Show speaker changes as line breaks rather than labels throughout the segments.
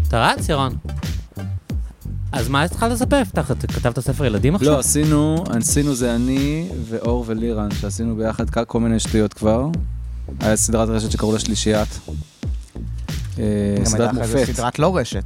אתה רץ, ירון? אז מה התחלת לספר? כתבת ספר ילדים עכשיו?
לא, עשינו זה אני ואור ולירן, שעשינו ביחד כל מיני שטויות כבר. היה סדרת רשת שקראו לה שלישיית. סדרת מופת.
סדרת לא רשת.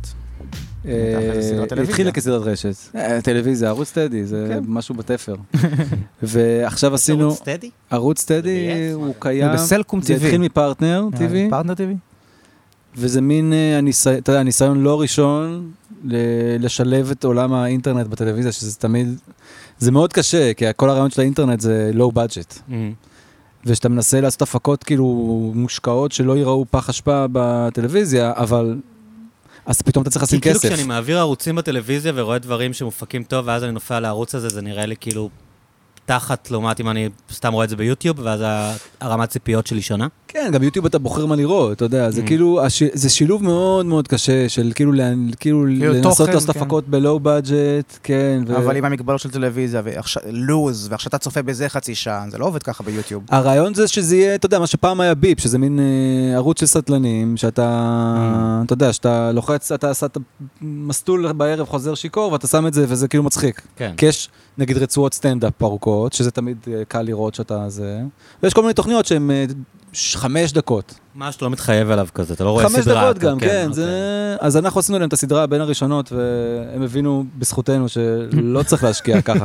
התחילה כסדרת רשת. טלוויזיה, ערוץ סטדי, זה משהו בתפר. ועכשיו עשינו...
ערוץ סטדי?
ערוץ סטדי הוא קיים.
בסלקום TV.
זה התחיל מפרטנר TV.
פרטנר TV?
וזה מין, אתה יודע, ניסיון לא ראשון לשלב את עולם האינטרנט בטלוויזיה, שזה תמיד, זה מאוד קשה, כי כל הרעיון של האינטרנט זה low budget. ושאתה מנסה לעשות הפקות כאילו מושקעות שלא ייראו פח אשפה בטלוויזיה, אבל אז פתאום אתה צריך לשים כסף.
כי כאילו כשאני מעביר ערוצים בטלוויזיה ורואה דברים שמופקים טוב, ואז אני נופע לערוץ הזה, זה נראה לי כאילו תחת, לעומת אם אני סתם רואה את זה ביוטיוב, ואז הרמת ציפיות שלי שונה.
כן, גם ביוטיוב אתה בוחר מה לראות, אתה יודע, זה כאילו, זה שילוב מאוד מאוד קשה, של כאילו לנסות לעשות הפקות בלואו בדג'ט, כן.
אבל עם המגבלות של טלוויזיה, לוז, ועכשיו אתה צופה בזה חצי שעה, זה לא עובד ככה ביוטיוב.
הרעיון זה שזה יהיה, אתה יודע, מה שפעם היה ביפ, שזה מין ערוץ של סטלנים, שאתה, אתה יודע, שאתה לוחץ, אתה עשה מסלול בערב חוזר שיקור, ואתה שם את זה, וזה כאילו מצחיק.
כן.
כי יש, נגיד, רצועות סטנדאפ ארוכות, שזה תמיד קל לראות שאתה זה. ויש כל מיני תוכניות שהן 5 דקות.
מה שאתה לא מתחייב עליו כזה, אתה לא רואה סדרה.
5 דקות גם, כן. אז אנחנו עשינו להם את הסדרה בין הראשונות, והם הבינו בזכותנו שלא צריך להשקיע ככה.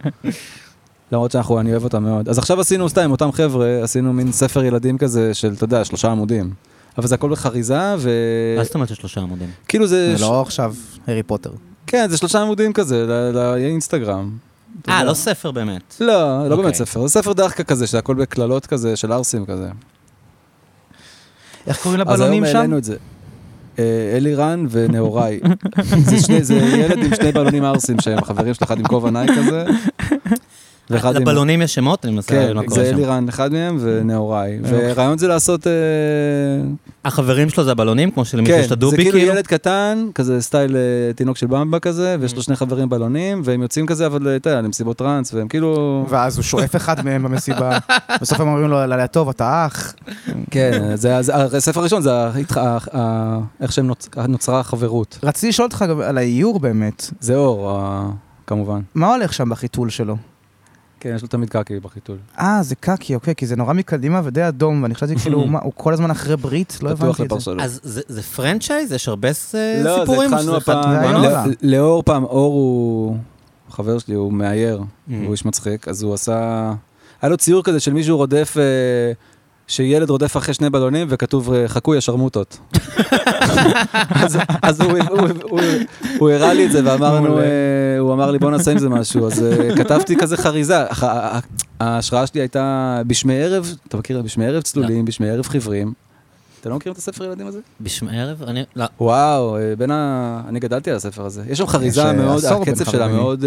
למרות אני אוהב אותם מאוד. אז עכשיו עשינו סתם, אותם חבר'ה, עשינו מין ספר ילדים כזה של, אתה יודע, 3 עמודים. אבל זה הכל בחריזה,
מה זאת אומרת 3 עמודים?
כאילו זה...
לא עכשיו הארי פוטר.
כן, זה 3 עמודים כזה, לאינסטגרם.
לא ספר באמת.
לא באמת ספר. זה ספר דחקה כזה, שהכל בכללות כזה, של ארסים כזה.
איך קוראים לבלונים שם?
אז היום העלינו את זה. אלירן ונאוראי. זה ילד עם 2 בלונים ארסים שהם חברים של אחד עם כובע נייק כזה.
לבלונים יש שמות? אני מנסה
כן, זה אלירן אחד מהם ונאוראי. ורעיון זה לעשות...
החברים שלו זה הבלונים, כמו שלמישהו יש את הדובי
כאילו?
כאילו?
זה כאילו ילד קטן, כזה סטייל תינוק של במבה כזה, ויש לו 2 חברים בלונים, והם יוצאים כזה, אבל אתה יודע, למסיבות טרנס, והם כאילו...
ואז הוא שואף אחד מהם במסיבה, בסוף הם אומרים לו, לטוב, אתה אח.
כן, הספר הראשון זה איך שהם נוצרה החברות.
רציתי לשאול אותך על האיור באמת.
זה אור, כמובן.
מה הולך שם בחיתול שלו?
כן, יש לו תמיד קקי בחיתול.
זה קקי, אוקיי, כי זה נורא מקדימה ודי אדום, ואני חשבתי כאילו, הוא כל הזמן אחרי ברית, לא הבנתי את זה.
אז זה פרנצ'ייז? יש הרבה סיפורים?
לא, זה התחלנו הפעם, לאור פעם, אור הוא, חבר שלי, הוא מאייר, הוא איש מצחיק, אז הוא עשה, היה לו ציור כזה של מישהו רודף, שילד רודף אחרי 2 בלונים, וכתוב, חכו ישרמוטות. אז הוא הראה לי את זה, הוא אמר לי, בוא נעשה עם זה משהו, אז כתבתי כזה חריזה. ההשראה שלי הייתה בשמי ערב, אתה מכיר? בשמי ערב צלולים, בשמי ערב חיוורים. אתה לא מכיר את הספר ילדים הזה?
בשמי ערב? לא.
וואו, אני גדלתי על הספר הזה. יש שם חריזה מאוד, הקצב שלה מאוד...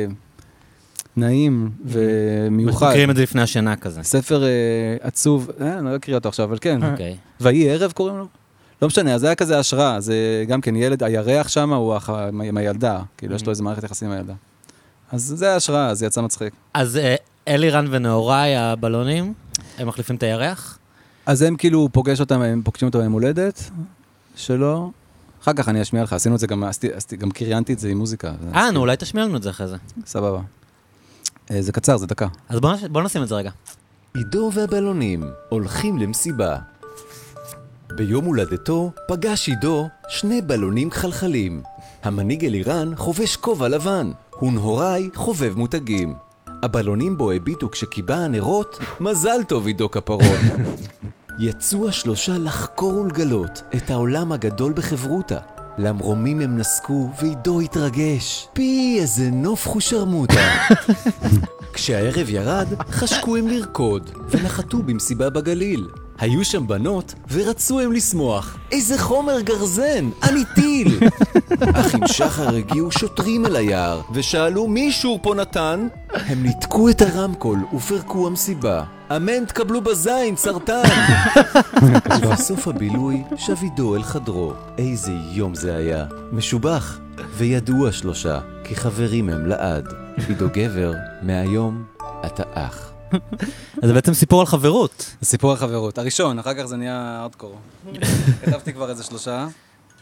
נעים ומיוחד.
מכירים את זה לפני השינה כזה.
ספר עצוב, אני לא אקריא אותו עכשיו, אבל כן.
אוקיי.
ויהי ערב קוראים לו? לא משנה, אז זה היה כזה השראה, זה גם כן ילד, הירח שם הוא עם הילדה, כאילו יש לו איזה מערכת יחסים עם הילדה. אז זה ההשראה, זה יצא מצחיק.
אז אלירן ונאוראי, הבלונים, הם מחליפים את הירח?
אז הם כאילו פוגשים אותם עם הולדת שלו, אחר כך אני אשמיע לך, עשינו את זה גם קריינתי את זה עם מוזיקה.
אולי תשמיע לנו את זה אחרי זה.
סבבה. זה קצר, זה דקה.
אז בוא נשים את זה רגע.
עידו והבלונים הולכים למסיבה. ביום הולדתו פגש עידו 2 בלונים חלחלים. המנהיג אלירן חובש כובע לבן, ונהוראי חובב מותגים. הבלונים בו הביטו כשקיבה הנרות, מזל טוב עידו כפרות. יצאו 3 לחקור ולגלות את העולם הגדול בחברותה. למרומים הם נסקו ועידו התרגש. פי איזה נוף חושרמותה. כשהערב ירד, חשקו הם לרקוד ונחתו במסיבה בגליל. היו שם בנות ורצו הם לשמוח. איזה חומר גרזן, אני טיל. אך עם שחר הגיעו שוטרים אל היער ושאלו מי אישור פה נתן? הם ניתקו את הרמקול ופרקו המסיבה. אמן תקבלו בזין, סרטן. בסוף הבילוי שב עידו אל חדרו. איזה יום זה היה. משובח. וידעו 3 כי חברים הם לעד. עידו גבר, מהיום אתה אח.
אז זה בעצם סיפור על חברות.
זה סיפור על חברות. הראשון, אחר כך זה נהיה ארדקור. כתבתי כבר איזה 3.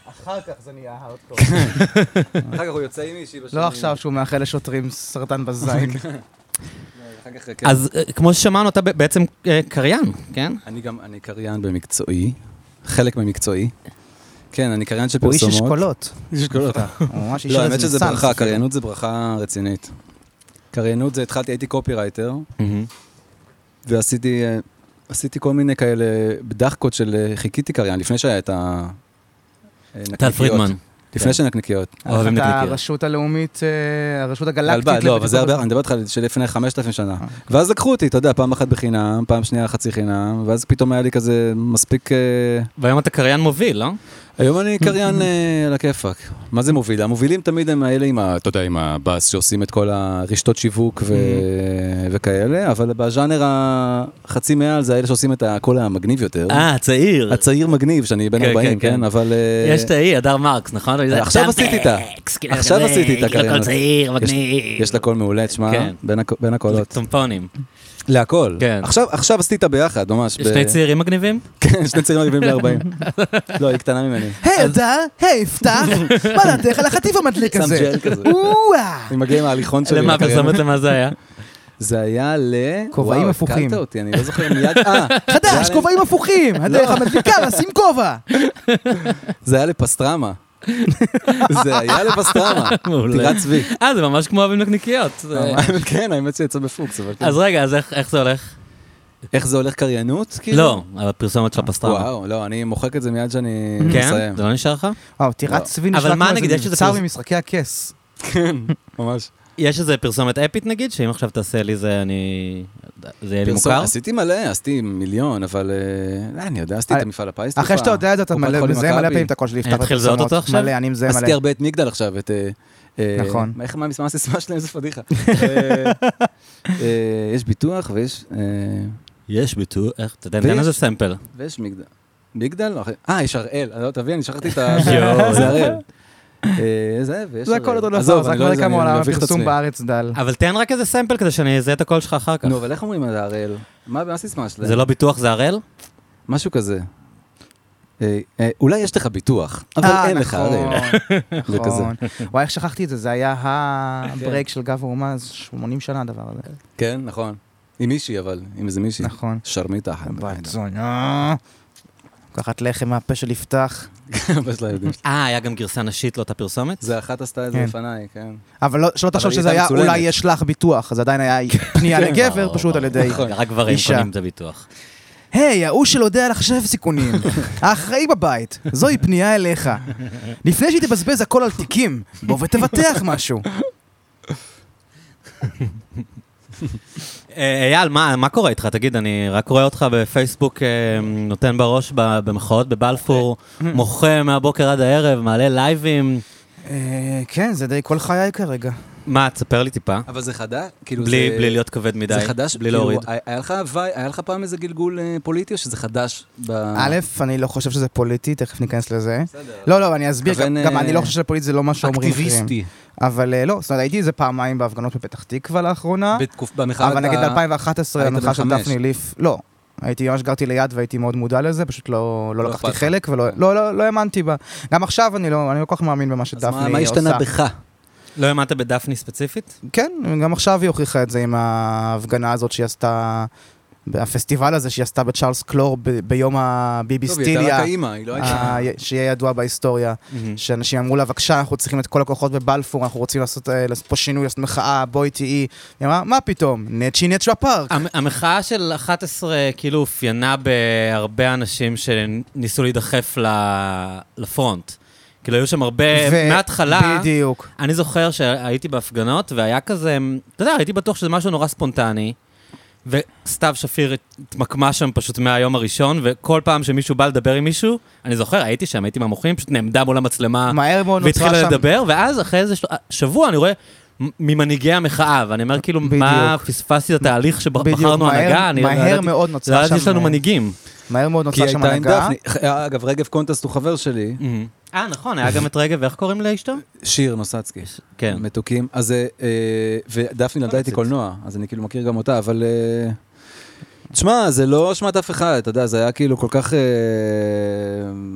אחר כך זה נהיה הארדקור.
אחר כך הוא יוצא עם מישהי בשנים.
לא עכשיו שהוא מאחל לשוטרים סרטן בזין.
אז כמו ששמענו, אתה בעצם קריין, כן?
אני קריין במקצועי, חלק במקצועי. כן, אני קריין של
הוא
פרסומות.
איש אשכולות.
איש אשכולות.
ממש איש
לא, האמת שזה
רזנסנס.
ברכה, קריינות זה ברכה רצינית. קריינות זה, הייתי קופירייטר, ועשיתי כל מיני כאלה בדחקות של חיכיתי קריין, לפני שהיה את הנקניקיות.
טל פרידמן.
לפני שנקניקיות.
אוהבים
את
נקניקיות.
הרשות הלאומית, הרשות הגלקטית.
גלבד, לא, אבל זה הרבה, אני מדבר איתך שלפני 5,000 שנה. ואז לקחו אותי, אתה יודע, פעם אחת בחינם, פעם שנייה חצי חינם, ואז פתאום היה לי כזה מספיק...
והיום אתה קריין מוביל, לא?
היום אני קריין על הכיפק. מה זה מוביל? המובילים תמיד הם האלה אתה יודע, עם הבאס שעושים את כל הרשתות שיווק וכאלה, אבל בז'אנר החצי מעל זה האלה שעושים את הכל המגניב יותר.
הצעיר.
הצעיר מגניב, שאני בן 40, כן, אבל...
יש את האי, הדר מרקס, נכון?
עכשיו עשיתי איתה. עכשיו עשיתי את הקריינות.
יש לו כל צעיר, מגניב.
יש לה קול מעולה, תשמע, בין הקולות.
טומפונים.
להכל.
כן.
עכשיו עשיתי איתה ביחד, ממש.
שני צעירים מגניבים?
כן, שני צעירים מגניבים ב-40. לא, היא קטנה ממני.
היי, אדר, היי, יפתח, מה דעתך על החטיף המדליק הזה?
שם ג'ל כזה. אני מגיע עם ההליכון שלי.
למה פרסומת למה זה היה?
זה היה
כובעים הפוכים.
קלת אותי, אני לא זוכר מיד.
חדש, כובעים הפוכים, הדרך המדליקה, לשים כובע.
זה היה לפסטרמה. זה היה לפסטרמה. טירת צבי.
זה ממש כמו אוהבים נקניקיות.
כן, האמת שיצא בפוקס.
אז רגע, אז איך זה הולך?
איך זה הולך קריינות?
לא, הפרסומת של הפסטרמה.
וואו, לא, אני מוחק את זה מיד שאני מסיים.
כן? זה לא נשאר לך?
וואו, טירת צבי
אבל
נשמע
מה,
כמו
נגיד,
איזה
יש איזה
מבצר
פרס-
ממשחקי הכס.
כן, ממש.
יש איזה פרסומת אפית נגיד, שאם עכשיו תעשה לי זה יהיה לי מוכר?
עשיתי מלא, עשיתי מיליון, אבל אני יודע, עשיתי את המפעל הפיס.
אחרי שאתה יודע את זה, אתה מזהה מלא פעמים את הקול שלי יפתח
אני אתחיל לזהות אותו עכשיו?
מלא, אני מזהה מלא.
עשיתי הרבה את מגדל עכשיו, את...
נכון.
מה הסיסמה שלהם? איזה פדיחה. יש ביטוח ויש...
יש ביטוי, איך? אתה יודע, תן איזה סמפל.
ויש מגדל. מגדל? יש הראל. תביא, אני שכחתי את
יואו.
זה הראל. זה, ויש...
זה הכל אותו דבר,
עזוב,
זה
אני לא
כבר
יודע,
כמה
אני
עולם
מביך את
הפרסום
עצמי.
בארץ דל.
אבל תן רק איזה סמפל כדי שאני אזהה את הקול שלך אחר כך.
נו, אבל איך אומרים על הראל? מה הסיסמה שלהם?
זה לא ביטוח, זה הראל?
משהו כזה. אולי יש לך ביטוח, אבל אין לך הראל. זה כזה.
נכון. וואי, איך שכחתי את זה, זה היה הברייק של גב האומה, 80 שנה הדבר הזה.
כן, נכון. עם מישהי, אבל, עם איזה מישהי.
נכון.
שרמיתה.
בת זונה. לקחת לחם מהפה של יפתח.
בש לילדים.
היה גם גרסה נשית לו את הפרסומת?
זה אחת עשתה את זה
כן.
לפניי, כן.
אבל שלא תחשוב
היא
שזה
הייתה
היה,
מצולמת.
אולי יש לך ביטוח, זה עדיין היה פנייה לגבר, פשוט על ידי
רק גברים
אישה.
קונים את הביטוח.
היי, ההוא שלא יודע לחשב סיכונים, האחראי בבית, זוהי פנייה אליך. לפני שהיא תבזבז הכל על תיקים, בוא ותבטח משהו.
אייל, מה קורה איתך? תגיד, אני רק רואה אותך בפייסבוק נותן בראש במחאות בבלפור, מוחה מהבוקר עד הערב, מעלה לייבים.
כן, זה די כל חיי כרגע.
מה, תספר לי טיפה.
אבל זה חדש? כאילו
בלי להיות כבד מדי,
זה חדש?
בלי להוריד.
היה לך פעם איזה גלגול פוליטי, או שזה חדש?
א', אני לא חושב שזה פוליטי, תכף ניכנס לזה. לא, אני אסביר, גם אני לא חושב שפוליטי זה לא מה שאומרים אחרים.
אקטיביסטי.
אבל לא, זאת אומרת, הייתי איזה פעמיים בהפגנות בפתח תקווה לאחרונה,
במחאה...
אבל נגיד ב-2011,
היית
המחאה של
בן 5.
דפני ליף, לא. הייתי ממש גרתי ליד והייתי מאוד מודע לזה, פשוט לא לקחתי
אכפת לך.
חלק ולא האמנתי בה. גם עכשיו אני לא כל כך מאמין במה שדפני עושה.
אז מה השתנה בך?
לא האמנת בדפני ספציפית?
כן, גם עכשיו היא הוכיחה את זה עם ההפגנה הזאת שהיא עשתה, הפסטיבל הזה שהיא עשתה בצ'ארלס קלור ביום הביביסטיליה.
טוב, היא הייתה רק האמא, היא לא הייתה...
שיהיה ידוע בהיסטוריה, שאנשים אמרו לה, בבקשה, אנחנו צריכים את כל הכוחות בבלפור, אנחנו רוצים לעשות פה שינוי, לעשות מחאה, בואי תהי. היא אמרה, מה פתאום? נצ'י נצ'ו הפארק.
המחאה של 11 כאילו אופיינה בהרבה אנשים שניסו להידחף לפרונט. כאילו היו שם הרבה, מההתחלה,
בדיוק.
אני זוכר שהייתי בהפגנות והיה כזה, אתה יודע, הייתי בטוח שזה משהו נורא ספונטני, וסתיו שפיר התמקמה שם פשוט מהיום הראשון, וכל פעם שמישהו בא לדבר עם מישהו, אני זוכר, הייתי שם, הייתי מהמוחים, פשוט נעמדה מול המצלמה, והתחילה לדבר, ואז אחרי איזה שבוע אני רואה ממנהיגי המחאה, ואני אומר כאילו, מה פספסתי את התהליך שבחרנו הנהגה?
מהר מאוד נוצרה שם...
יש לנו מנהיגים.
מהר מאוד נוצרה שם הנהגה.
אגב, רגב קונטסט הוא חבר שלי.
נכון, היה גם את רגב, ואיך קוראים לאשתו?
שיר נוסצקי.
כן.
מתוקים. אז, ודפני נולדה איתי קולנוע, אז אני כאילו מכיר גם אותה, אבל... תשמע, זה לא אשמת אף אחד, אתה יודע, זה היה כאילו כל כך...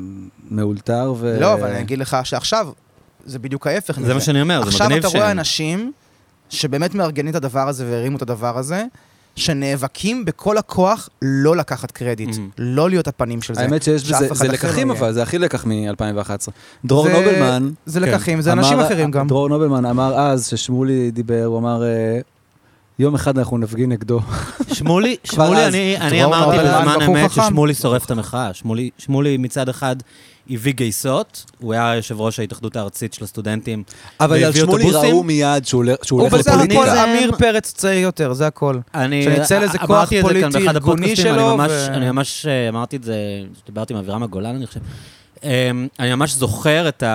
מאולתר ו...
לא, אבל אני אגיד לך שעכשיו, זה בדיוק ההפך.
זה מה שאני אומר, זה
עכשיו
מגניב
אתה רואה אנשים שבאמת מארגנים את הדבר הזה והרימו את הדבר הזה, שנאבקים בכל הכוח לא לקחת קרדיט, לא להיות הפנים של זה.
האמת שיש בזה, זה לקחים אבל, זה הכי לקח מ-2011. דרור נובלמן...
זה לקחים, זה אנשים אחרים גם.
דרור נובלמן אמר אז, ששמולי דיבר, הוא אמר, יום אחד אנחנו נפגין נגדו.
שמולי, אני אמרתי בזמן אמת ששמולי שורף את המחאה. שמולי מצד אחד הביא גייסות, הוא היה יושב ראש ההתאחדות הארצית של הסטודנטים.
אבל על שמולי ראו מיד שהוא הולך לפוליטיקה.
הוא אמיר פרץ צעיר יותר, זה הכל. שנצא לזה כוח פוליטי ארגוני שלו.
אני ממש אמרתי את זה, דיברתי עם אבירם הגולן, אני חושב. אני ממש זוכר את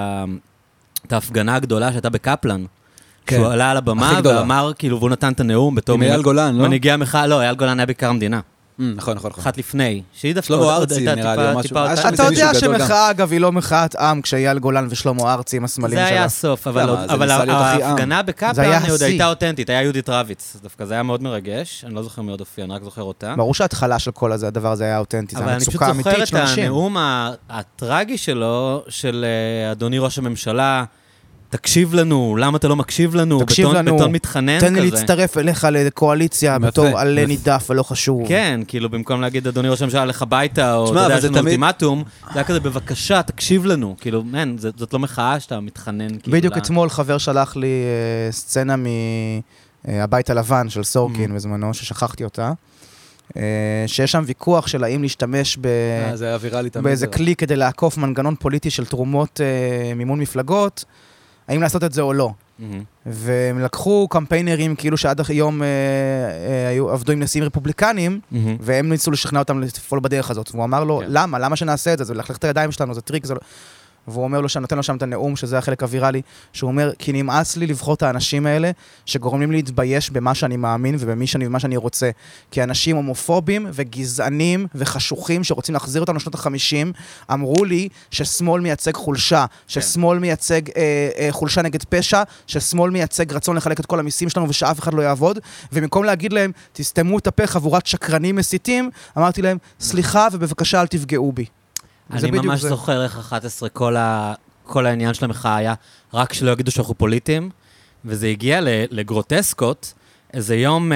ההפגנה הגדולה שהייתה בקפלן. שהוא עלה על הבמה ואמר, כאילו, והוא נתן את הנאום בתור...
עם אייל גולן, לא?
מנהיגי המחאה, לא, אייל גולן היה בעיקר המדינה.
נכון.
אחת לפני. שהיא דווקא
שלמה ארצי, נראה לי, או משהו.
אתה יודע שמחאה, אגב, היא לא מחאת עם, כשאייל גולן ושלמה ארצי עם הסמלים שלה.
זה היה הסוף, אבל ההפגנה בקפלן עוד הייתה אותנטית, היה יהודית רביץ. דווקא זה היה מאוד מרגש, אני לא זוכר מי עוד הופיע, אני רק זוכר אותה.
ברור שההתחלה של כל הדבר הזה היה אותנטי, זה
אבל אני פשוט זוכר את הנאום הטרגי שלו, של אדוני ראש הממשלה, תקשיב לנו, למה אתה לא מקשיב לנו? בטון מתחנן כזה.
תן לי להצטרף אליך לקואליציה בתור עלה נידף ולא חשוב.
כן, כאילו במקום להגיד אדוני ראש הממשלה לך הביתה, או אתה יודע, יש לנו אולטימטום, זה היה כזה בבקשה, תקשיב לנו. כאילו, מן, זאת לא מחאה שאתה מתחנן.
בדיוק אתמול חבר שלח לי סצנה מהבית הלבן של סורקין בזמנו, ששכחתי אותה. שיש שם ויכוח של האם להשתמש באיזה כלי כדי לעקוף מנגנון פוליטי של תרומות מימון מפלגות, האם לעשות את זה או לא. והם לקחו קמפיינרים כאילו שעד היום עבדו עם נשיאים רפובליקנים, והם ניסו לשכנע אותם לפעול בדרך הזאת. והוא אמר לו, למה? למה שנעשה את זה? זה ללכלך את הידיים שלנו, זה טריק, זה לא... והוא אומר לו, שנותן לו שם את הנאום, שזה החלק הוויראלי, שהוא אומר, כי נמאס לי לבחור את האנשים האלה, שגורמים לי להתבייש במה שאני מאמין ובמה שאני רוצה. כי אנשים הומופובים וגזענים וחשוכים שרוצים להחזיר אותנו לשנות ה-50, אמרו לי ששמאל מייצג חולשה, ששמאל מייצג חולשה נגד פשע, ששמאל מייצג רצון לחלק את כל המיסים שלנו ושאף אחד לא יעבוד, ומקום להגיד להם, תסתמו את הפה חבורת שקרנים מסיתים, אמרתי להם, סליחה ובבקשה אל תפגעו בי.
אני ממש זוכר איך 11 כל העניין של המחאה היה רק שלא יגידו שאנחנו פוליטיים, וזה הגיע לגרוטסקות. איזה יום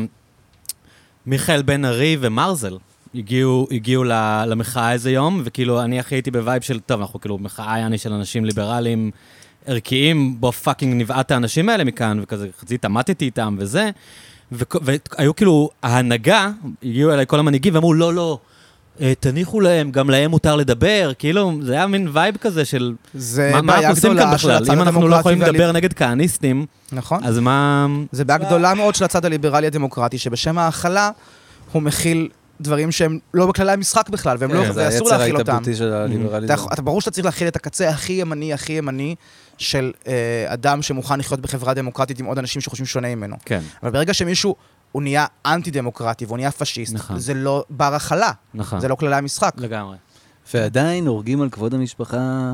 מיכאל בן ארי ומרזל הגיעו למחאה איזה יום, וכאילו אני הכי הייתי בווייב של, טוב, אנחנו כאילו מחאה יעני של אנשים ליברליים ערכיים, בו פאקינג נבעת האנשים האלה מכאן, וכזה חצי תמתתי איתם וזה, והיו כאילו ההנהגה, הגיעו אליי כל המנהיגים ואמרו, לא, תניחו להם, גם להם מותר לדבר, כאילו, זה היה מין וייב כזה של... מה אנחנו עושים כאן בכלל? אם אנחנו לא יכולים לדבר נגד כהניסטים,
נכון.
אז מה...
זה בעיה גדולה מאוד של הצד הליברלי הדמוקרטי, שבשם ההכלה הוא מכיל דברים שהם לא בכללי המשחק בכלל, והם לא, ואסור להכיל אותם. אתה ברור שאתה צריך להכיל את הקצה הכי ימני של אדם שמוכן לחיות בחברה דמוקרטית עם עוד אנשים שחושבים שונה ממנו.
כן.
אבל ברגע שמישהו הוא נהיה אנטי-דמוקרטי והוא נהיה פשיסט, זה לא בר הכלה, זה לא כללי המשחק.
לגמרי.
ועדיין הורגים על כבוד המשפחה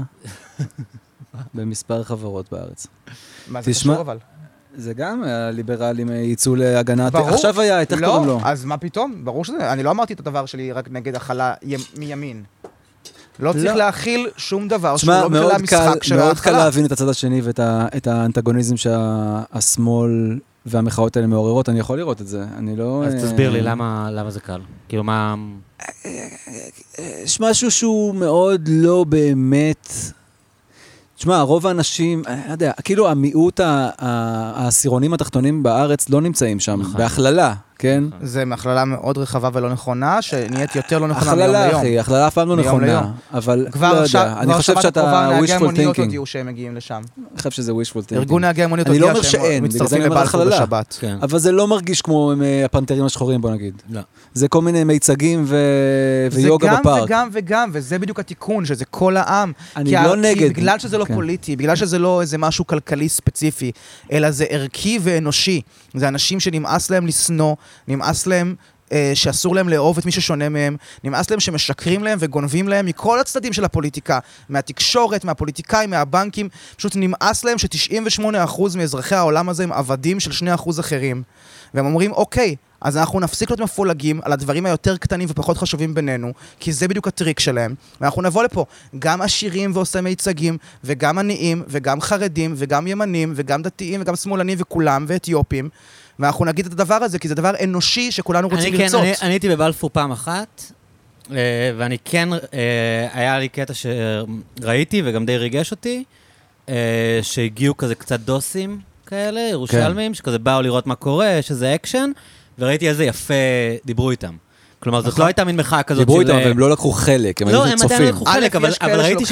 במספר חברות בארץ.
מה זה קשור אבל?
זה גם הליברלים ייצאו להגנת... עכשיו היה, איך קוראים לו?
אז מה פתאום? ברור שזה... אני לא אמרתי את הדבר שלי רק נגד הכלה מימין. לא צריך להכיל שום דבר שהוא לא בכלל המשחק של ההכלה.
מאוד קל להבין את הצד השני ואת האנטגוניזם שהשמאל והמחאות האלה מעוררות. אני יכול לראות את זה. אני לא...
אז תסביר לי למה זה קל. כאילו מה...
יש משהו שהוא מאוד לא באמת... תשמע, רוב האנשים, אני יודע, כאילו המיעוט העשירונים התחתונים בארץ לא נמצאים שם, בהכללה, כן?
זה מהכללה מאוד רחבה ולא נכונה, שנהיית יותר לא נכונה מיום ליום.
הכללה, אחי, הכללה אף פעם לא נכונה, אבל לא יודע, אני חושב שאתה wishful thinking.
הודיעו שהם מגיעים לשם.
אני חושב שזה wishful thinking.
ארגון נהגי המוניות הודיע שהם מצטרפים לבלפור בשבת.
אבל זה לא מרגיש כמו הפנתרים השחורים, בוא נגיד. זה כל מיני מיצגים ויוגה בפארק.
זה גם וגם, וזה בדיוק התיקון, שזה כל העם.
אני לא נגד.
בגלל שזה לא פוליטי, בגלל שזה לא איזה משהו כלכלי ספציפי, אלא זה ערכי ואנושי. זה אנשים שנמאס להם לשנוא, נמאס להם שאסור להם לאהוב את מי ששונה מהם, נמאס להם שמשקרים להם וגונבים להם מכל הצדדים של הפוליטיקה, מהתקשורת, מהפוליטיקאים, מהבנקים, פשוט נמאס להם ש98% מאזרחי העולם הזה הם עבדים של 2% אחרים. והם אומרים, אוקיי, אז אנחנו נפסיק להיות מפולגים על הדברים היותר קטנים ופחות חשובים בינינו, כי זה בדיוק הטריק שלהם. ואנחנו נבוא לפה, גם עשירים ועושה מיצגים, וגם עניים, וגם חרדים, וגם ימנים, וגם דתיים, וגם שמאלנים, וכולם, ואתיופים. ואנחנו נגיד את הדבר הזה, כי זה דבר אנושי שכולנו רוצים לרצות.
אני הייתי בבלפור פעם אחת, ואני כן, היה לי קטע שראיתי, וגם די ריגש אותי, שהגיעו כזה קצת דוסים כאלה, ירושלמים, שכזה באו לראות מה קורה, שזה אקשן, וראיתי איזה יפה דיברו איתם. כלומר, זאת לא הייתה מין מחאה כזאת של...
דיברו איתם, אבל הם לא לקחו חלק, הם היו צופים.
לא, הם עדיין לא לקחו חלק, אבל ראיתי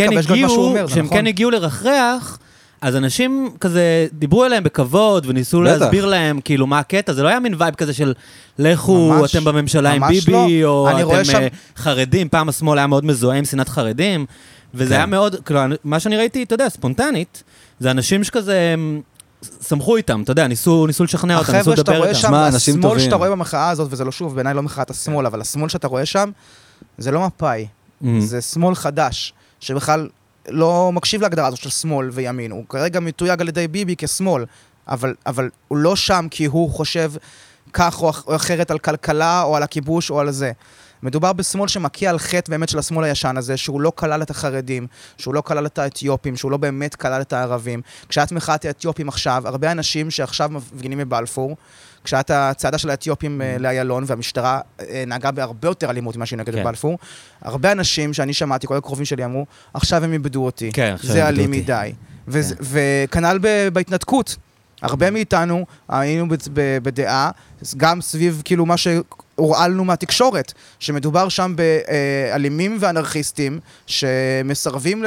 שכשהם כן הגיעו לרחרח, אז אנשים כזה דיברו אליהם בכבוד, וניסו להסביר להם כאילו מה הקטע, זה לא היה מין וייב כזה של לכו, אתם בממשלה עם ביבי, או אתם חרדים, פעם השמאל היה מאוד מזוהה עם שנאת חרדים, וזה היה מאוד, כלומר, מה שאני ראיתי, אתה יודע, ספונטנית, זה אנשים שכזה סמכו איתם, אתה יודע, ניסו לשכנע אותם, ניסו לדבר איתם.
השמאל שאתה רואה במחאה הזאת, וזה לא שוב, בעיניי לא מחאת השמאל, אבל השמאל שאתה רואה שם, זה לא מפאי, זה שמאל חדש, שבכלל לא מקשיב להגדרה הזאת של שמאל וימין, הוא כרגע מתויג על ידי ביבי כשמאל, אבל הוא לא שם כי הוא חושב כך או אחרת על כלכלה או על הכיבוש או על זה. מדובר בשמאל שמקיע על חטא באמת של השמאל הישן הזה, שהוא לא כלל את החרדים, שהוא לא כלל את האתיופים, שהוא לא באמת כלל את הערבים. כשאת מחאת האתיופים עכשיו, הרבה אנשים שעכשיו מפגינים בבלפור, כשאת הצעדה של האתיופים לאיילון, והמשטרה נהגה בהרבה יותר אלימות ממה שהיא נגד בבלפור, הרבה אנשים שאני שמעתי, כל הקרובים שלי אמרו, עכשיו הם איבדו אותי, זה אלים מדי. וכנ"ל בהתנתקות. הרבה מאיתנו היינו בדעה, גם סביב כאילו מה שהורעלנו מהתקשורת, שמדובר שם באלימים ואנרכיסטים שמסרבים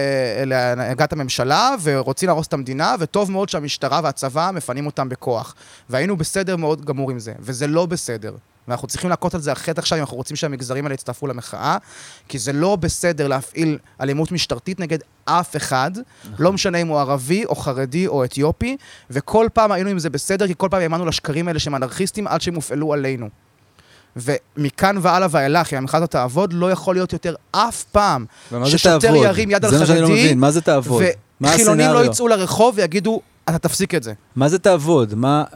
להנהגת הממשלה ורוצים להרוס את המדינה, וטוב מאוד שהמשטרה והצבא מפנים אותם בכוח. והיינו בסדר מאוד גמור עם זה, וזה לא בסדר. ואנחנו צריכים להכות על זה אחרת עכשיו, אם אנחנו רוצים שהמגזרים האלה יצטרפו למחאה, כי זה לא בסדר להפעיל אלימות משטרתית נגד אף אחד, לא משנה אם הוא ערבי או חרדי או אתיופי, וכל פעם היינו עם זה בסדר, כי כל פעם האמנו לשקרים האלה שהם אנרכיסטים עד שהם הופעלו עלינו. ומכאן והלאה ואילך, אם המחאה הזאת תעבוד, לא יכול להיות יותר אף פעם ששוטר ירים יד על חרדי,
מה זה תעבוד?
וחילונים לא יצאו לרחוב ויגידו, אתה תפסיק את זה.
מה זה תעבוד?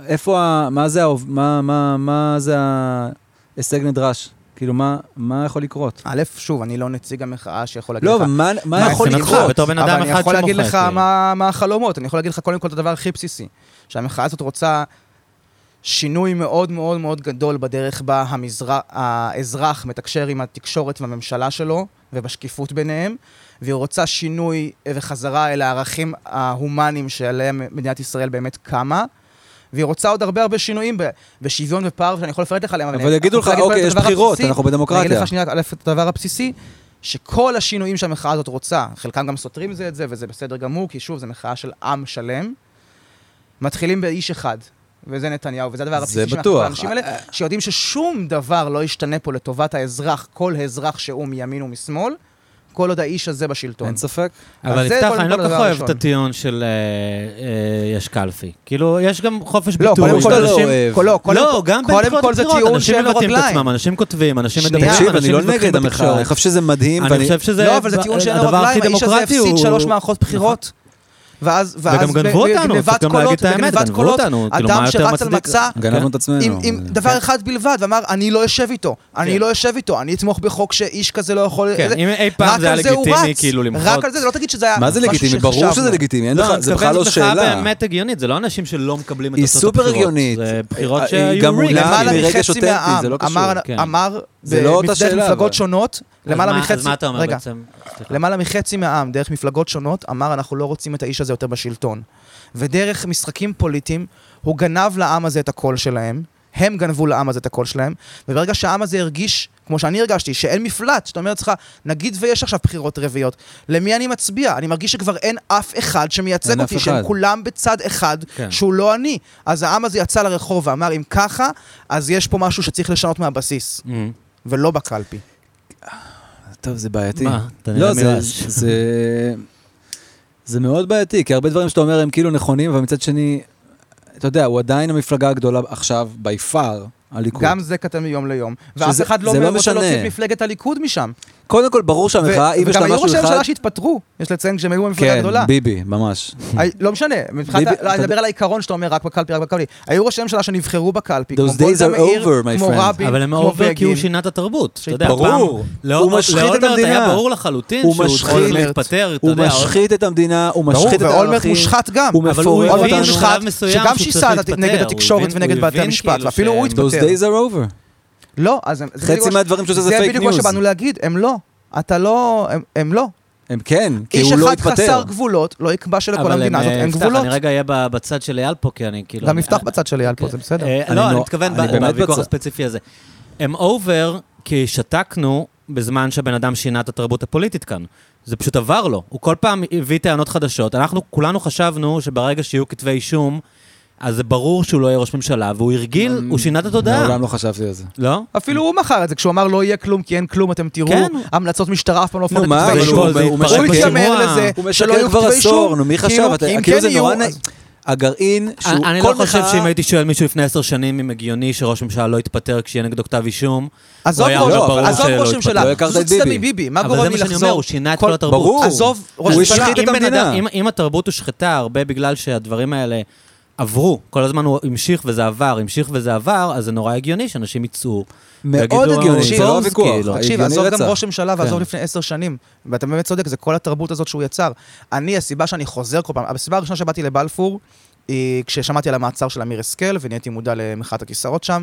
מה זה ההישג נדרש? כאילו, מה יכול לקרות?
א', שוב, אני לא נציג המחאה שיכול להגיד
לך...
לא,
אבל מה יכול לקרות?
אבל אני יכול להגיד לך מה החלומות. אני יכול להגיד לך קודם כל את הדבר הכי בסיסי. שהמחאה הזאת רוצה שינוי מאוד מאוד מאוד גדול בדרך בה האזרח מתקשר עם התקשורת והממשלה שלו, ובשקיפות ביניהם, והיא רוצה שינוי וחזרה אל הערכים ההומניים שעליהם מדינת ישראל באמת קמה, והיא רוצה עוד הרבה שינויים בשוויון ופער, שאני יכול לפרט לך עליהם.
אבל יגידו לך, אוקיי, יש בחירות, אנחנו בדמוקרטיה.
אני אגיד לך שנייה, את הדבר הבסיסי, שכל השינויים שהמחאה הזאת רוצה, חלקם גם סותרים את זה, וזה בסדר גמור, כי שוב, זה מחאה של עם שלם, מתחילים באיש אחד, וזה נתניהו, וזה הדבר הבסיסי שאנחנו האנשים האלה, שיודעים ששום דבר לא ישתנה פה לטובת האזרח, כל האזרח שהוא מימין ומשמאל, כל עוד האיש הזה בשלטון.
אין ספק.
אבל יפתח, אני לא כל כך אוהב את הטיעון של יש קלפי. כאילו, יש גם חופש ביטוי.
לא,
גם בבחירות בחירות. אנשים מבטאים את עצמם, אנשים כותבים, אנשים מדברים,
תקשיב, אני לא נגד המחאה. אני חושב שזה מדהים.
אני חושב שזה הדבר הכי דמוקרטי.
האיש הזה הפסיד 3 מערכות בחירות.
וגם גנבו אותנו, צריך גם להגיד את האמת, גנבו אותנו,
אדם שרץ על מצע,
גנבנו את עצמנו.
עם דבר אחד בלבד, ואמר, אני לא יושב איתו, אני אתמוך בחוק שאיש כזה לא יכול...
כן, אם אי פעם זה היה לגיטימי, כאילו למחות...
רק על זה, לא תגיד שזה היה...
מה זה לגיטימי? ברור שזה לגיטימי, זה בכלל לא שאלה.
זה באמת הגיונית, זה לא אנשים שלא מקבלים את
אותות הבחירות. היא סופר הגיונית.
זה בחירות שהיו
גם אולי מרגש אותנטי, זה לא קשור.
אמר במפדרך מפלגות שונות,
אז מה אתה אומר בעצם?
למעלה מחצי מהעם, דרך מפלגות שונות, אמר, אנחנו לא רוצים את האיש הזה יותר בשלטון. ודרך משחקים פוליטיים, הוא גנב לעם הזה את הקול שלהם, הם גנבו לעם הזה את הקול שלהם, וברגע שהעם הזה הרגיש, כמו שאני הרגשתי, שאין מפלט, שאתה אומר לך, נגיד ויש עכשיו בחירות רביעיות, למי אני מצביע? אני מרגיש שכבר אין אף אחד שמייצג אותי, שהם כולם בצד אחד, שהוא לא אני. אז העם הזה יצא לרחוב ואמר, אם ככה, אז יש פה משהו שצריך לשנות מהבסיס, ולא בקלפי.
טוב, זה בעייתי.
מה?
לא, זה מאוד בעייתי, כי הרבה דברים שאתה אומר הם כאילו נכונים, אבל מצד שני, אתה יודע, הוא עדיין המפלגה הגדולה עכשיו, by far, הליכוד.
גם זה קטן מיום ליום. ואף אחד לא רוצה להוציא את מפלגת הליכוד משם.
קודם כל, ברור שהמחאה, אם יש לה משהו אחד...
וגם היו ראשי הממשלה שהתפטרו, יש לציין כשהם היו במפלגה גדולה.
כן, ביבי, ממש.
לא משנה, אני מדבר על העיקרון שאתה אומר רק בקלפי, רק בקלפי. היו ראשי הממשלה שנבחרו בקלפי,
כמו גולדה מאיר, כמו רבין,
אבל הם over כי הוא שינה את התרבות.
ברור, הוא משחית את המדינה.
היה ברור לחלוטין שהוא יכול להתפטר,
הוא משחית את המדינה, הוא משחית את הערכים.
ואולמרט מושחת גם.
אבל הוא הבין בשלב מסוים
שגם שיסה נגד התקשורת ונגד בתי המשפט, ואפילו הוא התפטר.
Those days are over.
לא,
חצי מהדברים שזה זה פייק ניוז.
זה בדיוק מה שבאנו להגיד, הם לא. אתה לא, הם לא.
הם כן, כי הוא לא התפטר.
איש אחד חסר גבולות, לא יקבע שלכל המדינה הזאת אין גבולות.
אני רגע אהיה בצד של אייל פה, כי אני כאילו...
גם יפתח בצד של אייל פה, זה בסדר.
לא, אני מתכוון בוויכוח הספציפי הזה. הם אובר כי שתקנו בזמן שהבן אדם שינה את התרבות הפוליטית כאן. זה פשוט עבר לו. הוא כל פעם הביא טענות חדשות. אנחנו כולנו חשבנו שברגע שיהיו כתבי אישום, אז זה ברור שהוא לא יהיה ראש ממשלה, והוא הרגיל, הוא שינה את התודעה.
מעולם לא חשבתי על זה.
לא?
אפילו הוא מכר את זה, כשהוא אמר לא יהיה כלום, כי אין כלום, אתם תראו, המלצות משטרה אף פעם לא הופכת
לכתבי
אישום.
הוא משקר כבר עשור, מי חשב? כאילו זה נורא... הגרעין שהוא...
אני לא חושב שאם הייתי שואל מישהו לפני 10 שנים אם הגיוני שראש ממשלה לא יתפטר כשיהיה נגדו כתב אישום,
עזוב ראש ממשלה, זאת סתמי ביבי, מה גורם לי לחזור?
הוא שינה את כל התרבות.
ברור, הוא השחית את המדינה.
אם התרבות הושחתה הרבה בגלל שהדברים האלה עברו, כל הזמן הוא המשיך וזה עבר, אז זה נורא הגיוני שאנשים יצאו.
מאוד הגיוני, זה לא ויכוח.
תקשיב, עזוב גם ראש ממשלה ועזוב לפני 10 שנים, ואתה באמת צודק, זה כל התרבות הזאת שהוא יצר. הסיבה שאני חוזר כל פעם, הסיבה הראשונה שבאתי לבלפור, היא כששמעתי על המעצר של אמיר השכל, ונהייתי מודע למחאת הכיסאות שם,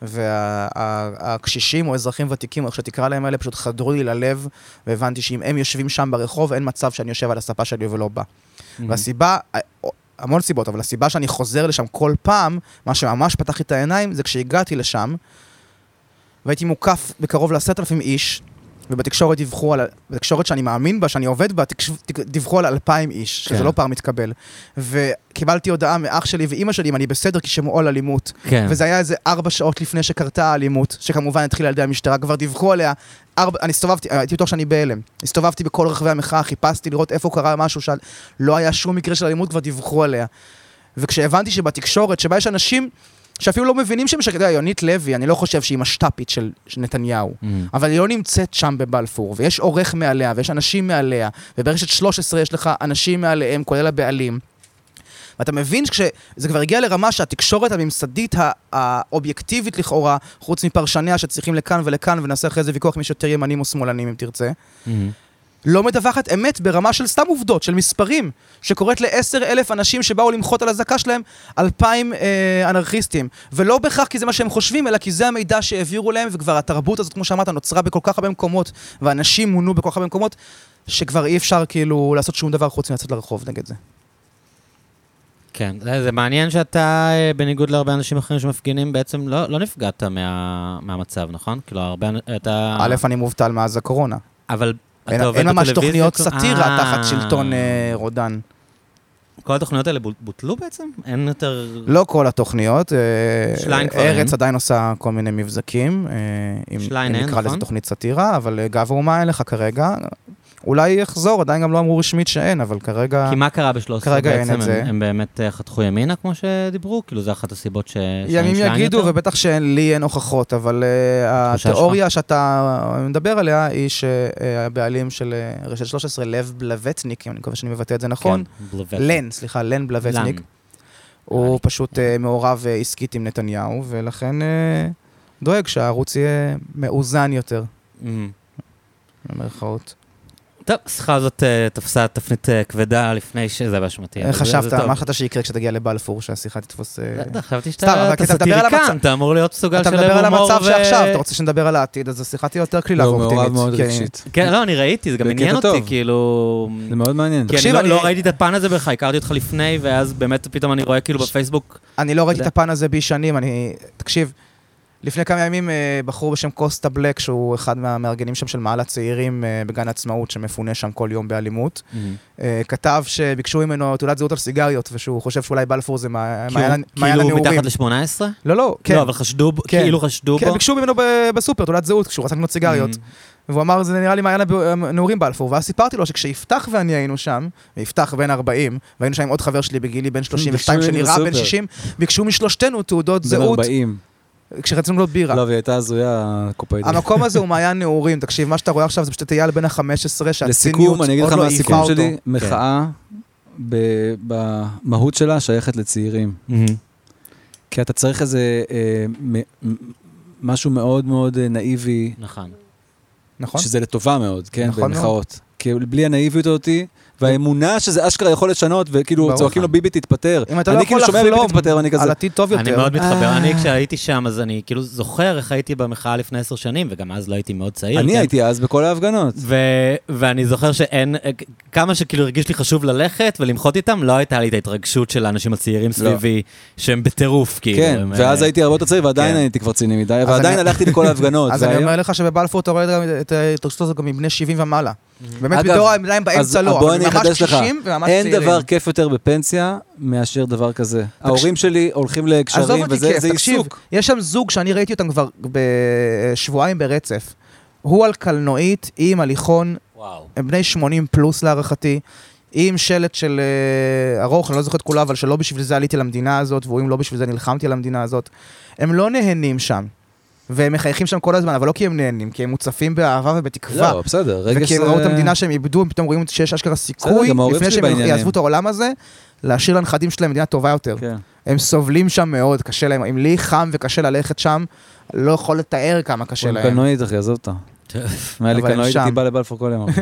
והקשישים או אזרחים ותיקים, איך שתקרא להם האלה, פשוט חדרו לי ללב, והבנתי שאם הם יושבים שם ברחוב, אין מצב שאני יושב על הספה שלי ולא בא. והסיבה, המון סיבות, אבל הסיבה שאני חוזר לשם כל פעם, מה שממש פתח את העיניים, זה כשהגעתי לשם, והייתי מוקף בקרוב ל10,000 איש, ובתקשורת דיווחו על, בתקשורת שאני מאמין בה, שאני עובד בה, דיווחו על 2,000 איש, שזה לא פעם מתקבל. וקיבלתי הודעה מאח שלי ואמא שלי, אם אני בסדר, כי שמעו על אלימות. וזה היה איזה 4 שעות לפני שקרתה האלימות, שכמובן התחילה על ידי המשטרה, כבר דיווחו עליה. אני הסתובבתי, הייתי בטוח שאני בהלם. הסתובבתי בכל רחבי המחאה, חיפשתי לראות איפה קרה משהו שלא היה שום מקרה של אלימות, כבר דיווחו עליה. וכשהבנתי שבתקשורת, שבה יש אנשים שאפילו לא מבינים יונית לוי, אני לא חושב שהיא משטפית של נתניהו, אבל היא לא נמצאת שם בבלפור, ויש עורך מעליה, ויש אנשים מעליה, וברשת 13 יש לך אנשים מעליהם, כולל הבעלים. ואתה מבין שזה כבר הגיע לרמה שהתקשורת הממסדית האובייקטיבית לכאורה, חוץ מפרשניה שצריכים לכאן ולכאן, ונעשה אחרי זה ויכוח מי שיותר ימנים או שמאלנים אם תרצה, לא מדווחת אמת ברמה של סתם עובדות, של מספרים, שקוראת ל10,000 אנשים שבאו למחות על הזקה שלהם, 2,000 אנרכיסטים. ולא בכך כי זה מה שהם חושבים, אלא כי זה המידע שהעבירו להם, וכבר התרבות הזאת, כמו שאמרת, נוצרה בכל כך הרבה מקומות, ואנשים מונו בכל כך הרבה מקומות, שכבר אי אפשר כאילו לעשות שום דבר חוץ מלצאת לרחוב נגד זה.
כן, זה מעניין שאתה, בניגוד להרבה אנשים אחרים שמפגינים, בעצם לא נפגעת מהמצב, נכון? כאילו, הרבה, אתה...
א', אני מובטל מאז הקורונה.
אבל...
אין ממש תוכניות סאטירה תחת שלטון רודן.
כל התוכניות האלה בוטלו בעצם? אין יותר...
לא כל התוכניות. ארץ עדיין עושה כל מיני מבזקים. אם נקרא לזה תוכנית סאטירה, אבל גב האומה אין לך כרגע. אולי יחזור, עדיין גם לא אמרו רשמית שאין, אבל כרגע...
כי מה קרה ב-13 בעצם? הם באמת חתכו ימינה, כמו שדיברו? כאילו, זה אחת הסיבות
ימים יגידו, ובטח לי אין הוכחות, אבל התיאוריה שאתה מדבר עליה, היא שהבעלים של רשת 13, לב בלווטניק, אני מקווה שאני מבטא את זה נכון, לן בלווטניק, הוא פשוט מעורב עסקית עם נתניהו, ולכן דואג שהערוץ יהיה מאוזן יותר. במרכאות.
טוב, השיחה הזאת תפסה תפנית כבדה לפני שזה באשמתי.
איך חשבת? מה חשבת שיקרה כשתגיע לבלפור, שהשיחה תתפוס...
חשבתי שאתה סטיריקן, אתה אמור להיות סוגל של הומור
אתה מדבר על המצב שעכשיו, אתה רוצה שנדבר על העתיד, אז השיחה תהיה יותר קלילה ואופטימית.
מעורב מאוד רגשית.
כן, לא, אני ראיתי, זה גם עניין אותי, כאילו...
זה מאוד מעניין.
כי אני לא ראיתי את הפן הזה בך, הכרתי אותך לפני, ואז באמת פתאום אני רואה כאילו בפייסבוק...
אני לא ראיתי את הפן הזה בי שנים, תקשיב, לפני כמה ימים בחור בשם קוסטה בלק, שהוא אחד מהמארגנים שם של מעל הצעירים בגן העצמאות, שמפונה שם כל יום באלימות, כתב שביקשו ממנו תעודת זהות על סיגריות, ושהוא חושב שאולי בלפור זה מעיין הנעורים.
כאילו מתחת ל-18?
לא, כן.
לא, אבל כאילו חשדו בו?
כן, ביקשו ממנו בסופר תעודת זהות, כשהוא רצה לקנות סיגריות. והוא אמר, זה נראה לי מעיין הנעורים בלפור, ואז סיפרתי לו שכשיפתח ואני היינו שם, ויפתח בן 40, והיינו שם עם עוד חבר שלי בגילי בן 32 שנראה בן 60, ביקשו משלושתנו תעודות זהות. כשרצינו להיות בירה.
לא, והיא הייתה הזויה קופאית.
המקום הזה הוא מעיין נעורים, תקשיב, מה שאתה רואה עכשיו זה פשוט אייל בן ה-15,
לסיכום, אני אגיד לך מה הסיכום שלי, מחאה במהות שלה שייכת לצעירים. כי אתה צריך איזה משהו מאוד מאוד נאיבי.
נכון.
שזה לטובה מאוד, כן, במחאות. כי בלי הנאיביות אותי, והאמונה שזה אשכרה יכול לשנות, וכאילו צועקים לו ביבי תתפטר.
אם אתה לא יכול לחלום על עתיד טוב יותר.
אני מאוד מתחבר, אני כשהייתי שם, אז אני כאילו זוכר איך הייתי במחאה לפני 10 שנים, וגם אז לא הייתי מאוד צעיר.
אני הייתי אז בכל ההפגנות.
ואני זוכר שאין, כמה שכאילו הרגיש לי חשוב ללכת ולמחות איתם, לא הייתה לי את ההתרגשות של האנשים הצעירים סביבי, שהם בטירוף, כאילו.
כן, ואז הייתי הרבה יותר צעיר, ועדיין הייתי כבר ציני מדי, ועדיין הלכתי לכל ההפגנות.
אז אני אומר לך שבבלפור אתה רואה את ההתרגשות הזאת גם מבני 70 ומעלה. באמת בדור העמדיים באמצע לא, אבל ממש קשישים וממש צעירים.
אין דבר כיף יותר בפנסיה מאשר דבר כזה. ההורים שלי הולכים לקשרים וזה עיסוק.
יש שם זוג שאני ראיתי אותם כבר בשבועיים ברצף. הוא על קלנועית עם הליכון, הם בני 80 פלוס להערכתי, עם שלט של ארוך, אני לא זוכר את כולה, אבל שלא בשביל זה עליתי למדינה הזאת, והוא אם לא בשביל זה נלחמתי למדינה הזאת. הם לא נהנים שם. והם מחייכים שם כל הזמן, אבל לא כי הם נהנים, כי הם מוצפים באהבה ובתקווה.
לא, בסדר.
וכי הם ראו את המדינה שהם איבדו, הם פתאום רואים שיש אשכרה סיכוי, לפני שהם יעזבו את העולם הזה, להשאיר לנכדים שלהם מדינה טובה יותר. הם סובלים שם מאוד, קשה להם. אם לי חם וקשה ללכת שם, לא יכול לתאר כמה קשה להם.
קלנועית, אחי, עזוב אותה. מה לי קלנועית, הייתי בא לבלפור כל יום.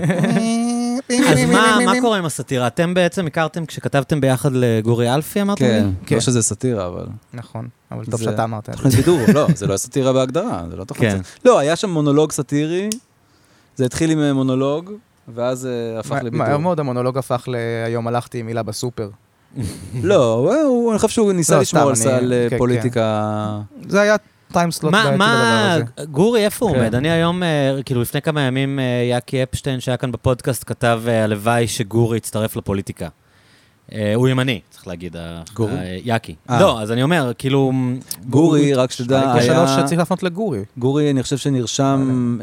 אז מה קורה עם הסאטירה? אתם בעצם הכרתם כשכתבתם ביחד לגורי אלפי, אמרתם לי?
כן, לא שזה סאטירה, אבל...
נכון, אבל טוב שאתה אמרת.
תוכנית בידור, לא, זה לא סאטירה בהגדרה, זה לא תוכנית. לא, היה שם מונולוג סאטירי, זה התחיל עם מונולוג, ואז הפך לבידור.
מהר מאוד המונולוג הפך להיום הלכתי עם מילה בסופר.
לא, אני חושב שהוא ניסה לשמור על פוליטיקה...
זה היה טיימסלוט בעייתי לדבר הזה.
גורי, איפה הוא עומד? אני היום, כאילו לפני כמה ימים, יאקי אפשטיין שהיה כאן בפודקאסט, כתב הלוואי שגורי יצטרף לפוליטיקה. הוא ימני, צריך להגיד, יאקי. לא, אז אני אומר, כאילו...
גורי, רק שתדע,
היה... שלוש שצריך להפנות לגורי.
גורי, אני חושב שנרשם...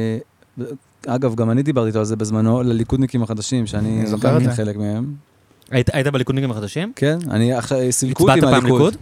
אגב, גם אני דיברתי איתו על זה בזמנו, לליכודניקים החדשים, שאני גם חלק מהם.
היית בליכודניקים החדשים?
כן, אני עכשיו סילקו אותי מהליכוד.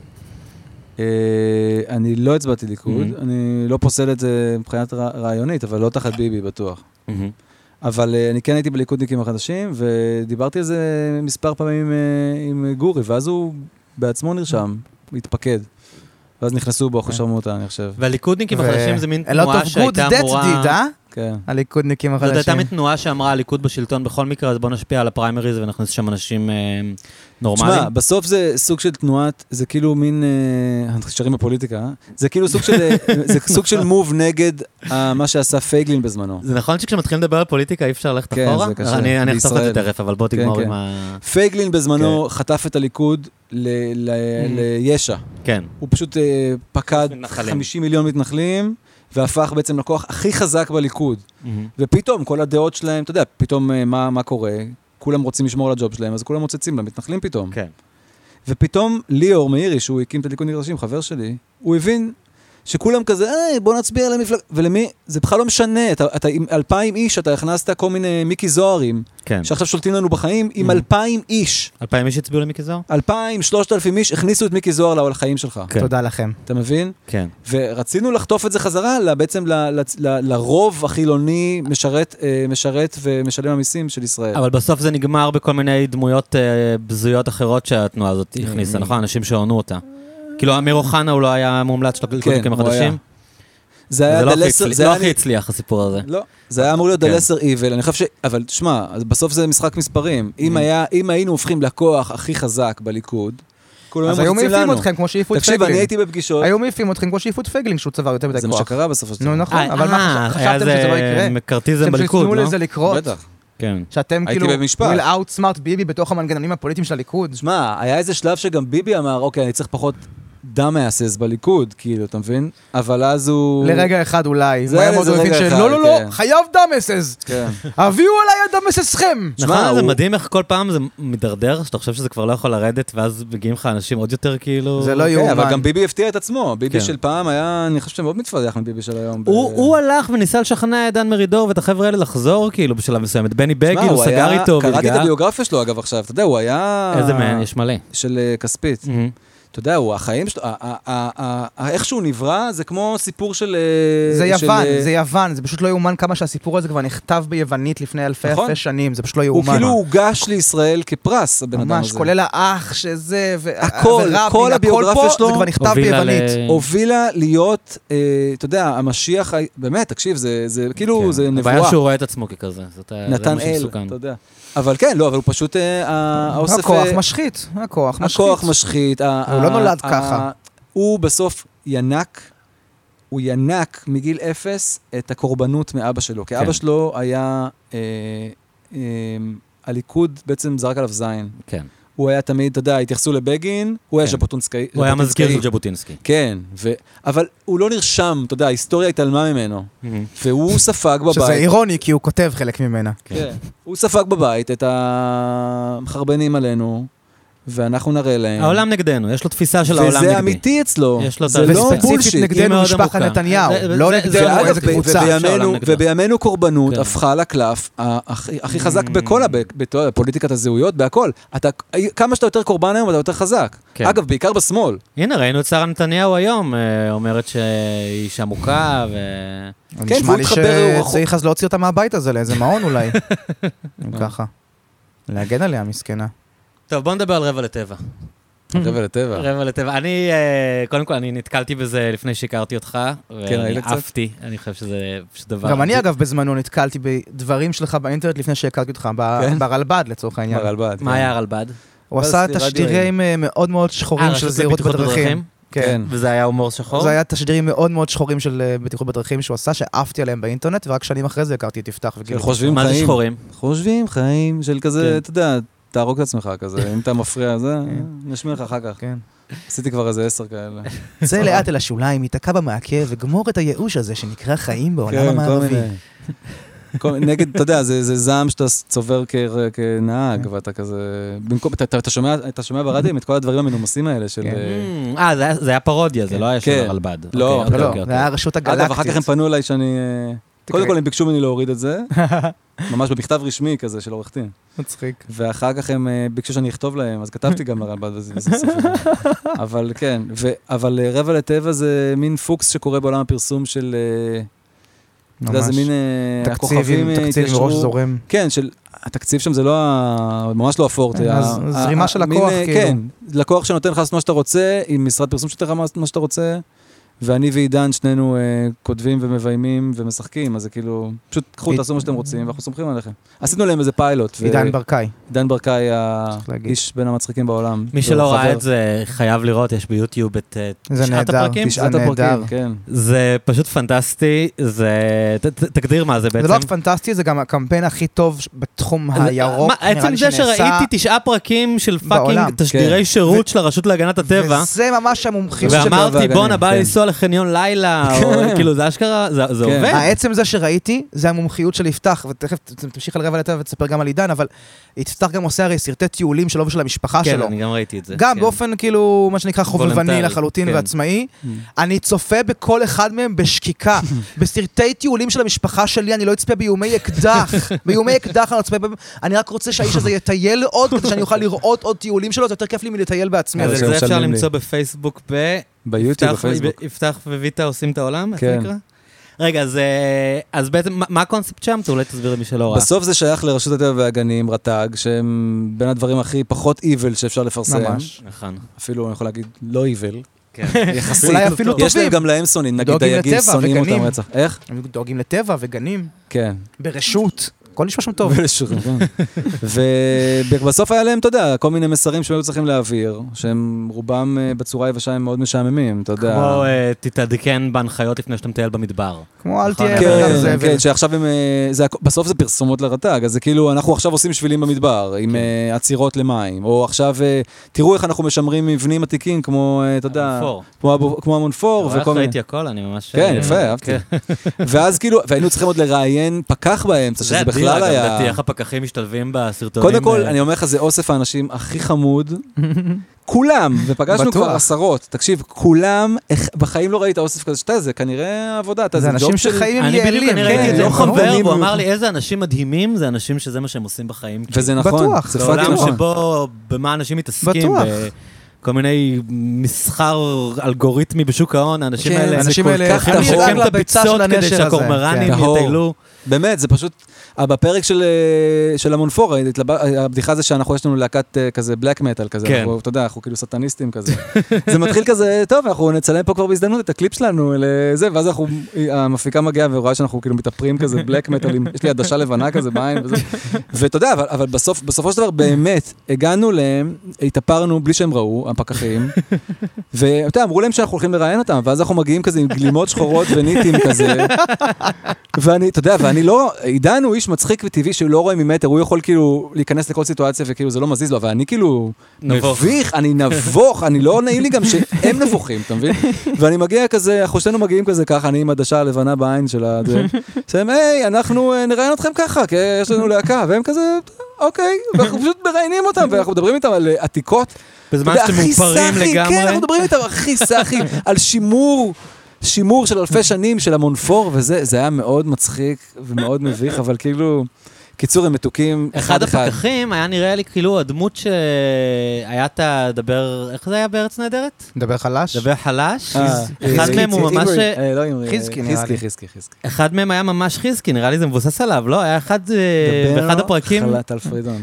אני לא הצבעתי ליכוד, אני לא פוסל את זה מבחינת רעיונית, אבל לא תחת ביבי בטוח. אבל אני כן הייתי בליכודניקים החדשים, ודיברתי על זה מספר פעמים עם גורי, ואז הוא בעצמו נרשם, התפקד. ואז נכנסו בו אחרי שרמוטה, אני חושב.
והליכודניקים החדשים זה מין תנועה שהייתה אמורה...
כן.
הליכודניקים החדשים.
זאת הייתה מתנועה שאמרה, הליכוד בשלטון בכל מקרה, אז בואו נשפיע על הפריימריז ונכניס שם אנשים נורמליים.
תשמע, בסוף זה סוג של תנועת, זה כאילו מין, שרים בפוליטיקה, זה כאילו סוג של מוב נגד מה שעשה פייגלין בזמנו.
זה נכון שכשמתחילים לדבר על פוליטיקה אי אפשר ללכת אחורה?
כן, זה קשה.
אני אחשוף את זה תכף, אבל בוא תגמור עם ה...
פייגלין בזמנו חטף את הליכוד לישע.
כן.
הוא פשוט פקד 50 מיליון מתנחלים, והפך בעצם לכוח הכי חזק בליכוד. ופתאום כל הדעות שלהם, אתה יודע, פתאום מה קורה? כולם רוצים לשמור על הג'וב שלהם, אז כולם מוצצים להם, מתנחלים פתאום.
כן.
ופתאום ליאור מאירי, שהוא הקים את הליכוד נגרשים, חבר שלי, הוא הבין שכולם כזה, בוא נצביע למפלגה, ולמי, זה בכלל לא משנה, אתה עם 2,000 איש, אתה הכנסת כל מיני מיקי זוהרים, שעכשיו שולטים לנו בחיים, עם 2,000 איש.
2,000 איש הצביעו למיקי זוהר?
2,000, 3,000 איש, הכניסו את מיקי זוהר לחיים שלך.
תודה לכם.
אתה מבין?
כן.
ורצינו לחטוף את זה חזרה, בעצם לרוב החילוני משרת ומשלם המיסים של ישראל.
אבל בסוף זה נגמר בכל מיני דמויות בזויות אחרות שהתנועה הזאת הכניסה, נכון? אנשים שעונו אותה. כאילו, אמיר אוחנה הוא לא היה מומלץ של הליכודניקים החדשים? זה לא הכי הצליח, הסיפור הזה.
לא, זה היה אמור להיות דלסר איבל, אני חושב אבל תשמע, בסוף זה משחק מספרים. אם היינו הופכים לכוח הכי חזק בליכוד,
אז היו מעיפים אתכם כמו שאיפו את פייגלין.
תקשיב, אני הייתי בפגישות.
היו מעיפים אתכם כמו שאיפו את פייגלין, שהוא צבר יותר מדי כוח.
זה מה שקרה בסוף.
נו, נכון, אבל מה חשבתם שזה לא יקרה?
מקרטיזם בליכוד,
לא? לזה לקרות.
בטח.
כן.
שאתם כאילו, will outsmart ביבי בתוך המנגנונים הפוליטיים של הליכוד.
שמע, היה איזה שלב שגם ביבי אמר, אוקיי, אני צריך פחות דם מהסס בליכוד, כאילו, אתה מבין? אבל אז הוא...
לרגע אחד אולי. זה היה מאוד מבין שלא, לא, לא, חייב דם מסס. הביאו עליי את דם מססכם.
נכון, זה מדהים איך כל פעם זה מדרדר, שאתה חושב שזה כבר לא יכול לרדת, ואז מגיעים לך אנשים עוד יותר כאילו...
זה לא יאומן.
אבל גם ביבי הפתיע את עצמו. ביבי של פעם היה, אני חושב שמאוד מתפתח מביבי של היום.
הוא הלך וניסה לשכנע את דן מרידור ואת החבר'ה האלה לחזור, כאילו, בשלב מסוים. את בני בגין, הוא סגר איתו.
קראתי את הביוגרפיה שלו, אגב, עכשיו. אתה יודע, הוא היה...
איזה מהן, יש מלא.
של כספית. אתה יודע, החיים שלו, איך שהוא נברא, זה כמו סיפור של...
זה יוון, זה פשוט לא יאומן כמה שהסיפור הזה כבר נכתב ביוונית לפני אלפי שנים, זה פשוט לא יאומן.
הוא כאילו הוגש לישראל כפרס, הבן אדם הזה.
ממש, כולל האח שזה,
כל הביוגרפיה שלו,
זה כבר נכתב ביוונית.
הובילה להיות, אתה יודע, המשיח, באמת, תקשיב, זה כאילו, זה נבואה.
הבעיה שהוא רואה את עצמו ככזה,
נתן אל, אתה יודע. אבל כן, לא, אבל הוא פשוט, האוסף...
הכוח משחית,
הכוח משחית.
הוא לא נולד ככה.
הוא בסוף הוא ינק מגיל 0 את הקורבנות מאבא שלו. כי אבא שלו היה, הליכוד בעצם זרק עליו זין.
כן.
הוא היה תמיד, אתה יודע, התייחסו לבגין, הוא היה ז'בוטינסקי.
הוא היה מזכיר של ז'בוטינסקי.
כן, אבל הוא לא נרשם, אתה יודע, ההיסטוריה התעלמה ממנו. והוא ספג בבית.
שזה אירוני, כי הוא כותב חלק ממנה.
כן. הוא ספג בבית את המחרבנים עלינו, ואנחנו נראה להם.
העולם נגדנו, יש לו תפיסה של העולם נגדי.
וזה אמיתי אצלו.
זה
לא בולשיט.
וספציפית נגדנו משפחת נתניהו, לא נגדנו איזה קבוצה.
ובימינו קורבנות הפכה לקלף הכי חזק בכל הפוליטיקת הזהויות, בהכל. כמה שאתה יותר קורבן היום, אתה יותר חזק. אגב, בעיקר בשמאל.
הנה, ראינו את שרה נתניהו היום, אומרת שהיא אישה מוכה,
נשמע לי שצריך אז להוציא אותה מהבית הזה, לאיזה מעון אולי. ככה. להגן עליה, מסכנה.
טוב, בוא נדבר על רבע לטבע. רבע לטבע. אני, קודם כל, אני נתקלתי בזה לפני שהכרתי אותך, ואני עפתי. אני חושב שזה דבר...
גם אני, אגב, בזמנו נתקלתי בדברים שלך באינטרנט לפני שהכרתי אותך, ברלב"ד, לצורך העניין.
מה היה הרלב"ד?
הוא עשה תשדירים מאוד מאוד שחורים של זהירות בדרכים.
כן. וזה היה הומור שחור?
זה היה תשדירים מאוד מאוד שחורים של בטיחות בדרכים שהוא עשה, שעפתי עליהם באינטרנט, ורק שנים אחרי זה הכרתי את יפתח וגיל.
מה זה שחורים?
חושבים חיים של כזה, אתה יודע, תהרוג את עצמך כזה, אם אתה מפריע, זה נשמיע לך אחר כך. כן. עשיתי כבר איזה 10 כאלה.
צא לאט אל השוליים, ייתקע במעקה, וגמור את הייאוש הזה שנקרא חיים בעולם המערבי.
נגד, אתה יודע, זה זעם שאתה צובר כנהג, ואתה כזה... אתה שומע ברדיו את כל הדברים המנומסים האלה של...
זה היה פרודיה, זה לא היה של הרלב"ד.
לא,
זה היה רשות הגלקטית.
אגב, אחר כך הם פנו אליי שאני... קודם כל הם ביקשו ממני להוריד את זה, ממש במכתב רשמי כזה של עורך דין.
מצחיק.
ואחר כך הם ביקשו שאני אכתוב להם, אז כתבתי גם לרלב"ד וזה ספר. אבל כן, אבל רבע לטבע זה מין פוקס שקורה בעולם הפרסום של... אתה יודע, זה מין...
תקציב מראש זורם.
כן, התקציב שם זה לא... ממש לא הפורט.
זרימה של לקוח, כאילו.
כן, לקוח שנותן לך לעשות מה שאתה רוצה, עם משרד פרסום שנותן לך מה שאתה רוצה, ואני ועידן, שנינו כותבים ומביימים ומשחקים, אז זה כאילו, פשוט קחו, תעשו מה שאתם רוצים, ואנחנו סומכים עליכם. עשינו להם איזה פיילוט.
עידן ברקאי.
עידן ברקאי, האיש בין המצחיקים בעולם.
מי שלא ראה את זה, חייב לראות, יש ביוטיוב את 9 הפרקים.
9 הפרקים, כן.
זה פשוט פנטסטי, תגדיר מה זה בעצם.
זה לא רק פנטסטי, זה גם הקמפיין הכי טוב בתחום הירוק.
עצם זה שראיתי 9 פרקים של פאקינג תשדירי שירות של הרשות להגנת הטבע.
וזה ממש המומחיות
שלו. ואמרתי, בוא נבא לנסוע לחניון לילה, או כאילו זה אשכרה, זה עובד.
העצם זה שראיתי, זה המומחיות של יפתח, ותכף תמשיך על רבע לטבע ותספר גם על עידן, אבל יפתח גם עושה הרי סרטי טיולים שלו ושל המשפחה שלו.
כן, אני גם ראיתי את זה.
גם באופן כאילו, מה שנקרא חובבני לחלוטין ועצמאי. אני צופה בכל אחד מהם בשקיקה. בסרטי טיולים של המשפחה שלי, אני לא אצפה באיומי אקדח. באיומי אקדח אני אצפה בהם. אני רק רוצה שהאיש הזה יטייל עוד, כדי שאני אוכל לראות עוד טיולים שלו, זה יותר כיף לי מלטייל בעצמי.
אז זה אפשר למצוא בפייסבוק
ביוטיוב, בפייסבוק.
יפתח וויטה עושים את העולם? איך זה נקרא? רגע, אז בעצם, מה הקונספט שם? אולי תסביר למי שלא ראה.
בסוף זה שייך לרשות הטבע והגנים, רט"ג, שהם בין הדברים הכי פחות evil שאפשר לפרסם.
ממש. נכון.
אפילו אני יכול להגיד לא evil.
כן.
יחסית. אולי אפילו טובים.
יש להם גם להם שונאים, נגיד דייגים שונאים אותם רצח. איך?
הם דואגים לטבע וגנים.
כן.
ברשות. הכל נשמע שם טוב.
ובסוף היה להם, אתה יודע, כל מיני מסרים שהיו צריכים להעביר, שהם רובם בצורה יבשה הם מאוד משעממים, אתה יודע.
כמו תתעדכן בהנחיות לפני שאתה מטייל במדבר.
כמו אל תהיה
כן, כן, שעכשיו הם, בסוף זה פרסומות לרט"ג, אז זה כאילו, אנחנו עכשיו עושים שבילים במדבר, עם עצירות למים, או עכשיו, תראו איך אנחנו משמרים מבנים עתיקים, כמו, אתה יודע, כמו המונפור,
וכל מיני. ראיתי הכל, אני ממש...
כן, יפה, אהבתי. ואז כאילו, והיינו צריכים עוד לראיין פקח באמצע, שזה בכלל היה...
איך הפקחים משתלבים בסרטונים.
קודם כל, אני אומר לך, זה אוסף האנשים הכי חמוד, כולם, ופגשנו כבר 10, תקשיב, כולם, בחיים לא ראית אוסף כזה, שאתה זה, כנראה עבודה,
זה אנשים שחיים עם יעלים.
אני ראיתי את זה, חבר, והוא אמר לי, איזה אנשים מדהימים, זה אנשים שזה מה שהם עושים בחיים.
וזה נכון,
בטוח.
זה
בעולם שבו, במה אנשים מתעסקים, כל מיני מסחר אלגוריתמי בשוק ההון, האנשים האלה,
האנשים האלה,
הם שוקם את הביצות כדי שהקורמרנים יטיילו.
באמת, זה פשוט, בפרק של המונפור, הבדיחה זה יש לנו להקת כזה בלק מטל כזה, אתה יודע, אנחנו כאילו סטניסטים כזה. זה מתחיל כזה, טוב, אנחנו נצלם פה כבר בהזדמנות את הקליפ שלנו לזה, ואז המפיקה מגיעה ורואה שאנחנו כאילו מתאפרים כזה בלק מטל, יש לי עדשה לבנה כזה בעין וזה. ואתה יודע, אבל בסופו של דבר באמת, הגענו להם, התאפרנו בלי שהם ראו, הפקחים, ואתה יודע, אמרו להם שאנחנו הולכים לראיין אותם, ואז אנחנו מגיעים כזה עם גלימות שחורות וניטים כזה. ואני, אתה יודע, ואני לא, עידן הוא איש מצחיק וטבעי שהוא לא רואה ממטר, הוא יכול כאילו להיכנס לכל סיטואציה וכאילו זה לא מזיז לו, אבל אני כאילו מביך, אני נבוך, אני לא נעים לי גם שהם נבוכים, אתה מבין? ואני מגיע כזה, אנחנו שתינו מגיעים כזה ככה, אני עם עדשה הלבנה בעין של זה, שהם, היי, אנחנו נראיין אתכם ככה, כי יש לנו להקה, והם כזה, אוקיי, ואנחנו פשוט מראיינים אותם, ואנחנו מדברים איתם על עתיקות.
בזמן שאתם מופרים לגמרי.
כן, אנחנו מדברים איתם הכי סחי, על שימור של אלפי שנים של המונפור, וזה היה מאוד מצחיק ומאוד מביך, אבל כאילו, קיצור, הם מתוקים
אחד הפקחים היה נראה לי כאילו הדמות שהיה תדבר, איך זה היה בארץ נהדרת?
דבר חלש?
דבר חלש. אחד מהם הוא ממש...
חיזקי נראה לי.
חיזקי.
אחד מהם היה ממש חיזקי, נראה לי זה מבוסס עליו, לא? היה באחד הפרקים...
דבר חלת על פרידון.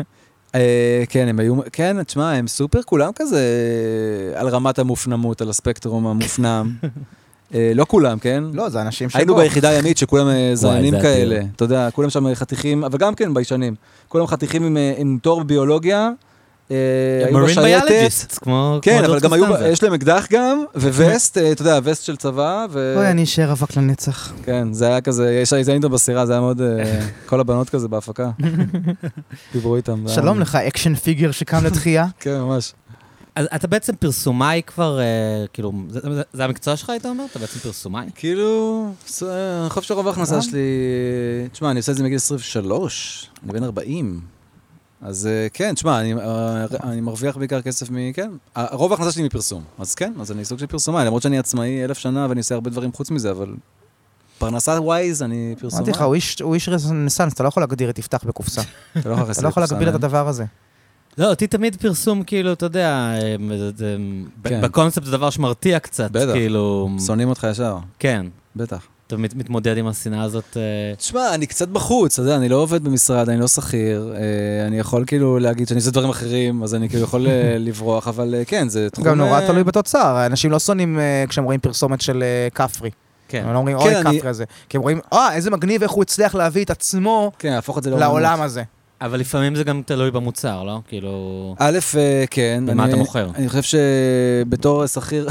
כן, הם היו, כן, תשמע, הם סופר כולם כזה על רמת המופנמות, על הספקטרום המופנם. לא כולם, כן?
לא, זה אנשים שבו.
היינו ביחידה הימית שכולם זרענים כאלה, אתה יודע, כולם שם חתיכים, אבל גם כן בישנים, כולם חתיכים עם תואר בביולוגיה,
מרין ביולוגיסט, כמו...
כן, אבל גם היו, יש להם אקדח גם, ווסט, אתה יודע, ווסט של צבא,
אוי, אני אשאר אבק לנצח.
כן, זה היה כזה, זה היינו בסירה, זה היה מאוד, כל הבנות כזה בהפקה. דיברו איתם.
שלום לך, אקשן פיגר שקם לתחייה.
כן, ממש.
אז אתה בעצם פרסומאי כבר, כאילו, זה המקצוע שלך, היית אומר? אתה בעצם פרסומאי?
כאילו, אני חושב שרוב ההכנסה שלי, תשמע, אני עושה את זה מגיל 23, אני בן 40. אז כן, תשמע, אני מרוויח בעיקר כסף כן, רוב ההכנסה שלי מפרסום. אז כן, אז אני סוג של פרסומאי, למרות שאני עצמאי 1000 שנה ואני עושה הרבה דברים חוץ מזה, אבל פרנסה ווייז, אני פרסומאי.
אמרתי לך, הוא איש רנסנס, אתה לא יכול להגדיר את יפתח בקופסה. אתה לא יכול להגביל את הדבר הזה.
לא, אותי תמיד פרסום, כאילו, אתה יודע, בקונספט זה דבר שמרתיע קצת, כאילו...
שונאים אותך ישר.
כן.
בטח.
אתה מתמודד עם השנאה הזאת.
תשמע, אני קצת בחוץ, אתה יודע, אני לא עובד במשרד, אני לא שכיר, אני יכול כאילו להגיד שאני עושה דברים אחרים, אז אני כאילו יכול לברוח, אבל כן, זה תחום...
גם נורא תלוי בתוצר, אנשים לא שונאים כשהם רואים פרסומת של כפרי. כן. הם לא אומרים, אוי, כפרי הזה. כי הם רואים, איזה מגניב, איך הוא הצליח להביא את עצמו לעולם הזה.
אבל לפעמים זה גם תלוי במוצר, לא? כאילו...
א', כן.
במה אתה מוכר?
אני חושב שבתור שכיר,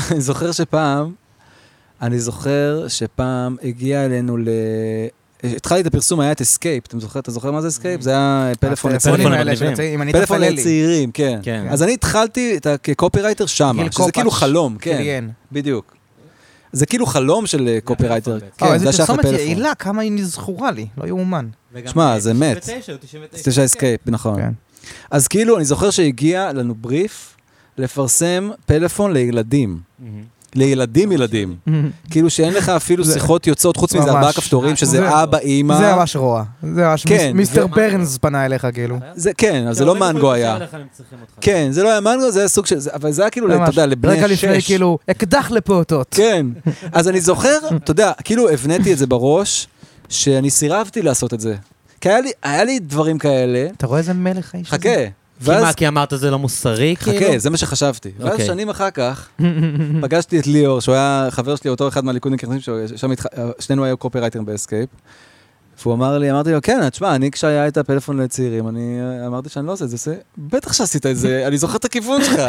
אני זוכר שפעם הגיע אלינו התחלתי את הפרסום, היה את אסקייפ, אתה זוכר מה זה אסקייפ? זה היה פלאפון לצעירים. פלאפון לצעירים, כן. אז אני התחלתי כקופירייטר שם, שזה כאילו חלום, כן. בדיוק. זה כאילו חלום של קופירייטר.
איזה פרסומת יעילה, כמה היא נזכורה לי, לא יאומן.
שמע, זה מת. 99 אסקייפ, נכון. אז כאילו, אני זוכר שהגיע לנו בריף לפרסם פלאפון לילדים. לילדים. כאילו שאין לך אפילו שיחות יוצאות, חוץ מזה 4 כפתורים, שזה אבא, אמא.
זה ממש רוע. זה ממש, מיסטר ברנס פנה אליך, כאילו.
כן, אז זה לא מנגו היה. כן, זה לא היה מנגו, זה היה סוג של... אבל זה היה כאילו, אתה יודע, לבני 6.
רגע לפני, כאילו, אקדח לפעוטות.
כן. אז אני זוכר, אתה יודע, כאילו הבניתי את זה בראש, שאני סירבתי לעשות את זה. כי היה לי דברים כאלה.
אתה רואה איזה מלך האיש הזה?
חכה.
כי אמרת זה לא מוסרי, כאילו?
חכה, זה מה שחשבתי. ואז שנים אחר כך, פגשתי את ליאור, שהוא היה חבר שלי, אותו אחד מהליכודניקים, שנינו היו קופירייטרים באסקייפ, והוא אמרתי לו, כן, תשמע, אני כשהיה את הפלאפון לצעירים, אני אמרתי שאני לא עושה את זה, בטח שעשית את זה, אני זוכר את הכיוון שלך.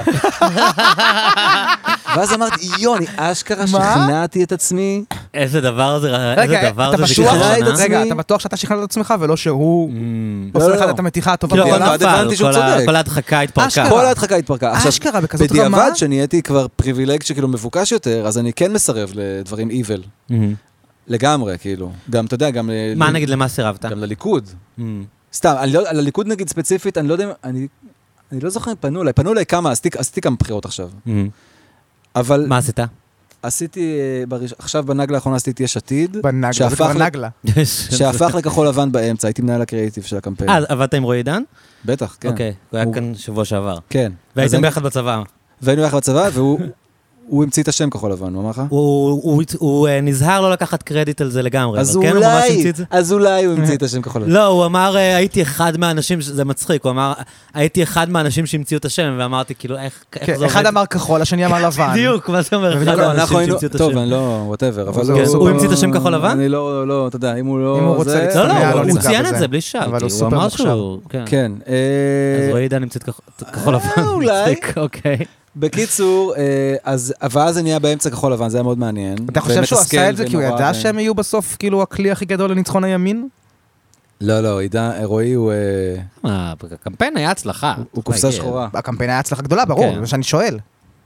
ואז אמרתי, אני אשכרה שכנעתי את עצמי.
איזה דבר זה,
רגע, אתה בטוח שאתה שכנעת את עצמך, ולא שהוא עושה לך את המתיחה הטובה בעולם?
כל ההדחקה התפרקה.
כל ההדחקה התפרקה.
אשכרה, בכזאת רמה?
בדיעבד שנהייתי כבר פריבילג שכאילו מבוקש יותר, אז אני כן מסרב לדברים evil. לגמרי, כאילו. גם, אתה יודע, גם...
מה נגיד למה סירבת?
גם לליכוד. סתם, על הליכוד נגיד ספציפית, אני לא יודע, אני לא זוכר אם פנו אליי כמה, עשיתי כמה בחירות עכשיו. אבל...
מה עשית?
עשיתי, עכשיו בנגלה האחרונה עשיתי יש עתיד.
בנגלה, זה כבר נגלה.
שהפך לכחול לבן באמצע, הייתי מנהל הקריאיטיב של הקמפיין.
עבדת עם רועי עידן?
בטח, כן.
אוקיי, הוא היה כאן שבוע שעבר.
כן.
והייתם ביחד בצבא.
והיינו יחד בצבא, והוא המציא את השם כחול לבן, הוא אמר לך?
הוא נזהר לא לקחת קרדיט על זה לגמרי.
אז אולי הוא המציא את השם כחול לבן.
לא, הוא אמר, הייתי אחד מהאנשים, זה מצחיק, הוא אמר, הייתי אחד מהאנשים שהמציאו את השם, ואמרתי, כאילו, איך זה עובד?
אחד אמר כחול, השני אמר לבן.
בדיוק, מה זה אומר? אחד מהאנשים שהמציאו את השם.
טוב, אני לא, whatever, אבל
הוא המציא את השם כחול לבן?
אני לא, אתה יודע, אם הוא לא...
אם הוא רוצה
לא, הוא ציין את זה בלי שאל.
אבל הוא סופר מוכשר.
כן.
אז רועי עידן המציא את כחול לבן.
אולי.
אוקיי.
בקיצור, אז זה נהיה באמצע כחול לבן, זה היה מאוד מעניין.
אתה חושב שהוא עשה את זה כי הוא ידע שהם יהיו בסוף כאילו הכלי הכי גדול לניצחון הימין?
לא, רועי הוא...
הקמפיין היה הצלחה.
הוא קופסה שחורה.
הקמפיין היה הצלחה גדולה, ברור, זה מה שאני שואל.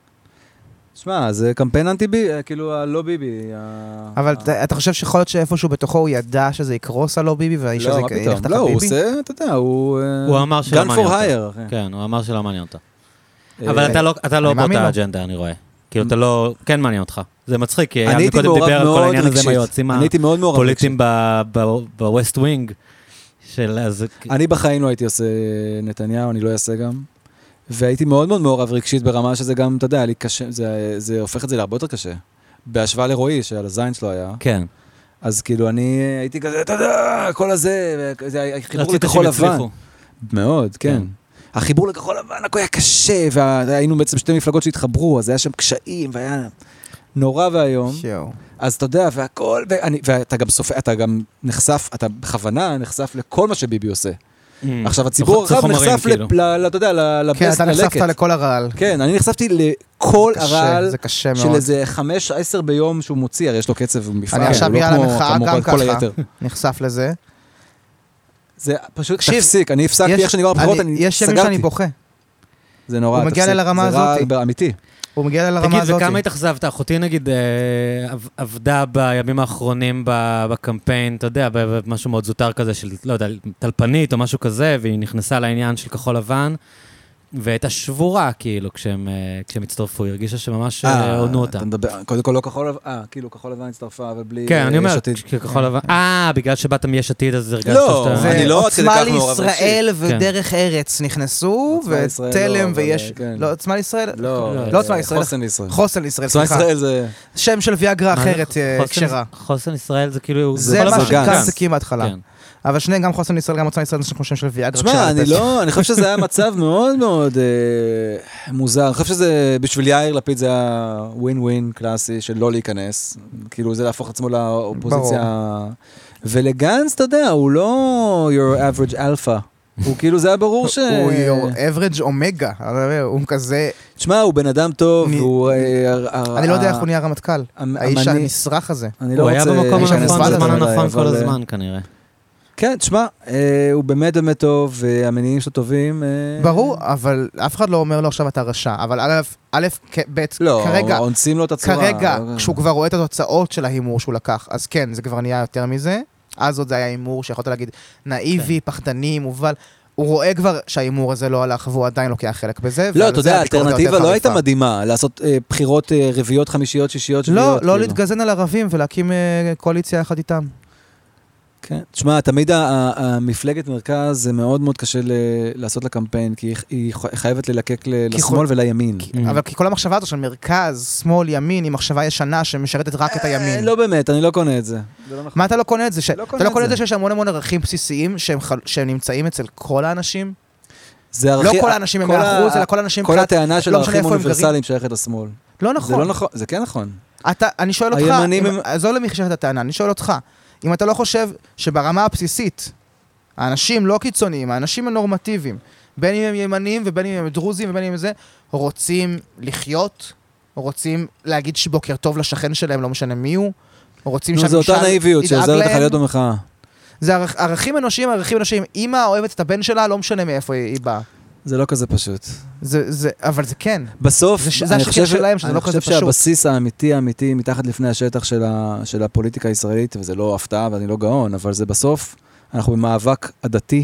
תשמע, זה קמפיין אנטי-ביבי, כאילו הלא ביבי.
אבל אתה חושב שיכול להיות שאיפשהו בתוכו הוא ידע שזה יקרוס הלא ביבי והאיש הזה ילך תחת ביבי?
לא, הוא עושה, אתה יודע, הוא...
אמר שלא מעניין
אותו.
כן, הוא אמר שלא מעניין אותו. אבל אתה לא באותה אג'נדה, אני רואה. כאילו, אתה לא... כן מעניין אותך. זה מצחיק, כי היה קודם דיבר על כל העניין הזה עם היועצים הפוליטיים בווסט ווינג.
אני בחיים לא הייתי עושה נתניהו, אני לא אעשה גם. והייתי מאוד מאוד מעורב רגשית ברמה שזה גם, אתה יודע, לי קשה, זה הופך את זה להרבה יותר קשה. בהשוואה לרועי, שעל הזין שלו היה.
כן.
אז כאילו, אני הייתי כזה, אתה יודע, כל הזה, זה החיבור לכחול לבן. מאוד, כן. החיבור לכחול לבן, הכל היה קשה, והיינו בעצם שתי מפלגות שהתחברו, אז היה שם קשיים, והיה נורא והיום. אז אתה יודע, והכל, ואתה גם נחשף, אתה בכוונה נחשף לכל מה שביבי עושה. עכשיו, הציבור הרחב נחשף, אתה יודע, לבסט ללקט.
כן, אתה נחשפת לכל הרעל.
כן, אני נחשפתי לכל הרעל
של
איזה 5-10 ביום שהוא מוציא, הרי יש לו קצב ומפעל.
אני עכשיו נראה למחאה גם ככה, נחשף לזה.
זה פשוט תפסיק, אני הפסקתי איך שאני כבר בבחירות, אני סגרתי.
יש ימים שאני בוכה.
זה נורא,
הוא מגיע לרמה הזאת.
זה רע אמיתי.
הוא מגיע לרמה הזאת.
תגיד, וכמה התאכזבת? אחותי נגיד עבדה בימים האחרונים בקמפיין, אתה יודע, במשהו מאוד זוטר כזה של, לא יודע, טלפנית או משהו כזה, והיא נכנסה לעניין של כחול לבן, והייתה שבורה, כאילו, כשהם הצטרפו, היא הרגישה שממש עונו אותה.
אתה מדבר, קודם כל לא כחול לבן, כאילו כחול לבן הצטרפה, אבל בלי...
כן, אני אומר, כחול לבן, בגלל שבאת מיש עתיד, אז הרגשת שאתה...
אני לא עוצמה
לישראל ודרך ארץ נכנסו, ותלם ויש... לא, עוצמה לישראל? לא עוצמה לישראל.
חוסן לישראל.
חוסן לישראל, סליחה.
עוצמה לישראל זה...
שם של ויאגרה אחרת, קשרה.
חוסן לישראל זה כאילו...
זה מה שכאן זה כמעט התחלה. אבל שני, גם חוסן לישראל, גם עוצמה לישראל, זה שם של ויאגרה.
תשמע, אני חושב שזה היה מצב מאוד מאוד מוזר. אני חושב שזה, בשביל יאיר לפיד זה היה ווין ווין קלאסי של לא להיכנס. כאילו זה להפוך עצמו לאופוזיציה. ולגנץ, אתה יודע, הוא לא your average alpha. הוא כאילו, זה היה ברור ש...
הוא your average omega. הוא כזה...
תשמע, הוא בן אדם טוב, והוא...
אני לא יודע איך הוא נהיה רמטכ"ל. האיש הנשרח הזה.
הוא היה במקום הנכון, בזמן הנכון כל הזמן כנראה.
כן, תשמע, הוא באמת באמת טוב, והמניעים שלו טובים.
ברור, אבל אף אחד לא אומר לו עכשיו אתה רשע, אבל א', ב', כרגע...
לא, עונסים לו את הצורה.
כרגע, כשהוא כבר רואה את התוצאות של ההימור שהוא לקח, אז כן, זה כבר נהיה יותר מזה. אז עוד זה היה הימור שיכולת להגיד, נאיבי, פחדני, מובל. הוא רואה כבר שההימור הזה לא הלך, והוא עדיין לוקח חלק בזה.
לא, אתה יודע, האלטרנטיבה לא הייתה מדהימה, לעשות בחירות רביעיות, חמישיות, שישיות, שביעיות.
לא להתגזן על ערבים ולהקים קואליציה יחד איתם.
כן, תשמע, תמיד המפלגת מרכז זה מאוד מאוד קשה לעשות לקמפיין, כי היא חייבת ללקק לשמאל ולימין.
אבל כי כל המחשבה הזו של מרכז, שמאל, ימין, היא מחשבה ישנה שמשרתת רק את הימין.
לא באמת, אני לא קונה את זה.
מה אתה לא קונה את זה? אתה לא קונה את זה שיש המון ערכים בסיסיים שהם נמצאים אצל כל האנשים? לא כל האנשים הם 100%, אלא כל האנשים...
כל הטענה של ערכים אוניברסליים שייכת לשמאל.
לא נכון.
זה כן נכון.
אני שואל אותך, זו למחשבת הטענה, אני שואל אותך, אם אתה לא חושב שברמה הבסיסית, האנשים לא קיצוניים, האנשים הנורמטיביים, בין אם הם ימניים ובין אם הם דרוזים ובין אם הם זה, רוצים לחיות, רוצים להגיד שבוקר טוב לשכן שלהם, לא משנה מי הוא, רוצים
זה אותה נאיביות שעוזרת לך להיות במחאה.
זה ערכים אנושיים, ערכים אנושיים. אמא אוהבת את הבן שלה, לא משנה מאיפה היא באה.
זה לא כזה פשוט.
אבל זה כן.
בסוף,
אני
חושב שהבסיס האמיתי, מתחת לפני השטח של הפוליטיקה הישראלית, וזה לא הפתעה ואני לא גאון, אבל זה בסוף, אנחנו במאבק עדתי,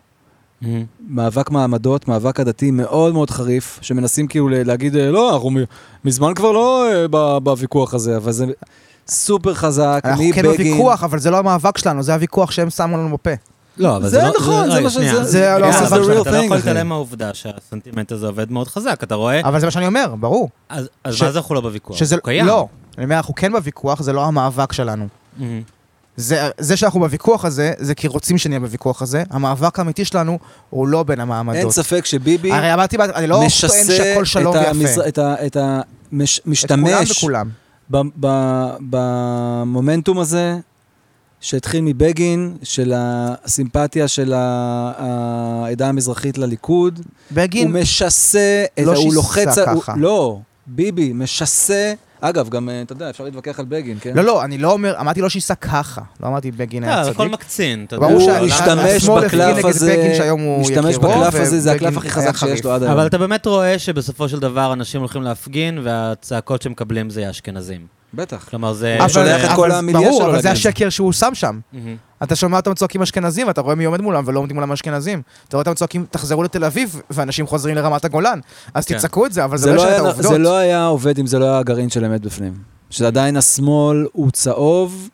מאבק מעמדות, מאבק עדתי מאוד מאוד חריף, שמנסים כאילו להגיד, לא, אנחנו מזמן כבר לא בוויכוח הזה, אבל זה סופר חזק.
אנחנו כן בוויכוח, אבל זה לא המאבק שלנו, זה הוויכוח שהם שמו לנו בפה.
לא, אבל
זה נכון, זה מה שזה.
זה לא
אתה לא
thing,
יכול להתעלם מהעובדה שהסנטימנט הזה עובד מאוד חזק, אתה רואה?
אבל זה מה שאני אומר, ברור.
אז מה זה אנחנו לא בוויכוח? הוא קיים.
לא, אני אומר, אנחנו כן בוויכוח, זה לא המאבק שלנו. זה שאנחנו בוויכוח הזה, זה כי רוצים שנהיה בוויכוח הזה. המאבק האמיתי שלנו הוא לא בין המעמדות.
אין ספק שביבי
הרי אמרתי, אני לא טוען שהכל שלום ויפה.
משתמש במומנטום הזה, שהתחיל מבגין, של הסימפתיה של העדה המזרחית לליכוד.
בגין
הוא משסה,
לא שיסה ככה.
לא, ביבי משסה, אגב, גם, אתה יודע, אפשר להתווכח על בגין, כן?
לא, אני לא אומר, אמרתי לא שיסה ככה. לא אמרתי בגין היה צדיק.
הכל מקצין, אתה יודע.
הוא משתמש בקלף הזה, זה הקלף הכי חזק שיש לו עד היום.
אבל אתה באמת רואה שבסופו של דבר אנשים הולכים להפגין, והצעקות שמקבלים זה האשכנזים.
בטח.
כלומר, זה...
שולח את כל המיליה שלו.
ברור, אבל זה השקר שהוא שם שם. אתה שומע אותם צועקים אשכנזים, ואתה רואה מי עומד מולם ולא עומדים מולם אשכנזים. אתה רואה אותם צועקים, תחזרו לתל אביב, ואנשים חוזרים לרמת הגולן. אז תצעקו את זה, אבל זה לא ישנה את העובדות.
זה לא היה עובד אם זה לא היה הגרעין של אמת בפנים. שעדיין השמאל הוא צהוב,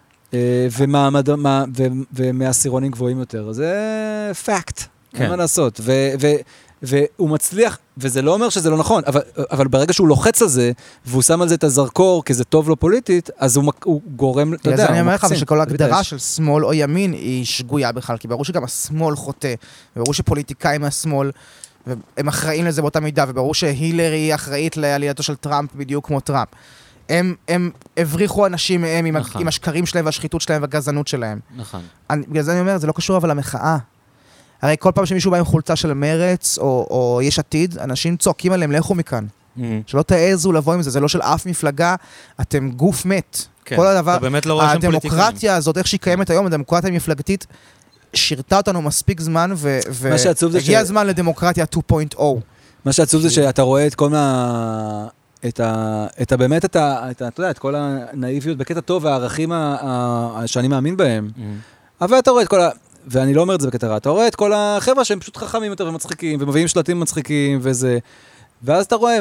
ומהסירונים גבוהים יותר. זה פאקט. אין מה לעשות. והוא מצליח, וזה לא אומר שזה לא נכון, אבל ברגע שהוא לוחץ על זה, והוא שם על זה את הזרקור, כי זה טוב לו פוליטית, אז הוא גורם, אתה יודע,
אז אני אומר לך שכל ההגדרה של שמאל או ימין היא שגויה בכלל, כי ברור שגם השמאל חוטא, וברור שפוליטיקאים מהשמאל, הם אחראים לזה באותה מידה, וברור שהילרי היא אחראית לעלייתו של טראמפ בדיוק כמו טראמפ. הם הבריחו אנשים מהם עם השקרים שלהם והשחיתות שלהם והגזענות שלהם.
נכון.
בגלל זה אני אומר, זה לא קשור אבל למחאה. הרי כל פעם שמישהו בא עם חולצה של מרץ או יש עתיד, אנשים צועקים עליהם, לכו מכאן. שלא תעזו לבוא עם זה, זה לא של אף מפלגה, אתם גוף מת. כל הדבר, הדמוקרטיה הזאת, איך שהיא קיימת היום, הדמוקרטיה המפלגתית, שירתה אותנו מספיק זמן, והגיע הזמן לדמוקרטיה 2.0.
מה שעצוב זה שאתה רואה את כל באמת, אתה יודע, את כל הנאיביות בקטע טוב, והערכים שאני מאמין בהם. אבל אתה רואה את כל ואני לא אומר את זה בקטע רע, אתה רואה את כל החבר'ה שהם פשוט חכמים יותר ומצחיקים, ומביאים שלטים מצחיקים וזה, ואז אתה רואה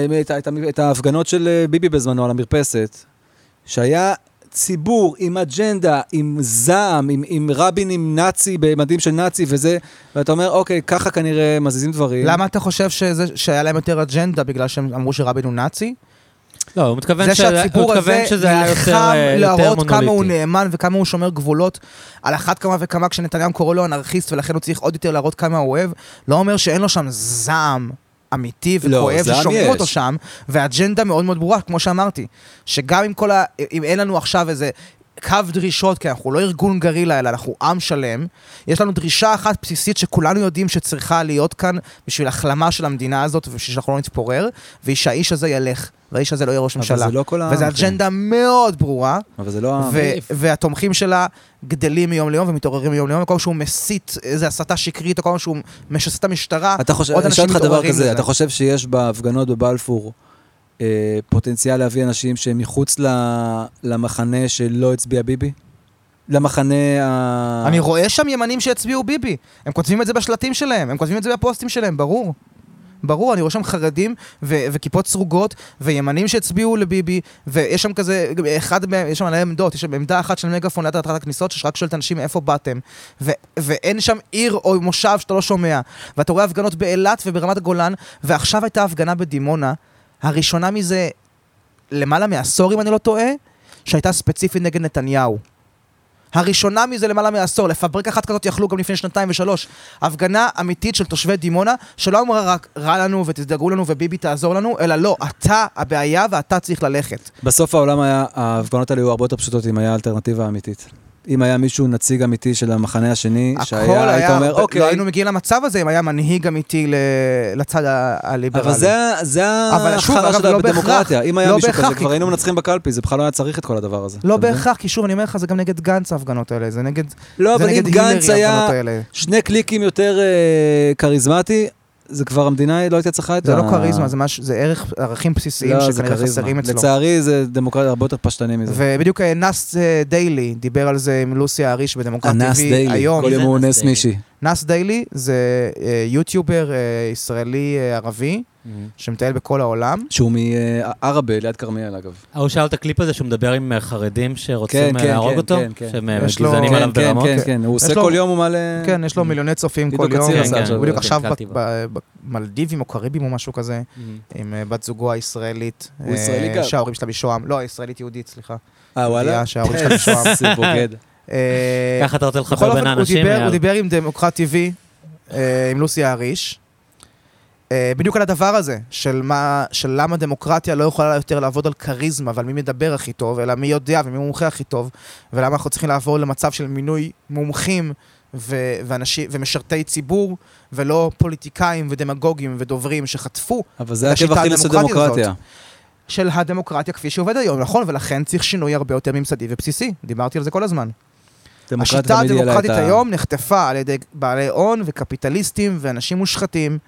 את ההפגנות של ביבי בזמנו על המרפסת, שהיה ציבור עם אג'נדה, עם זעם, עם רבין, עם נאצי, במדים של נאצי וזה, ואתה אומר, אוקיי, ככה כנראה מזיזים דברים.
למה אתה חושב שהיה להם יותר אג'נדה, בגלל שהם אמרו שרבין הוא נאצי?
לא, הוא מתכוון
זה שהציבור הזה נלחם להראות
מונוליטי.
כמה הוא נאמן וכמה הוא שומר גבולות, על אחת כמה וכמה כשנתניהו קורא לו אנרכיסט, ולכן הוא צריך עוד יותר להראות כמה הוא אוהב, לא אומר שאין לו שם זעם אמיתי וכואב, ששומעים אותו שם, והאג'נדה מאוד מאוד ברורה, כמו שאמרתי, שגם אם אין לנו עכשיו איזה קו דרישות, כי אנחנו לא ארגון גרילה, אלא אנחנו עם שלם, יש לנו דרישה אחת בסיסית שכולנו יודעים שצריכה להיות כאן בשביל החלמה של המדינה הזאת, ובשביל שאנחנו לא נתפורר, והיא שהאיש הזה ילך, והאיש הזה לא יהיה ראש ממשלה. וזו אג'נדה מאוד ברורה, והתומכים שלה גדלים מיום ליום ומתעוררים מיום ליום, וכל שהוא מסית איזו הסתה שקרית, או כל שהוא משסה את המשטרה, עוד אנשים מתעוררים לזה.
אתה חושב שיש בהפגנות בבלפור פוטנציאל להביא אנשים שהם מחוץ למחנה שלא הצביע ביבי? למחנה
אני רואה שם ימנים שהצביעו ביבי. הם כותבים את זה בשלטים שלהם, הם כותבים את זה בפוסטים שלהם, ברור. ברור, אני רואה שם חרדים וכיפות סרוגות וימנים שהצביעו לביבי, ויש שם כזה, יש שם עלי עמדות, יש שם עמדה אחת של מגפון ליד התחלת הכניסות, שרק שואלת אנשים איפה באתם, ואין שם עיר או מושב שאתה לא שומע, ואתה רואה הפגנות באילת וברמת הגולן, ועכשיו הייתה הפגנה בדימונה, הראשונה מזה למעלה מעשור, אם אני לא טועה, שהייתה ספציפית נגד נתניהו. הראשונה מזה למעלה מעשור, לפברק אחת כזאת יכלו גם לפני 2 ו3. הפגנה אמיתית של תושבי דימונה, שלא אמרה רק רע לנו ותדאגו לנו וביבי תעזור לנו, אלא לא, אתה הבעיה ואתה צריך ללכת.
בסוף העולם ההפגנות האלה היו הרבה יותר פשוטות אם היה אלטרנטיבה אמיתית. אם היה מישהו נציג אמיתי של המחנה השני, שהיה, היית אומר, אוקיי.
לא היינו מגיעים למצב הזה, אם היה מנהיג אמיתי לצד הליברלי.
אבל זה החרה שלה בדמוקרטיה. אם היה מישהו כזה, כבר היינו מנצחים בקלפי, זה בכלל לא היה צריך את כל הדבר הזה.
לא בהכרח, כי שוב, אני אומר לך, זה גם נגד גנץ ההפגנות האלה, זה נגד
לא, אבל אם גנץ היה 2 קליקים יותר כריזמטי, זה כבר המדינה לא הייתה צריכה את
זה. זה לא קריזמה, זה ערכים בסיסיים שכנראה חסרים אצלו.
לצערי זה דמוקרטיה הרבה יותר פשטני מזה.
ובדיוק נס דיילי דיבר על זה עם לוסי האריש בדמוקרט TV היום.
כל יום הוא נס מישהי.
נאס דיילי זה יוטיובר ישראלי ערבי, שמטייל בכל העולם.
שהוא מערבה, ליד כרמיאל, אגב.
הוא שאל את הקליפ הזה שהוא מדבר עם חרדים שרוצים להרוג אותו? שהם גזענים עליו ברמות?
כן, הוא עושה כל יום, הוא מעלה...
כן, יש לו מיליוני צופים כל יום. הוא בדיוק עכשיו במלדיבים או קריבים או משהו כזה, עם בת זוגו הישראלית.
הוא ישראלי גם.
שההורים שלה בשוהם. לא, ישראלית יהודית, סליחה.
וואלה?
שההורים שלה בשוהם.
זה בוגד.
ככה אתה רוצה לחבר בין האנשים?
הוא דיבר עם דמוקרט TV, עם לוסי האריש, בדיוק על הדבר הזה, של למה דמוקרטיה לא יכולה יותר לעבוד על קריזמה, ועל מי מדבר הכי טוב, אלא מי יודע ומי מומחה הכי טוב, ולמה אנחנו צריכים לעבור למצב של מינוי מומחים ומשרתי ציבור, ולא פוליטיקאים ודמגוגים ודוברים שחטפו
אבל זה הכי הכי דמוקרטיה.
של הדמוקרטיה כפי שעובד היום, נכון? ולכן צריך שינוי הרבה יותר ממסדי ובסיסי. דיברתי על זה כל הזמן. השיטה הדמוקרטית היום נחטפה על ידי בעלי הון וקפיטליסטים ואנשים מושחתים,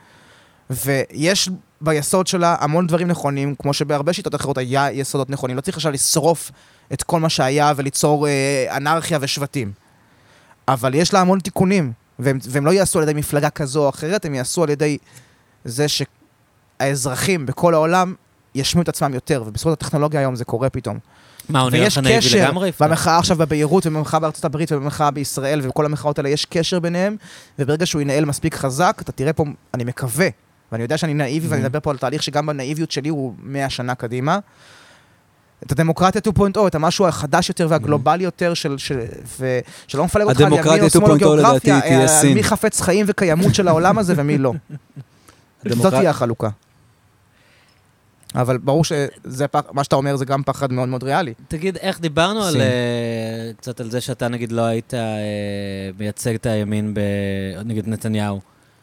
ויש ביסוד שלה המון דברים נכונים, כמו שבהרבה שיטות אחרות היה יסודות נכונים. לא צריך עכשיו לשרוף את כל מה שהיה וליצור אנרכיה ושבטים. אבל יש לה המון תיקונים, והם לא יעשו על ידי מפלגה כזו או אחרת, הם יעשו על ידי זה שהאזרחים בכל העולם ישמיעו את עצמם יותר, ובזכות הטכנולוגיה היום זה קורה פתאום.
מה, הוא נראה לך נאיבי לגמרי?
והמחאה עכשיו בביירות, ובמחאה בארצות הברית, ובמחאה בישראל, וכל המחאות האלה יש קשר ביניהם, וברגע שהוא ינהל מספיק חזק, אתה תראה פה, אני מקווה, ואני יודע שאני נאיבי, ואני מדבר פה על תהליך שגם בנאיביות שלי הוא 100 שנה קדימה, את הדמוקרטיה 2.0, את המשהו החדש יותר והגלובלי יותר, שלא מפלג אותך על ימין או שמאל גיאוגרפיה, מי חפץ חיים וקיימות של העולם הזה ומי לא. זאת תהיה החלוקה. אבל ברור שזה מה שאתה אומר זה גם פחד מאוד מאוד ריאלי.
תגיד, איך דיברנו קצת על זה שאתה נגיד לא היית מייצג את הימין נגד נתניהו.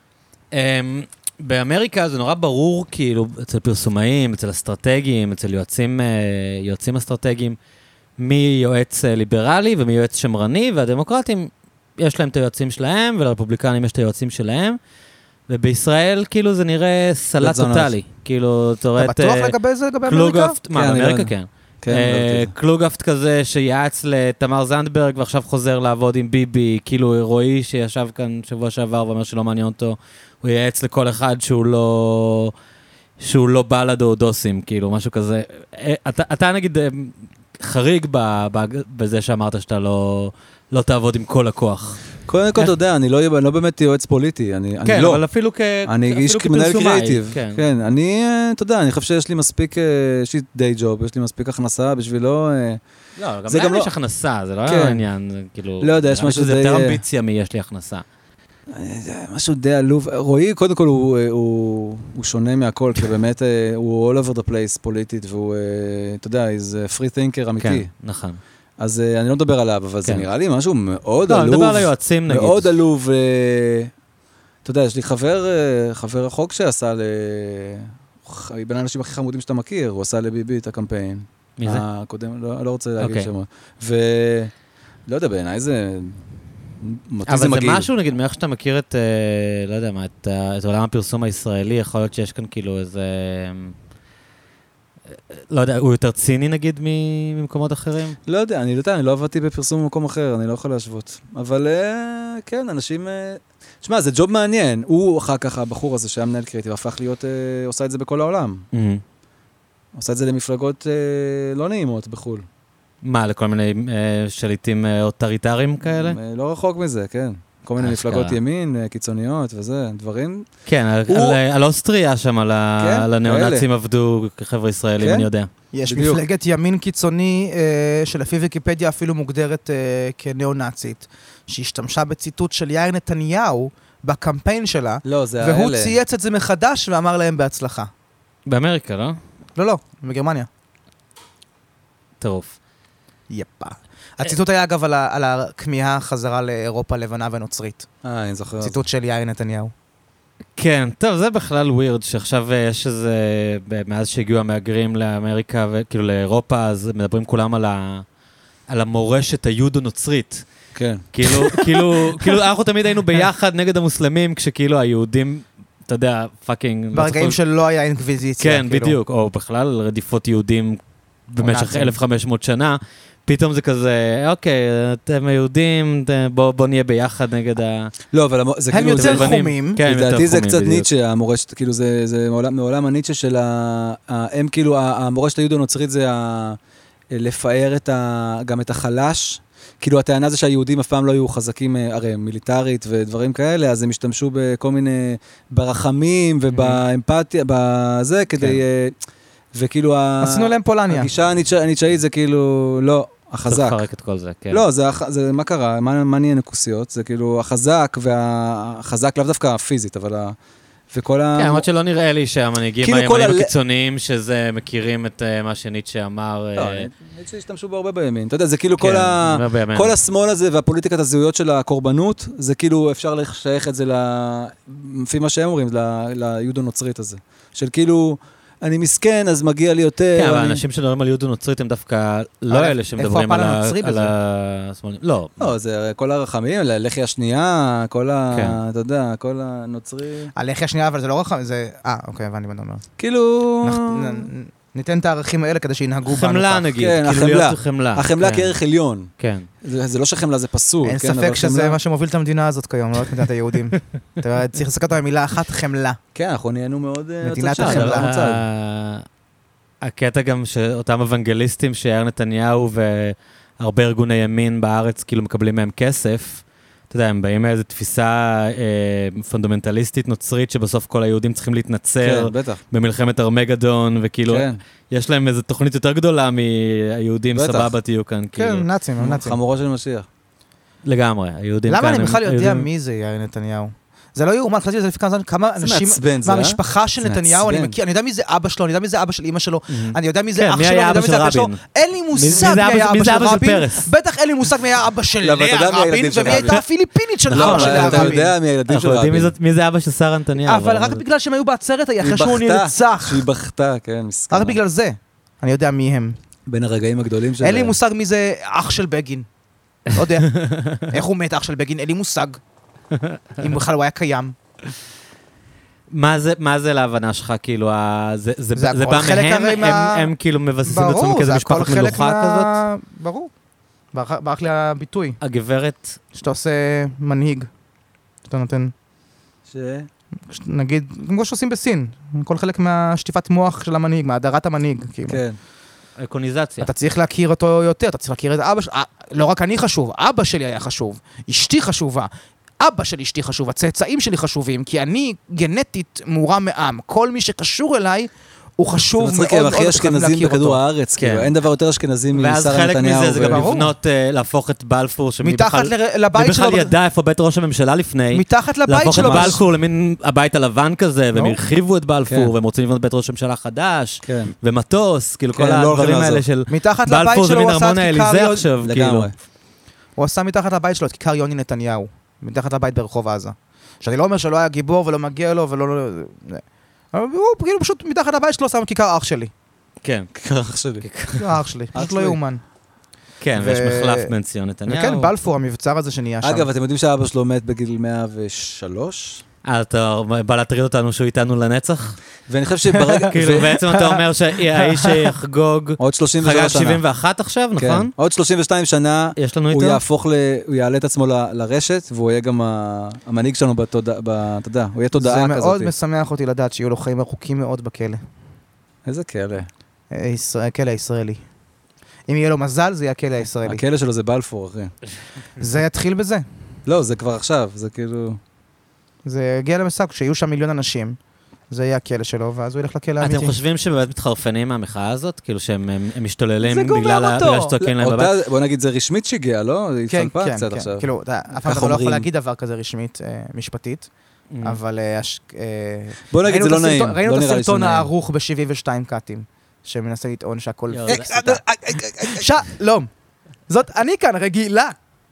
באמריקה זה נורא ברור, כאילו, אצל פרסומאים, אצל אסטרטגיים, אצל יועצים אסטרטגיים, מי יועץ ליברלי ומי יועץ שמרני, והדמוקרטים יש להם את היועצים שלהם, ולרפובליקנים יש את היועצים שלהם, ובישראל, כאילו, זה נראה סלט טוטלי. כאילו, אתה רואה את...
אתה בטוח לגבי זה, לגבי אמריקה?
מה, באמריקה כן. קלוגהפט כזה שיעץ לתמר זנדברג, ועכשיו חוזר לעבוד עם ביבי, כאילו רועי שישב כאן שבוע שעבר ואומר שלא מעניין אותו, הוא יעץ לכל אחד שהוא לא בלד או דוסים, כאילו, משהו כזה. אתה נגיד חריג בזה שאמרת שאתה לא תעבוד עם כל הכוח.
קודם כל, אתה יודע, אני לא באמת יועץ פוליטי,
כן, אבל אפילו
אני איש מנהל קריאיטיב. כן, אתה יודע, אני חושב שיש לי מספיק, יש לי די ג'וב, יש לי מספיק הכנסה בשבילו...
לא, גם להם יש הכנסה, זה לא העניין, כאילו...
לא יודע, יש משהו די...
זה יותר אמביציה מי-יש לי הכנסה.
משהו די עלוב. רועי, קודם כל, הוא שונה מהכל, כי באמת הוא all over the place פוליטית, והוא, אתה יודע, he's a free thinker אמיתי.
כן, נכון.
אז אני לא מדבר עליו, אבל זה נראה לי משהו מאוד עלוב.
לא, אני מדבר על היועצים נגיד.
מאוד עלוב. אתה יודע, יש לי חבר החוק שעשה בין האנשים הכי חמודים שאתה מכיר, הוא עשה לביבי את הקמפיין.
מי זה?
הקודם, לא רוצה להגיד שמה. ולא יודע, בעיניי זה...
אבל זה משהו, נגיד, מאיך שאתה מכיר את, לא יודע מה, את עולם הפרסום הישראלי, יכול להיות שיש כאן כאילו איזה... לא יודע, הוא יותר ציני נגיד ממקומות אחרים?
לא יודע, אני לא עבדתי בפרסום במקום אחר, אני לא יכול להשוות. אבל כן, אנשים... תשמע, זה ג'וב מעניין. הוא אחר כך, הבחור הזה שהיה מנהל קריאיטיב, הפך להיות, עושה את זה בכל העולם. עושה את זה למפלגות לא נעימות בחול.
מה, לכל מיני שליטים אוטוריטריים כאלה?
לא רחוק מזה, כן. כל מיני מפלגות ימין, קיצוניות וזה, דברים.
כן, על אוסטריה שם, על הנאונאצים עבדו כחבר'ה ישראלים, אני יודע.
יש מפלגת ימין קיצוני, שלפי ויקיפדיה אפילו מוגדרת כנאונאצית, שהשתמשה בציטוט של יאיר נתניהו בקמפיין שלה, והוא צייץ את זה מחדש ואמר להם בהצלחה.
באמריקה, לא?
לא, בגרמניה.
טירוף.
יפה. הציטוט היה אגב על הכמיהה חזרה לאירופה לבנה ונוצרית.
אני זוכר.
ציטוט של יאיר נתניהו.
כן, טוב, זה בכלל ווירד, שעכשיו יש איזה, מאז שהגיעו המהגרים לאמריקה וכאילו לאירופה, אז מדברים כולם על המורשת היהודו-נוצרית.
כן.
כאילו, אנחנו תמיד היינו ביחד נגד המוסלמים, כשכאילו היהודים, אתה יודע, פאקינג...
ברגעים שלא היה אינקוויזיציה.
כן, בדיוק, או בכלל רדיפות יהודים במשך 1500 שנה, פתאום זה כזה, אוקיי, אתם היהודים, בוא נהיה ביחד נגד ה...
לא, אבל זה
הם
כאילו...
יותר חומים.
לדעתי זה קצת ניטשה, המורשת, כאילו זה מעולם הניטשה של הם כאילו, המורשת היהודו-נוצרית זה לפאר גם את החלש, כאילו הטענה זה שהיהודים אף פעם לא היו חזקים, הרי מיליטרית ודברים כאלה, אז הם השתמשו בכל מיני ברחמים ובאמפתיה, בזה, כדי... וכאילו...
עשינו להם פולניה.
הגישה הניטשאית זה כאילו, לא, החזק.
צריך לפרק את כל זה, כן.
לא, זה מה קרה? מה נהיה נקוסיות? זה כאילו החזק, והחזק לאו דווקא הפיזית, אבל וכל ה...
כן, למרות שלא נראה לי שהמנהיגים הימנים הקיצוניים שזה מכירים את מה שניטשה אמר...
לא, ניטשה השתמשו בו הרבה בימין. אתה יודע, זה כאילו כל השמאל הזה והפוליטיקת הזהויות של הקורבנות, זה כאילו אפשר לשייך את זה לפי מה שהם אומרים, ליהודו-נוצרית הזה. של כאילו... אני מסכן, אז מגיע לי יותר.
כן, אבל האנשים שמדברים על יהודו נוצרית הם דווקא לא אלה שמדברים על השמאלים. לא.
לא, זה כל הרחמים, הלחי השנייה, כל ה... אתה יודע, כל הנוצרי...
הלחי השנייה, אבל זה לא רחם, זה... אוקיי, הבנתי מה אתה אומר.
כאילו...
ניתן את הערכים האלה כדי שינהגו בנו.
חמלה נגיד.
כן, החמלה כערך עליון.
כן.
זה לא שחמלה, זה פסול.
אין ספק שזה מה שמוביל את המדינה הזאת כיום, לא את מדינת היהודים. אתה צריך לסקת במילה אחת, חמלה.
כן, אנחנו נהיינו מאוד...
מדינת החמלה.
הקטע גם שאותם אוונגליסטים שיאיר נתניהו והרבה ארגוני ימין בארץ כאילו מקבלים מהם כסף, אתה יודע, הם באים מאיזו תפיסה פונדמנטליסטית נוצרית שבסוף כל היהודים צריכים להתנצר במלחמת ארמגדון, וכאילו יש להם איזו תוכנית יותר גדולה מהיהודים סבבה תהיו כאן.
כן, נאצים.
חמורו של משיח.
לגמרי, היהודים כאן...
למה אני בכלל יודע מי זה יאיר נתניהו? זה לא יאומן, חשבתי על זה לפי כמה אנשים מהמשפחה של נתניהו, אני מכיר, אני יודע מי זה אבא שלו, אני יודע מי זה אבא של אמא שלו, אני יודע מי זה אח שלו, אני יודע מי זה אבא שלו, אין לי מושג מי היה אבא של רבין, בטח אין לי מושג מי היה אבא של לאה רבין, ומי הייתה הפיליפינית של אבא של לאה רבין.
אתה יודע מי הילדים של רבין.
מי זה אבא של שרה נתניהו.
אבל רק בגלל שהם היו בעצרת, אחרי שהוא נרצח.
שהיא בכתה, כן, מסכנה.
רק בגלל זה, אני יודע מי הם.
בין הרגעים הגדולים של...
אין לי מושג מי זה אח של בגין. לא יודע. איך הוא מת אח של בגין? אין לי מושג. אם בכלל הוא היה קיים.
מה זה להבנה שלך, כאילו, זה בא מהם, הם כאילו מבססים את עצמם כאיזו משפחת מלוכה כזאת?
ברור. ברח לי הביטוי.
הגברת...
שאתה עושה מנהיג. שאתה נותן... נגיד, כמו שעושים בסין. כל חלק מהשטיפת מוח של המנהיג, מהדרת המנהיג.
כן.
אקוניזציה.
אתה צריך להכיר אותו יותר, אתה צריך להכיר את אבא... לא רק אני חשוב, אבא שלי היה חשוב. אשתי חשובה. אבא של אשתי חשוב, הצאצאים שלי חשובים, כי אני גנטית מורה מעם. כל מי שקשור אליי, הוא חשוב מאוד.
זה מצחיק, הם הכי אשכנזים בכדור הארץ, כאילו, אין דבר יותר אשכנזי משרה נתניהו.
ואז חלק מזה זה גם לבנות, להפוך את בלפור, שמי בכלל ידע איפה בית ראש הממשלה לפני,
מתחת לבית
להפוך את
שלו.
בלפור למין הבית הלבן כזה, והם הרחיבו את בלפור, והם רוצים לבנות בית ראש הממשלה חדש, ומטוס, כאילו כל הדברים האלה של בלפור זה מין ארמון האליזה עכשיו, כאילו.
הוא עשה מתחת לבית שלו את כיכר יוני נתניהו. מתחת לבית ברחוב עזה. שאני לא אומר שלא היה גיבור ולא מגיע לו ולא... הוא כאילו פשוט מתחת לבית שלו שם כיכר אח שלי.
כן.
כיכר אח שלי.
כיכר אח שלי. פשוט לא יאומן.
כן, ויש מחלף בן ציון נתניהו.
וכן, בלפור, המבצר הזה שנהיה שם.
אגב, אתם יודעים שהאבא שלו מת בגיל 103?
אתה בא להטריד אותנו שהוא איתנו לנצח?
ואני חושב שברגע...
כאילו בעצם אתה אומר שהאיש שיחגוג...
עוד 32
שנה.
שנה.
חגג 71 עכשיו, נכון?
עוד 32 שנה הוא יהפוך הוא יעלה את עצמו לרשת, והוא יהיה גם המנהיג שלנו אתה יודע, הוא יהיה תודעה כזאת.
זה מאוד משמח אותי לדעת שיהיו לו חיים ארוכים מאוד בכלא.
איזה כלא?
כלא הישראלי. אם יהיה לו מזל, זה יהיה הכלא הישראלי.
הכלא שלו זה בלפור, אחי.
זה יתחיל בזה.
לא, זה כבר עכשיו, זה כאילו...
זה הגיע למשחק, כשיהיו שם מיליון אנשים, זה יהיה הכלא שלו, ואז הוא ילך לכלא האמיתי.
אתם חושבים שבאמת מתחרפנים מהמחאה הזאת? כאילו שהם משתוללים בגלל שצועקים להם בבית?
בוא נגיד, זה רשמית שהגיע, לא? היא התפלפה קצת עכשיו.
כאילו, אף אחד לא יכול להגיד דבר כזה רשמית, משפטית, אבל...
בוא נגיד, זה לא נעים.
ראינו את הסרטון הערוך ב-72 קאטים, שמנסה לטעון שהכל... שלום. זאת אני כאן, רגילה.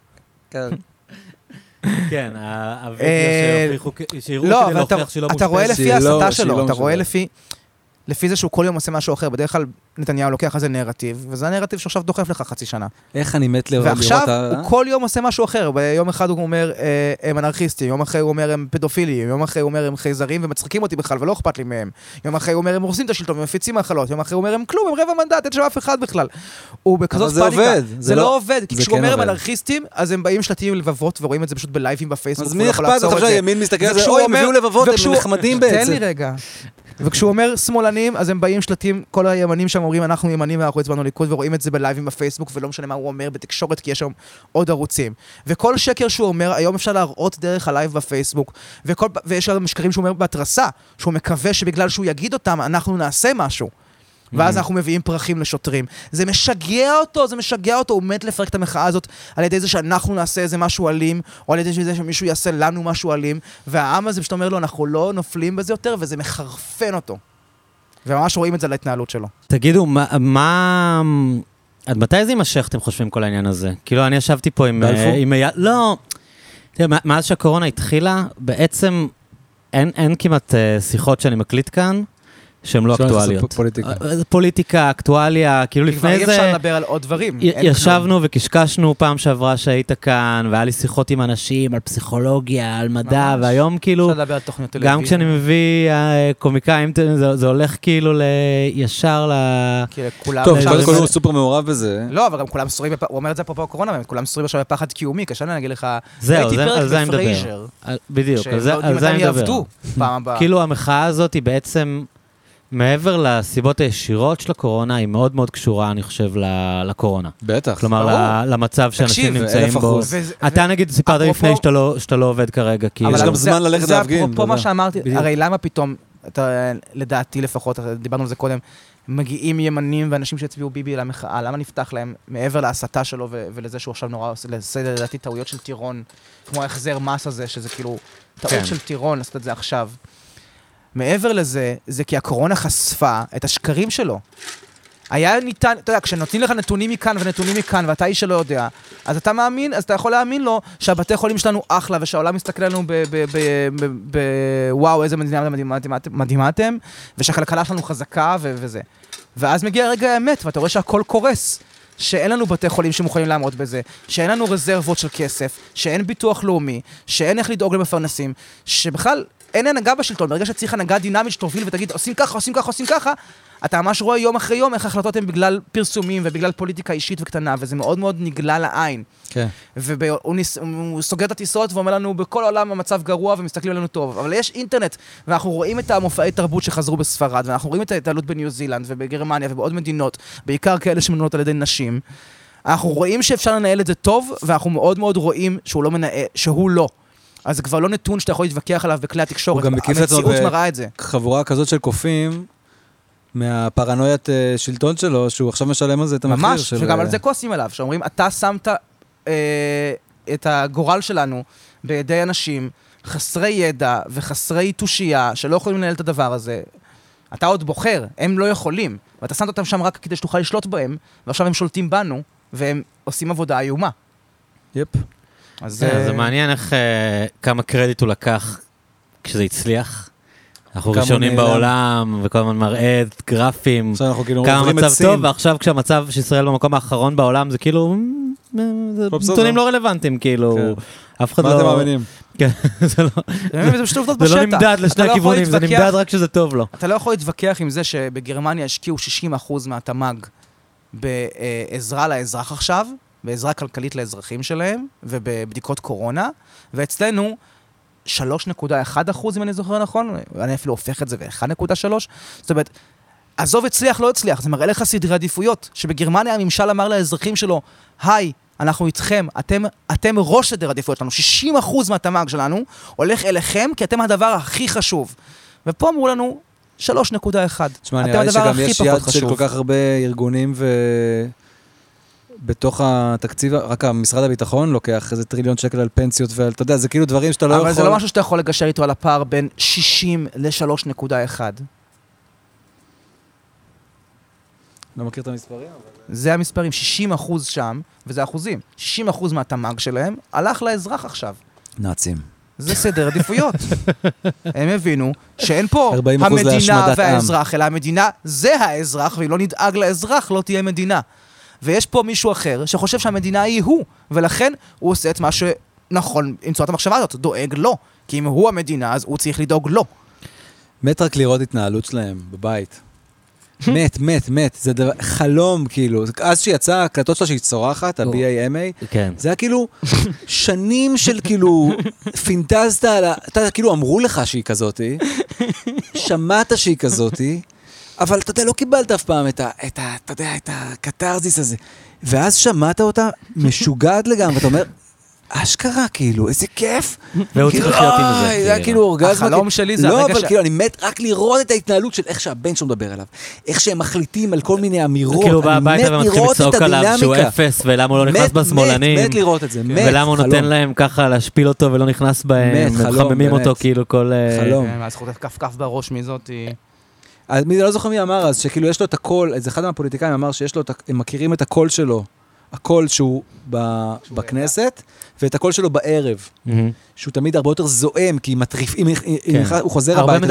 כן, הווידאו שהראו כדי להוכיח שהיא לא מושפשת.
אתה רואה לפי ההסתה שלו, אתה רואה לפי... לפי זה שהוא כל יום עושה משהו אחר. בדרך כלל נתניהו לוקח איזה נרטיב, וזה הנרטיב שעכשיו דוחף לך חצי שנה.
איך אני מת לראות...
ועכשיו הוא כל יום עושה משהו אחר. ביום אחד הוא אומר, הם אנרכיסטים, יום אחרי הוא אומר, הם פדופילים, יום אחרי הוא אומר, הם חייזרים ומצחיקים אותי בכלל, ולא אכפת לי מהם. יום אחרי הוא אומר, הם הורסים את השלטון ומפיצים מחלות. יום אחרי הוא אומר, הם כלום, הם רבע מנדט, אין שם אף אחד בכלל. הוא בכזאת פאניקה. זה לא עובד, כי כשהוא אומר הם אנרכיסטים, אז הם באים שלטים לבבות ורואים את זה פשוט בלייבים בפייסבוק.
אז מי אכפת? אז עכשיו הימין מסתכל על זה, אוי, הם הביאו לבבות, הם נחמדים בעצם.
תן לי רגע. וכשהוא אומר שמאלנים, אז הם באים שלטים, כל הימנים שם אומרים, אנחנו ימנים ואנחנו הצבענו ליכוד, ורואים את זה בלייבים בפייסבוק, ולא משנה מה הוא אומר בתקשורת, כי יש שם עוד ערוצים. וכל שקר שהוא אומר, היום אפשר להראות דרך הלייב בפייסבוק, ויש גם משקרים שהוא אומר בהתרסה, שהוא מקווה שבגלל שהוא יגיד אותם, אנחנו נעשה משהו. ואז אנחנו מביאים פרחים לשוטרים. זה משגע אותו, הוא מת לפרק את המחאה הזאת על ידי זה שאנחנו נעשה איזה משהו אלים, או על ידי זה שמישהו יעשה לנו משהו אלים, והעם הזה פשוט אומר לו, אנחנו לא נופלים בזה יותר, וזה מחרפן אותו. וממש רואים את זה להתנהלות שלו.
תגידו, עד מתי זה יימשך, אתם חושבים, כל העניין הזה? כאילו, אני ישבתי פה עם... לא, מאז שהקורונה התחילה, בעצם אין כמעט שיחות שאני מקליט כאן, שהן לא אקטואליות. פוליטיקה, אקטואליה, כאילו לפני זה...
כבר אפשר לדבר על עוד דברים.
ישבנו וקשקשנו פעם שעברה שהיית כאן, והיה לי שיחות עם אנשים על פסיכולוגיה, על מדע, והיום כאילו...
אפשר לדבר על תוכניות טלוויזיה.
גם כשאני מביא קומיקאים, זה הולך כאילו ישר
טוב, קודם כל הוא סופר מעורב בזה.
לא, אבל גם כולם סורים, הוא אומר את זה אפרופו הקורונה, כולם סורים עכשיו בפחד קיומי, קשה אני אגיד לך...
זהו, על זה אני מדבר. בדיוק, על זה אני מדבר. כאילו המחאה הזאת היא בעצם... מעבר לסיבות הישירות של הקורונה, היא מאוד מאוד קשורה, אני חושב, לקורונה.
בטח.
כלומר, למצב שאנשים נמצאים בו. אתה נגיד סיפרת לפני שאתה לא עובד כרגע.
אבל יש גם זמן ללכת להפגין.
זה אפרופו מה שאמרתי, הרי למה פתאום, לדעתי לפחות, דיברנו על זה קודם, מגיעים ימנים ואנשים שהצביעו ביבי למחאה, למה נפתח להם מעבר להסתה שלו ולזה שהוא עכשיו נורא עושה, לדעתי טעויות של טירון, כמו ההחזר מס הזה, שזה כאילו טעות של טירון, לעשות את זה עכשיו. מעבר לזה, זה כי הקורונה חשפה את השקרים שלו. היה ניתן, אתה יודע, כשנותנים לך נתונים מכאן ונתונים מכאן, ואתה איש שלא יודע, אז אתה מאמין, אז אתה יכול להאמין לו שהבתי חולים שלנו אחלה, ושהעולם מסתכל לנו וואו, איזה מדהימה אתם, ושהכלכלה שלנו חזקה וזה. ואז מגיע רגע האמת, ואתה רואה שהכל קורס. שאין לנו בתי חולים שמוכנים לעמוד בזה, שאין לנו רזרבות של כסף, שאין ביטוח לאומי, שאין איך לדאוג למפרנסים, שבכלל אין הנהגה בשלטון. ברגע שצריך הנהגה דינמית שתוביל ותגיד, עושים ככה, עושים ככה, עושים ככה, אתה ממש רואה יום אחרי יום איך ההחלטות הן בגלל פרסומים ובגלל פוליטיקה אישית וקטנה, וזה מאוד מאוד נגלה לעין.
כן.
והוא סוגר את הטיסות ואומר לנו, בכל העולם המצב גרוע ומסתכלים עלינו טוב. אבל יש אינטרנט, ואנחנו רואים את המופעי תרבות שחזרו בספרד, ואנחנו רואים את ההתעלות בניו זילנד ובגרמניה ובעוד מדינות, בעיקר כאלה שמנועות על ידי נשים. אנחנו רואים שאפשר לנהל את זה טוב, ואנחנו מאוד מאוד רואים שהוא לא. אז זה כבר לא נתון שאתה יכול להתווכח עליו בכלי התקשורת. המציאות מראה את זה.
חבורה כזאת של קופים, מהפרנויית שלטון שלו, שהוא עכשיו משלם על זה את המחיר
ממש, וגם על זה כוסים עליו, שאומרים, אתה שמת את הגורל שלנו בידי אנשים חסרי ידע וחסרי תושייה, שלא יכולים לנהל את הדבר הזה. אתה עוד בוחר, הם לא יכולים, ואתה שמת אותם שם רק כדי שתוכל לשלוט בהם, ועכשיו הם שולטים בנו, והם עושים עבודה איומה.
יפ.
זה מעניין איך כמה קרדיט הוא לקח כשזה הצליח. אנחנו ראשונים בעולם, וכל הזמן מראה גרפים, כמה מצב טוב, ועכשיו כשהמצב שישראל במקום האחרון בעולם, זה כאילו, נתונים לא רלוונטיים, כאילו, אף אחד לא...
מה אתם מאמינים?
כן, זה לא נמדד לשני הכיוונים, זה נמדד רק שזה טוב לו.
אתה לא יכול להתווכח עם זה שבגרמניה השקיעו 60% מהתמ"ג בעזרה לאזרח עכשיו, בעזרה כלכלית לאזרחים שלהם, ובבדיקות קורונה, ואצלנו 3.1%, אם אני זוכר נכון, אני אפילו הופך את זה ב-1.3%, זאת אומרת, עזוב הצליח, לא הצליח, זה מראה לך סדרי עדיפויות, שבגרמניה הממשל אמר לאזרחים שלו, היי, אנחנו איתכם, אתם ראש סדר עדיפויות שלנו, 60% מהתמ"ג שלנו הולך אליכם, כי אתם הדבר הכי חשוב. ופה אמרו לנו 3.1%.
תשמע, נראה לי שגם יש יד של כל כך הרבה ארגונים בתוך התקציב, רק המשרד הביטחון לוקח איזה טריליון שקל על פנסיות ועל, אתה יודע, זה כאילו דברים שאתה לא יכול...
אבל זה לא משהו שאתה יכול לגשר איתו על הפער בין 60 ל-3.1.
לא מכיר את המספרים, אבל...
זה המספרים, 60% שם, וזה אחוזים. 60% מהתמ"ג שלהם הלך לאזרח עכשיו.
נאצים.
זה סדר עדיפויות. הם הבינו שאין פה המדינה והאזרח, אלא המדינה זה האזרח, ואם לא נדאג לאזרח, לא תהיה מדינה. ויש פה מישהו אחר שחושב שהמדינה היא הוא, ולכן הוא עושה את מה שנכון עם צורת המחשבה הזאת, דואג לו. כי אם הוא המדינה, אז הוא צריך לדאוג לו.
מת רק לראות התנהלות שלהם בבית. מת. זה חלום, כאילו. אז שיצא הקלטות שלה שהיא צורחת, ה-BAMA, זה היה כאילו שנים של כאילו פינטזת על אתה כאילו אמרו לך שהיא כזאתי, שמעת שהיא כזאתי, אבל אתה יודע, לא קיבלת אף פעם את הקטרזיס הזה. ואז שמעת אותה משוגעת לגמרי, ואתה אומר, אשכרה, כאילו, איזה כיף.
והוא צריך לחיות עם זה.
זה היה כאילו אורגזמה.
החלום שלי זה
לא, אבל כאילו, אני מת רק לראות את ההתנהלות של איך שהבן שלו מדבר עליו. איך שהם מחליטים על כל מיני אמירות.
כאילו, בבית ומתחילים לצעוק עליו שהוא אפס, ולמה הוא לא נכנס בשמאלנים.
מת לראות את זה, מת.
ולמה הוא נותן להם ככה להשפיל אותו ולא נכנס בהם. מחממים אותו כאילו כל...
חלום.
הזכות כף בראש מזאת היא...
מי לא זוכר מי אמר אז, שכאילו יש לו את הקול, אז אחד מהפוליטיקאים אמר שיש לו, הם מכירים את הקול שלו, הקול שהוא בכנסת, ואת הקול שלו בערב, שהוא תמיד הרבה יותר זועם, כי הוא חוזר הביתה,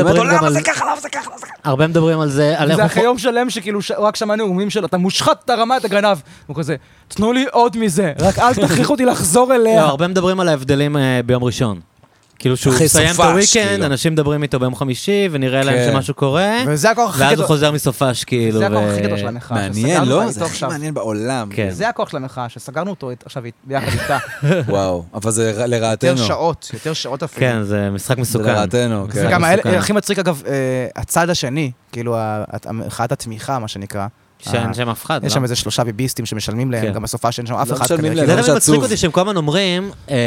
הרבה מדברים על זה.
זה אחרי יום שלם שכאילו רק שמע נאומים שלו, אתה מושחת, אתה רמה, אתה גנב. הוא כזה, תנו לי עוד מזה, רק אל תכריח אותי לחזור אליה.
לא, הרבה מדברים על ההבדלים ביום ראשון. כאילו שהוא מסיים את הוויקנד, אנשים מדברים איתו ביום חמישי, ונראה להם שמשהו קורה, ואז הוא חוזר מסופש, כאילו.
זה הכוח הכי גדול של המחאה.
מעניין, לא? זה הכי מעניין בעולם.
זה הכוח של המחאה, שסגרנו אותו עכשיו ביחד איתה.
וואו, אבל זה לרעתנו.
יותר שעות אפילו.
כן, זה משחק מסוכן.
זה לרעתנו, כן.
זה גם הכי מצחיק, אגב, הצד השני, כאילו, אחת התמיכה, מה שנקרא.
שאין שם אף אחד,
יש שם איזה 3 ביביסטים שמשלמים להם, גם בסופה שאין שם אף אחד.
זה תמיד מצחיק אותי שהם כל הזמן אומרים,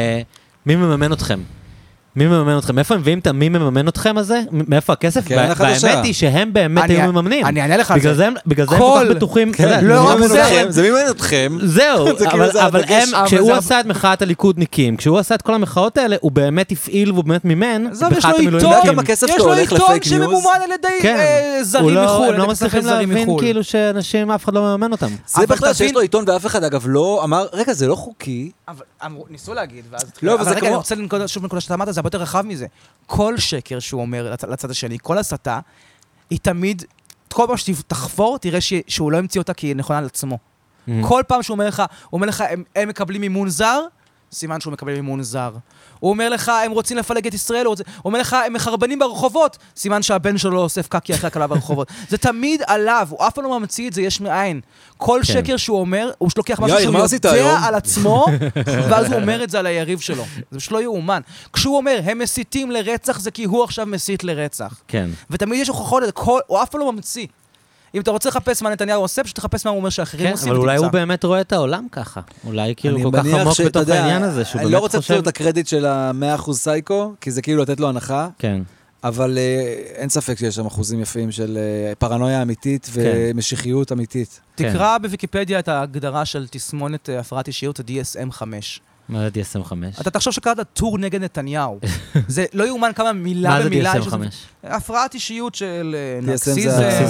מי מממן אתכם? מי מממן אתכם? מאיפה הם מביאים את מי מממן אתכם הזה? מאיפה הכסף? והאמת היא שהם באמת היו מממנים.
אני אענה לך על זה.
בגלל זה הם כל כך בטוחים.
לא רק זה מממן אתכם.
זהו, אבל הם, כשהוא עשה את מחאת הליכודניקים, כשהוא עשה את כל המחאות האלה, הוא באמת הפעיל והוא באמת מימן מחאת המילואימניקים.
יש לו עיתון
שממומן על ידי זרים מחו"ל.
הם לא מצליחים להבין כאילו שאנשים, אף אחד לא מממן אותם.
זה בכלל שיש לו עיתון ואף אחד אגב לא אמר, רגע, זה לא חוקי.
ניסו להגיד, ואז...
לא, אבל
רגע, אני רוצה לנקוד שוב נקודה שאתה אמרת, זה הרבה יותר רחב מזה. כל שקר שהוא אומר לצד השני, כל הסתה, היא תמיד, כל פעם שתחפור, תראה שהוא לא המציא אותה כי היא נכונה לעצמו. כל פעם שהוא אומר לך, הם מקבלים מימון זר, סימן שהוא מקבל מימון זר. הוא אומר לך, הם רוצים לפלג את ישראל, הוא אומר לך, הם מחרבנים ברחובות, סימן שהבן שלו לא אוסף קקי אחרי הקלה ברחובות. זה תמיד עליו, הוא אף פעם לא ממציא את זה, יש מאין. כל שקר שהוא אומר, הוא לוקח משהו שהוא יודע על עצמו, ואז הוא אומר את זה על היריב שלו. זה פשוט לא יאומן. כשהוא אומר, הם מסיתים לרצח, זה כי הוא עכשיו מסית לרצח.
כן.
ותמיד יש הוכחות, הוא אף פעם לא ממציא. אם אתה רוצה לחפש מה נתניהו עושה, פשוט תחפש מה הוא אומר שאחרים עושים
ותמצא. אבל אולי הוא באמת רואה את העולם ככה. אולי כאילו כל כך עמוק בתוך העניין הזה, שהוא באמת חושב...
אני לא רוצה לתת את הקרדיט של ה-100% סייקו, כי זה כאילו לתת לו הנחה.
כן.
אבל אין ספק שיש שם אחוזים יפים של פרנויה אמיתית ומשיחיות אמיתית.
תקרא בוויקיפדיה את ההגדרה של תסמונת הפרעת אישיות, ה-DSM-5.
מה זה DSM-5?
אתה תחשוב שקראת טור נגד נתניהו. זה לא יאומן כמה מילה במילה.
מה זה DSM-5?
הפרעת אישיות של
נרקסיזם.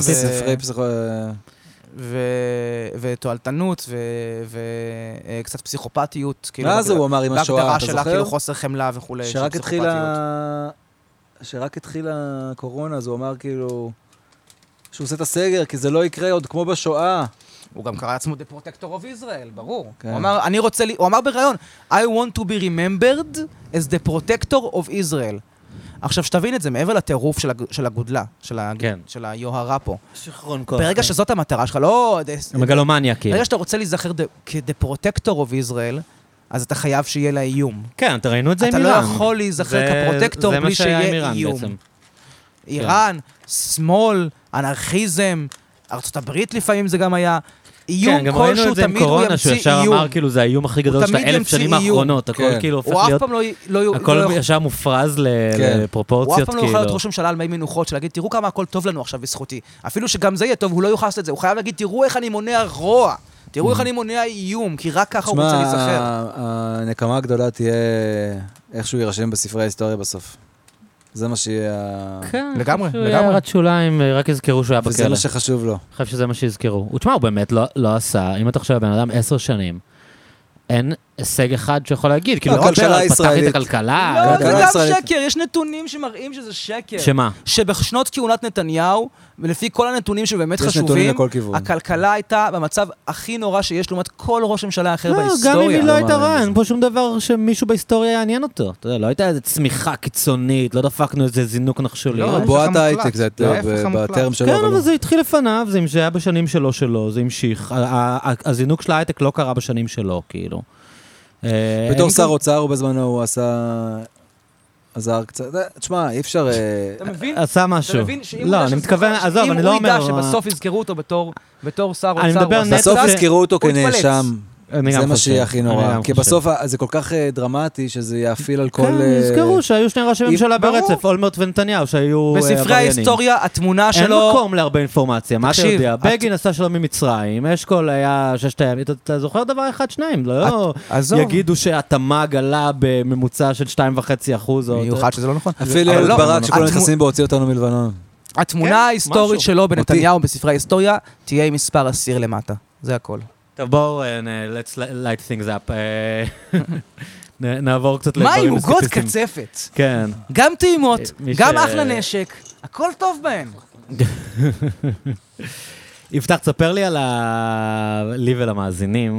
ותועלתנות וקצת פסיכופתיות.
מה זה הוא אמר עם השואה, אתה זוכר?
בהגדרה שלה, כאילו חוסר חמלה וכו'.
שרק התחילה הקורונה, אז הוא אמר כאילו, שהוא עושה את הסגר, כי זה לא יקרה עוד כמו בשואה.
הוא גם קרא עצמו The Protector of Israel, ברור. הוא אמר בראיון, I want to be remembered as the Protector of Israel. עכשיו, שתבין את זה, מעבר לטירוף של הגודלה, של היוהרה פה.
שכרון כוח.
ברגע שזאת המטרה שלך, לא...
המגלומניה, כאילו.
ברגע שאתה רוצה להיזכר כ-The Protector of Israel, אז אתה חייב שיהיה לה איום.
כן, אתה ראינו את זה עם
איראן.
איראן.
אתה לא יכול להיזכר כפרוטקטור בלי שיהיה איום. איראן, שמאל, אנרכיזם, ארצות הברית לפעמים זה גם היה... איום כלשהו תמיד הוא ימציא איום.
שהוא ישר אמר, כאילו, זה האיום הכי גדול של 1000 שנים האחרונות. הכל כאילו הופך להיות... הכל ישר מופרז לפרופורציות, כאילו.
הוא אף פעם לא יכול להיות ראש ממשלה על מי מנוחות, שלהגיד, תראו כמה הכל טוב לנו עכשיו בזכותי. אפילו שגם זה יהיה טוב, הוא לא יוכל לעשות את זה. הוא חייב להגיד, תראו איך אני מונע רוע. תראו איך אני מונע איום, כי רק ככה הוא רוצה להיזכר.
הנקמה הגדולה תהיה איכשהו יירשם בספרי ההיסטוריה בסוף. זה מה שיהיה...
כן, לגמרי,
לגמרי. הערת שוליים, רק יזכרו שהוא היה בכלא.
וזה מה שחשוב לו.
חושב שזה מה שיזכרו. ותשמע, הוא באמת לא עשה, אם אתה חושב בן אדם 10 שנים, אין הישג אחד שיכול להגיד, כאילו,
הכלכלה
פתח את הכלכלה.
לא, זה גם שקר, יש נתונים שמראים שזה שקר.
שמה?
שבשנות כהונת נתניהו, ולפי כל הנתונים שבאמת חשובים, הכלכלה הייתה במצב הכי נורא שיש לעומת כל ראש ממשלה אחר בהיסטוריה.
גם אם היא לא הייתה רעה, אין פה שום דבר שמישהו בהיסטוריה יעניין אותו. אתה יודע, לא הייתה איזו צמיחה קיצונית, לא דפקנו איזה זינוק נחשולי.
בועת הייטק, זה בטרם שלו.
כן, אבל זה התחיל לפניו, זה היה בשנים שלו, זה המשיך. הזינוק של ההייטק לא קרה בשנים שלו, כאילו.
בתור שר אוצר הוא בזמנו הוא עזר קצת, תשמע, אי אפשר...
אתה מבין?
עשה משהו.
אתה מבין שאם
לא, אני מתכוון, עזוב, אני לא אומר...
אם הוא ידע שבסוף יזכרו אותו בתור שר אוצר...
אני מדבר נטו...
בסוף יזכרו אותו כנאשם. זה מה שיהיה הכי נורא. כי
חושב.
בסוף זה כל כך דרמטי שזה יאפיל על כל...
כן, נזכרו שהיו שני ראשי ממשלה ברצף, אולמרט ונתניהו, שהיו עבריינים.
בספרי ההיסטוריה, התמונה שלו...
אין מקום להרבה אינפורמציה, מה אתה יודע? בגין עשה שלום ממצרים, אשכול היה ששת הימים, אתה זוכר דבר אחד, שניים, לא יגידו שהתמ"ג עלה בממוצע של 2.5%.
מיוחד שזה לא נכון.
אפילו ברק שכולם נכנסים בו הוציא אותנו מלבנון.
התמונה ההיסטורית שלו בנתניהו בספרי ההיסטוריה תהיה עם מספר אסיר למטה. זה הכל.
טוב, בואו, let's light things up. נעבור קצת לדברים
מים, עוגות
ספציפיים.
קצפת.
כן.
גם טעימות, גם אחלה נשק, הכל טוב בהן.
יפתח, תספר לי לי ולמאזינים,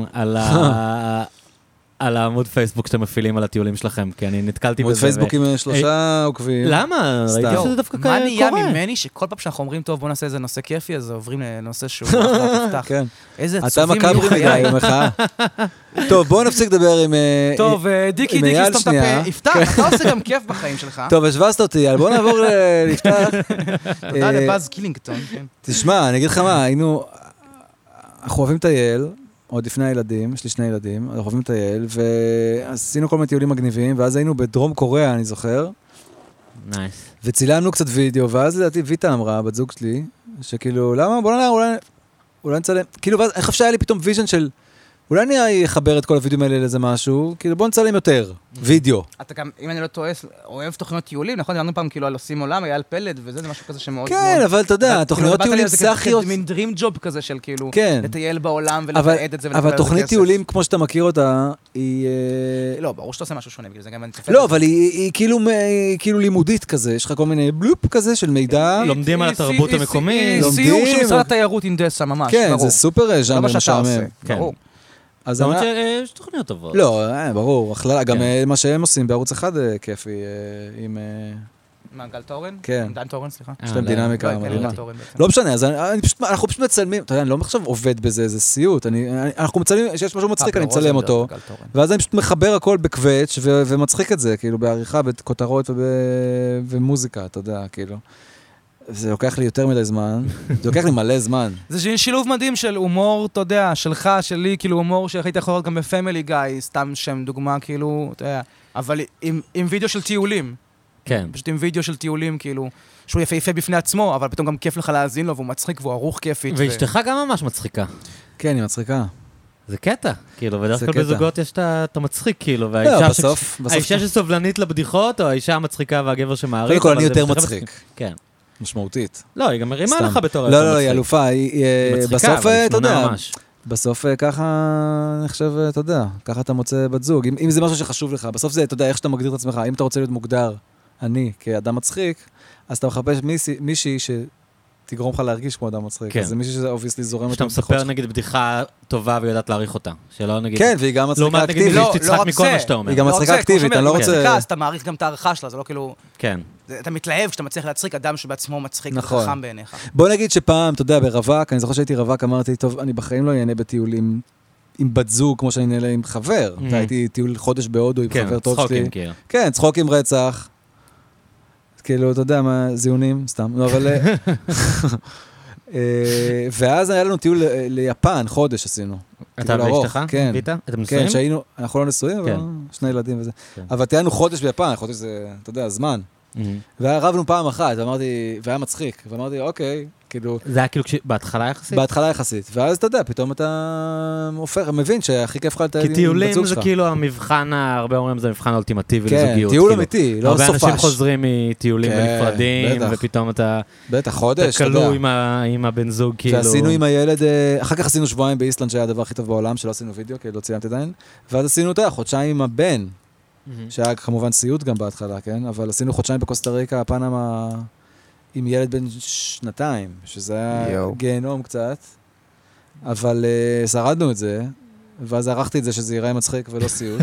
על העמוד פייסבוק שאתם מפעילים על הטיולים שלכם, כי אני נתקלתי בזה.
עמוד פייסבוק עם 3 עוקבים.
למה? ראיתי שזה דווקא קורה.
מה נהיה ממני שכל פעם שאנחנו אומרים, טוב, בוא נעשה איזה נושא כיפי, אז עוברים לנושא שהוא יפתח.
כן.
איזה
אתה
עצובים
מקברי מדי, מחאה. טוב, בואו נפסיק לדבר עם
טוב, דיקי, סתום את הפה. יפתח, אתה עושה גם כיף בחיים שלך.
טוב, השבסת אותי, יאללה, בואו נעבור ליפתח.
תודה לבאז קילינגטון.
תשמע, אני אגיד לך מה, אנחנו אוהבים לטייל, עוד לפני הילדים, יש לי 2 ילדים, אנחנו אוהבים לטייל, ועשינו כל מיני טיולים מגניבים, ואז היינו בדרום קוריאה, אני זוכר.
נייס.
וצילמנו קצת וידאו, ואז לדעתי ויטה אמרה, בת זוג שלי, שכאילו, למה? בוא נראה, אולי נצלם. כאילו, ואז איך אפשר היה לי פתאום ויז'ן של, אולי אני אחבר את כל הוידאוים האלה לאיזה משהו, כאילו בוא נצלם יותר, וידאו.
אתה גם, אם אני לא טועה, אוהב תוכניות טיולים, נכון? דיברנו פעם כאילו על עושים עולם, היה על פלד, וזה משהו כזה שמאוד...
כן, אבל אתה יודע, תוכניות טיולים סאחיות...
מין דרים ג'וב כזה של כאילו,
כן.
לטייל בעולם ולתעד את זה.
אבל תוכנית טיולים, כמו שאתה מכיר אותה, היא...
לא, ברור שאתה עושה משהו שונה, בגלל זה גם אני צופה.
לא, אבל היא כאילו לימודית כזה, יש לך כל מיני בלופ כזה של מידע.
לומדים על התרבות המקומית.
סיור של משרד התיירות אינדסה ממש,
כן, זה סופר ז'אנר משעמם.
ברור.
אז
זאת אומרת שיש תוכניות טובות.
לא, ברור, גם מה שהם עושים בערוץ אחד כיפי עם...
מה, גל תורן?
כן.
דן תורן, סליחה.
יש להם דינמיקה מדהימה. לא משנה, אז אנחנו פשוט מצלמים, אתה יודע, אני לא עכשיו עובד בזה, איזה סיוט, אנחנו מצלמים, שיש משהו מצחיק, אני מצלם אותו, ואז אני פשוט מחבר הכל בקווץ' ומצחיק את זה, כאילו, בעריכה, בכותרות ומוזיקה, אתה יודע, כאילו. זה לוקח לי יותר מדי זמן, זה לוקח לי מלא זמן.
זה שילוב מדהים של הומור, אתה יודע, שלך, שלי, כאילו הומור שהייתי יכול להיות גם בפמילי גיא, סתם שם דוגמה, כאילו, אתה יודע, אבל עם וידאו של טיולים.
כן.
פשוט עם וידאו של טיולים, כאילו, שהוא יפה בפני עצמו, אבל פתאום גם כיף לך להאזין לו, והוא מצחיק והוא ערוך כיפית.
ואשתך גם ממש מצחיקה.
כן, היא מצחיקה.
זה קטע, כאילו, בדרך כלל בזוגות יש את המצחיק, כאילו, והאישה שסובלנית לבדיחות, או האישה המצחיקה והגבר שמעריך.
קודם כל, אני יותר מצחיק.
כן.
משמעותית.
לא, היא גם מרימה לך בתור...
לא, היא אלופה, בסוף, אתה יודע, בסוף ככה, אני חושב, אתה יודע, ככה אתה מוצא בת זוג. אם זה משהו שחשוב לך, בסוף זה, אתה יודע, איך שאתה מגדיר את עצמך, אם אתה רוצה להיות מוגדר, אני, כאדם מצחיק, אז אתה מחפש מישהי שתגרום לך להרגיש כמו אדם מצחיק. אז זה מישהי שזה אובייסלי זורם.
שאתה מספר נגיד בדיחה טובה ויודעת להעריך אותה. שלא נגיד...
כן, והיא גם מצחיקה אקטיבית.
לא רק זה.
היא גם מצחיקה אקטיבית, אני לא רוצה...
אז אתה מעריך גם את הערכה שלה, זה לא כאילו...
כן.
אתה מתלהב כשאתה מצליח להצחיק אדם שבעצמו מצחיק וחכם בעיניך.
בוא נגיד שפעם, אתה יודע, ברווק, אני זוכר שהייתי רווק, אמרתי, טוב, אני בחיים לא אענה בטיולים עם בת זוג, כמו שאני אענה עם חבר. הייתי טיול חודש בהודו עם חבר טוב שלי. כן, צחוקים רצח. כאילו, אתה יודע מה, זיונים, סתם. לא, אבל... ואז היה לנו טיול ליפן, חודש עשינו.
אתה ואשתך?
כן.
ויטה? אתם נשואים?
כן, שהיינו, אנחנו לא נשואים, אבל 2 ילדים וזה. אבל תהיינו חודש ביפן, חודש זה, אתה יודע, זמן. ורבנו פעם אחת, והיה מצחיק, ואמרתי, אוקיי, כאילו...
זה היה כאילו בהתחלה יחסית?
בהתחלה יחסית. ואז אתה יודע, פתאום אתה מבין שהכי כיף לך לטייל עם בצוג שלך.
כי טיולים זה כאילו המבחן, הרבה אומרים זה מבחן האולטימטיבי לזוגיות.
כן, טיול אמיתי, לא סופש.
הרבה אנשים חוזרים מטיולים ונפרדים, ופתאום אתה...
בטח, חודש,
אתה כלוא עם הבן זוג, כאילו...
ועשינו עם הילד, אחר כך עשינו שבועיים באיסלנד, שהיה הדבר הכי טוב בעולם, שלא עשינו וידאו, כי לא צילמתי עדיין, ואז עשינו אותה, חודשיים עם הבן, שהיה כמובן סיוט גם בהתחלה, כן? אבל עשינו חודשיים בקוסטה ריקה, פנמה, עם ילד בן 2, שזה היה גיהנום קצת, אבל שרדנו את זה, ואז ערכתי את זה שזה ייראה מצחיק ולא סיוט.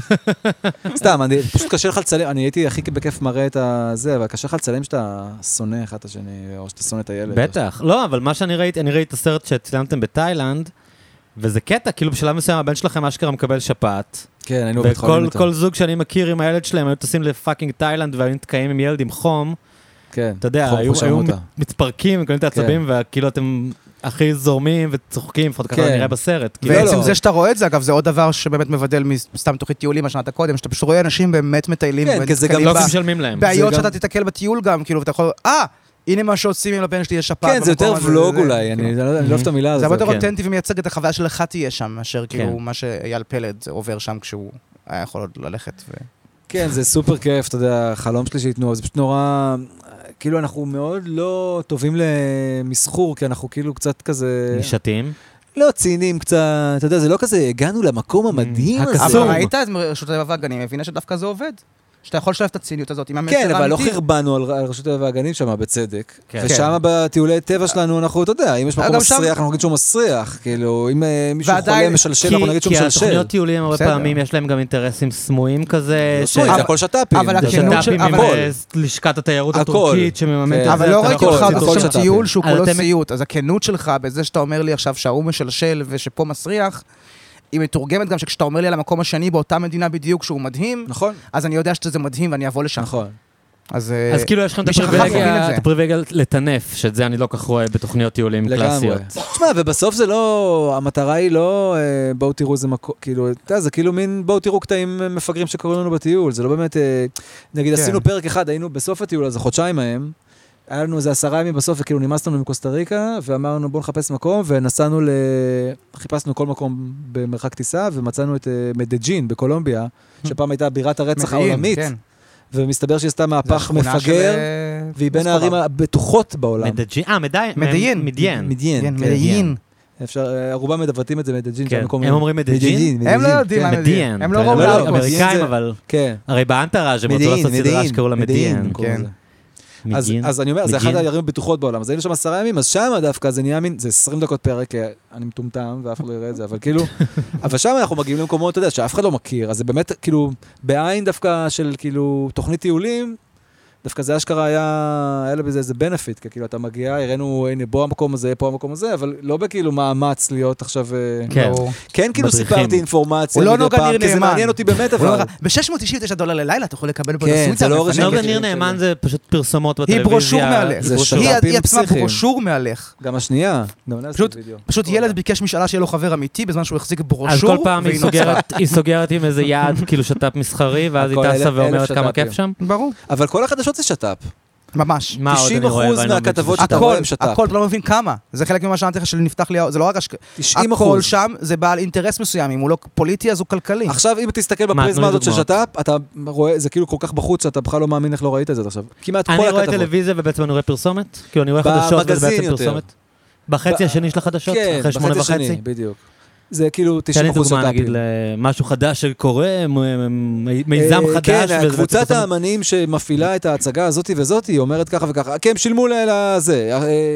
סתם, פשוט קשה לך לצלם, אני הייתי הכי בכיף מראה את זה, אבל קשה לך לצלם שאתה שונא אחד את השני, או שאתה שונא את הילד.
בטח, לא, אבל מה שאני ראיתי, אני ראיתי את הסרט שצילמתם בתאילנד, וזה קטע, כאילו בשלב מסוים הבן שלכם אשכרה מקבל שפעת.
כן, היינו בית חולים איתו.
וכל זוג שאני מכיר עם הילד שלהם, היו טסים לפאקינג תאילנד, והיו נתקעים עם ילד עם חום.
כן,
אתה יודע, היו מתפרקים, מקבלים את העצבים, וכאילו אתם הכי זורמים וצוחקים, לפחות ככה נראה בסרט.
בעצם זה שאתה רואה את זה, אגב, זה עוד דבר שבאמת מבדל מסתם תוכנית טיולים, מה שנת הקודם, שאתה פשוט רואה אנשים באמת מטיילים,
לא משלמים להם.
בעיות שאתה תתקל בטיול גם, כאילו, ואתה יכול, הנה מה שעושים עם לבן שלי יש שפעת.
כן, זה יותר ולוג אולי, אני לא אוהב את המילה הזאת.
זה הרבה יותר אותנטי ומייצג את החוויה שלך תהיה שם, מאשר כאילו מה שאייל פלד עובר שם כשהוא היה יכול ללכת.
כן, זה סופר כיף, אתה יודע, חלום שלי שיתנו, זה פשוט נורא, כאילו אנחנו מאוד לא טובים למסחור, כי אנחנו כאילו קצת כזה...
נשתים.
לא ציינים קצת, אתה יודע, זה לא כזה, הגענו למקום המדהים הזה.
אבל ראית את רשות הטבע והגנים, מבינה שדווקא זה עובד. שאתה יכול לשלב את הציניות הזאת עם המסר האמיתי.
כן, אבל לא חרבנו על רשות הטבע והגנים שם בצדק. ושם בטיולי טבע שלנו אנחנו, אתה יודע, אם יש מקום מסריח, אנחנו נגיד שהוא מסריח. כאילו, אם מישהו חולה משלשל, אנחנו נגיד שהוא משלשל.
כי התוכניות טיולים הרבה פעמים יש להם גם אינטרסים סמויים כזה.
זה הכל שטאפים.
אבל
שטאפים עם לשכת התיירות הטורקית שמממנת.
אבל לא ראיתי אותך בתוך טיול שהוא כולו סיוט. אז הכנות שלך בזה שאתה אומר לי עכשיו שההוא משלשל ושפה מסריח, היא מתורגמת גם שכשאתה אומר לי על המקום השני באותה מדינה בדיוק שהוא מדהים,
נכון.
אז אני יודע שזה מדהים ואני אבוא לשם.
נכון.
אז כאילו יש לכם את הפריבילגיה לטנף, שאת זה אני לא כך רואה בתוכניות טיולים קלאסיות.
תשמע, ובסוף זה לא, המטרה היא לא, בואו תראו איזה מקום, כאילו, זה כאילו מין, בואו תראו קטעים מפגרים שקוראים לנו בטיול, זה לא באמת, נגיד עשינו פרק אחד, היינו בסוף הטיול, אז חודשיים מהם, היה לנו איזה 10 ימים בסוף, וכאילו נמאסנו מקוסטה ריקה, ואמרנו בואו נחפש מקום, ונסענו חיפשנו כל מקום במרחק טיסה, ומצאנו את מדג'ין בקולומביה, שפעם הייתה בירת הרצח העולמית, ומסתבר שהיא עשתה מהפך מפגר, והיא בין הערים הבטוחות בעולם.
מדיין.
הרובם מדוותים את זה מדג'ין.
הם אומרים מדג'ין?
הם לא יודעים מה מדיין. הם לא רואים.
אמריקאים אבל. הרי באנטראז' הם רצו לעשות סדרה שקראו לה מדיין.
אז אני אומר, זה אחד הערים הבטוחות בעולם, אז היינו שם 10 ימים, אז שם דווקא זה נהיה מין, זה 20 דקות פרק, אני מטומטם, ואף אחד לא יראה את זה, אבל כאילו, אבל שם אנחנו מגיעים למקומות, אתה יודע, שאף אחד לא מכיר, אז זה באמת, כאילו, בעין דווקא של, כאילו, תוכנית טיולים, דווקא זה אשכרה היה בזה איזה בנפיט, כי כאילו אתה מגיע, הראינו, הנה, בוא המקום הזה, פה המקום הזה, אבל לא בכאילו מאמץ להיות עכשיו... כן, כאילו סיפרתי אינפורמציה,
הוא לא נוגה ניר נאמן.
כי זה מעניין אותי באמת, אבל...
ב-$699 ללילה, אתה יכול לקבל פה
כן, זה לא
נוגה ניר נאמן, זה פשוט פרסומות בטלוויזיה.
היא ברושור מהלך. היא עצמה ברושור מהלך.
גם השנייה.
פשוט ילד ביקש משאלה שיהיה לו חבר אמיתי, בזמן שהוא החזיק ברושור.
אז כל פעם היא סוגרת עם איזה יעד, כאילו שת"פ מסחרי, ואז היא טסה ואומרת כמה כיף שם.
ברור.
אבל כל החדשות זה שטאפ.
ממש.
90% מהכתבות שאתה רואה הם שטאפ.
הכל, אתה לא מבין כמה. זה חלק ממה שאמרתי לך שנפתח לי, זה לא רק הכל שם, זה בעל אינטרס מסוים. אם הוא לא פוליטי, אז הוא כלכלי.
עכשיו, אם תסתכל בפריזמה הזאת של שטאפ, אתה רואה, זה כאילו כל כך בחוץ, שאתה בכלל לא מאמין איך לא ראית את זה עכשיו. כמעט כל הכתבות.
אני רואה טלוויזיה ובעצם אני רואה פרסומת. כאילו אני רואה חדשות ובעצם פרסומת. בחצי השני של החדשות, אחרי 8:30.
בדיוק. זה כאילו 90% שטאפים.
תן לי דוגמה, נגיד, משהו חדש שקורה, מיזם חדש.
כן, קבוצת האמנים שמפעילה את ההצגה הזאת וזאת, היא אומרת ככה וככה, כי הם שילמו לזה.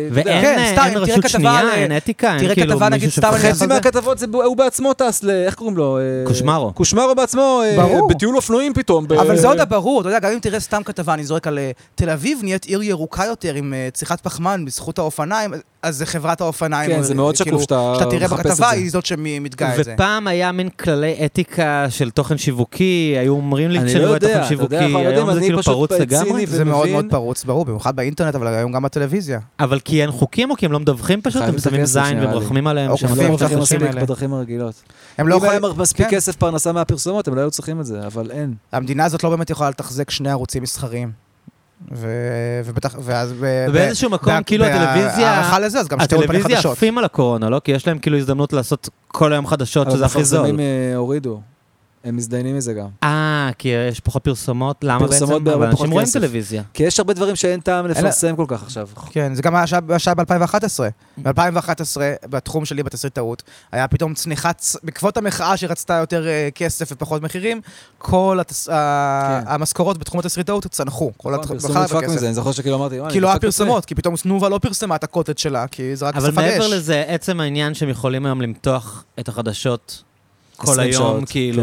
ואין רשות שנייה, אין אתיקה,
תראה כתבה, נגיד, סתם
חצי מהכתבות, הוא בעצמו טס איך קוראים לו?
קושמרו.
קושמרו בעצמו, בטיול אופנועים פתאום.
אבל זה עוד הברור, אתה יודע, גם אם תראה סתם כתבה, אני זורק על תל אביב, נהיית עיר ירוקה יותר עם צריכת פחמן בזכות האופניים, אז זה חברת האופניים.
כן, זה מאוד שקוף שאתה
תראה בכתבה, היא זאת שמתגאה את זה.
ופעם היה מין כללי אתיקה של תוכן שיווקי, היו אומרים לי כשאני רואה תוכן שיווקי, היום זה כאילו פרוץ לגמרי.
זה מאוד מאוד פרוץ, ברור, במיוחד באינטרנט, אבל היום גם בטלוויזיה.
אבל כי אין חוקים או כי הם לא מדווחים פשוט, הם שמים זין ומרחמים עליהם.
הם לא מרוויחים מספיק בדרכים הרגילות. אם היה מספיק כסף פרנסה מהפרסומות, הם לא היו צריכים את זה, אבל אין.
המדינה הזאת לא באמת יכולה לתחזק 2 ערוצים מסחריים.
ובאיזשהו מקום, כאילו הטלוויזיה...
הערכה לזה, אז גם שתי אולפני חדשות.
הטלוויזיה עפים על הקורונה, לא? כי יש להם כאילו הזדמנות לעשות כל היום חדשות, שזה הכי זול.
אבל מפרסמים הורידו. הם מזדיינים מזה גם.
כי יש פחות פרסומות, למה בעצם? אבל אנשים רואים טלוויזיה.
כי יש הרבה דברים שאין טעם לפרסם כל כך עכשיו.
כן, זה גם היה ב-2011. ב-2011, בתחום שלי בתסריטאות, היה פתאום צניחת, בעקבות המחאה שרצתה יותר כסף ופחות מחירים, כל המשכורות בתחום התסריטאות צנחו.
פרסום נדפק מזה, אני זוכר שכאילו אמרתי,
כי לא היה פרסומות, כי פתאום סנובה לא פרסמה את הקוטג' שלה, כי זה רק ספק אש.
אבל מעבר לזה, עצם העניין שהם יכולים היום למתוח את החדשות כל היום, כאילו,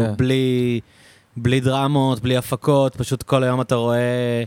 בלי דרמות, בלי הפקות, פשוט כל היום אתה רואה...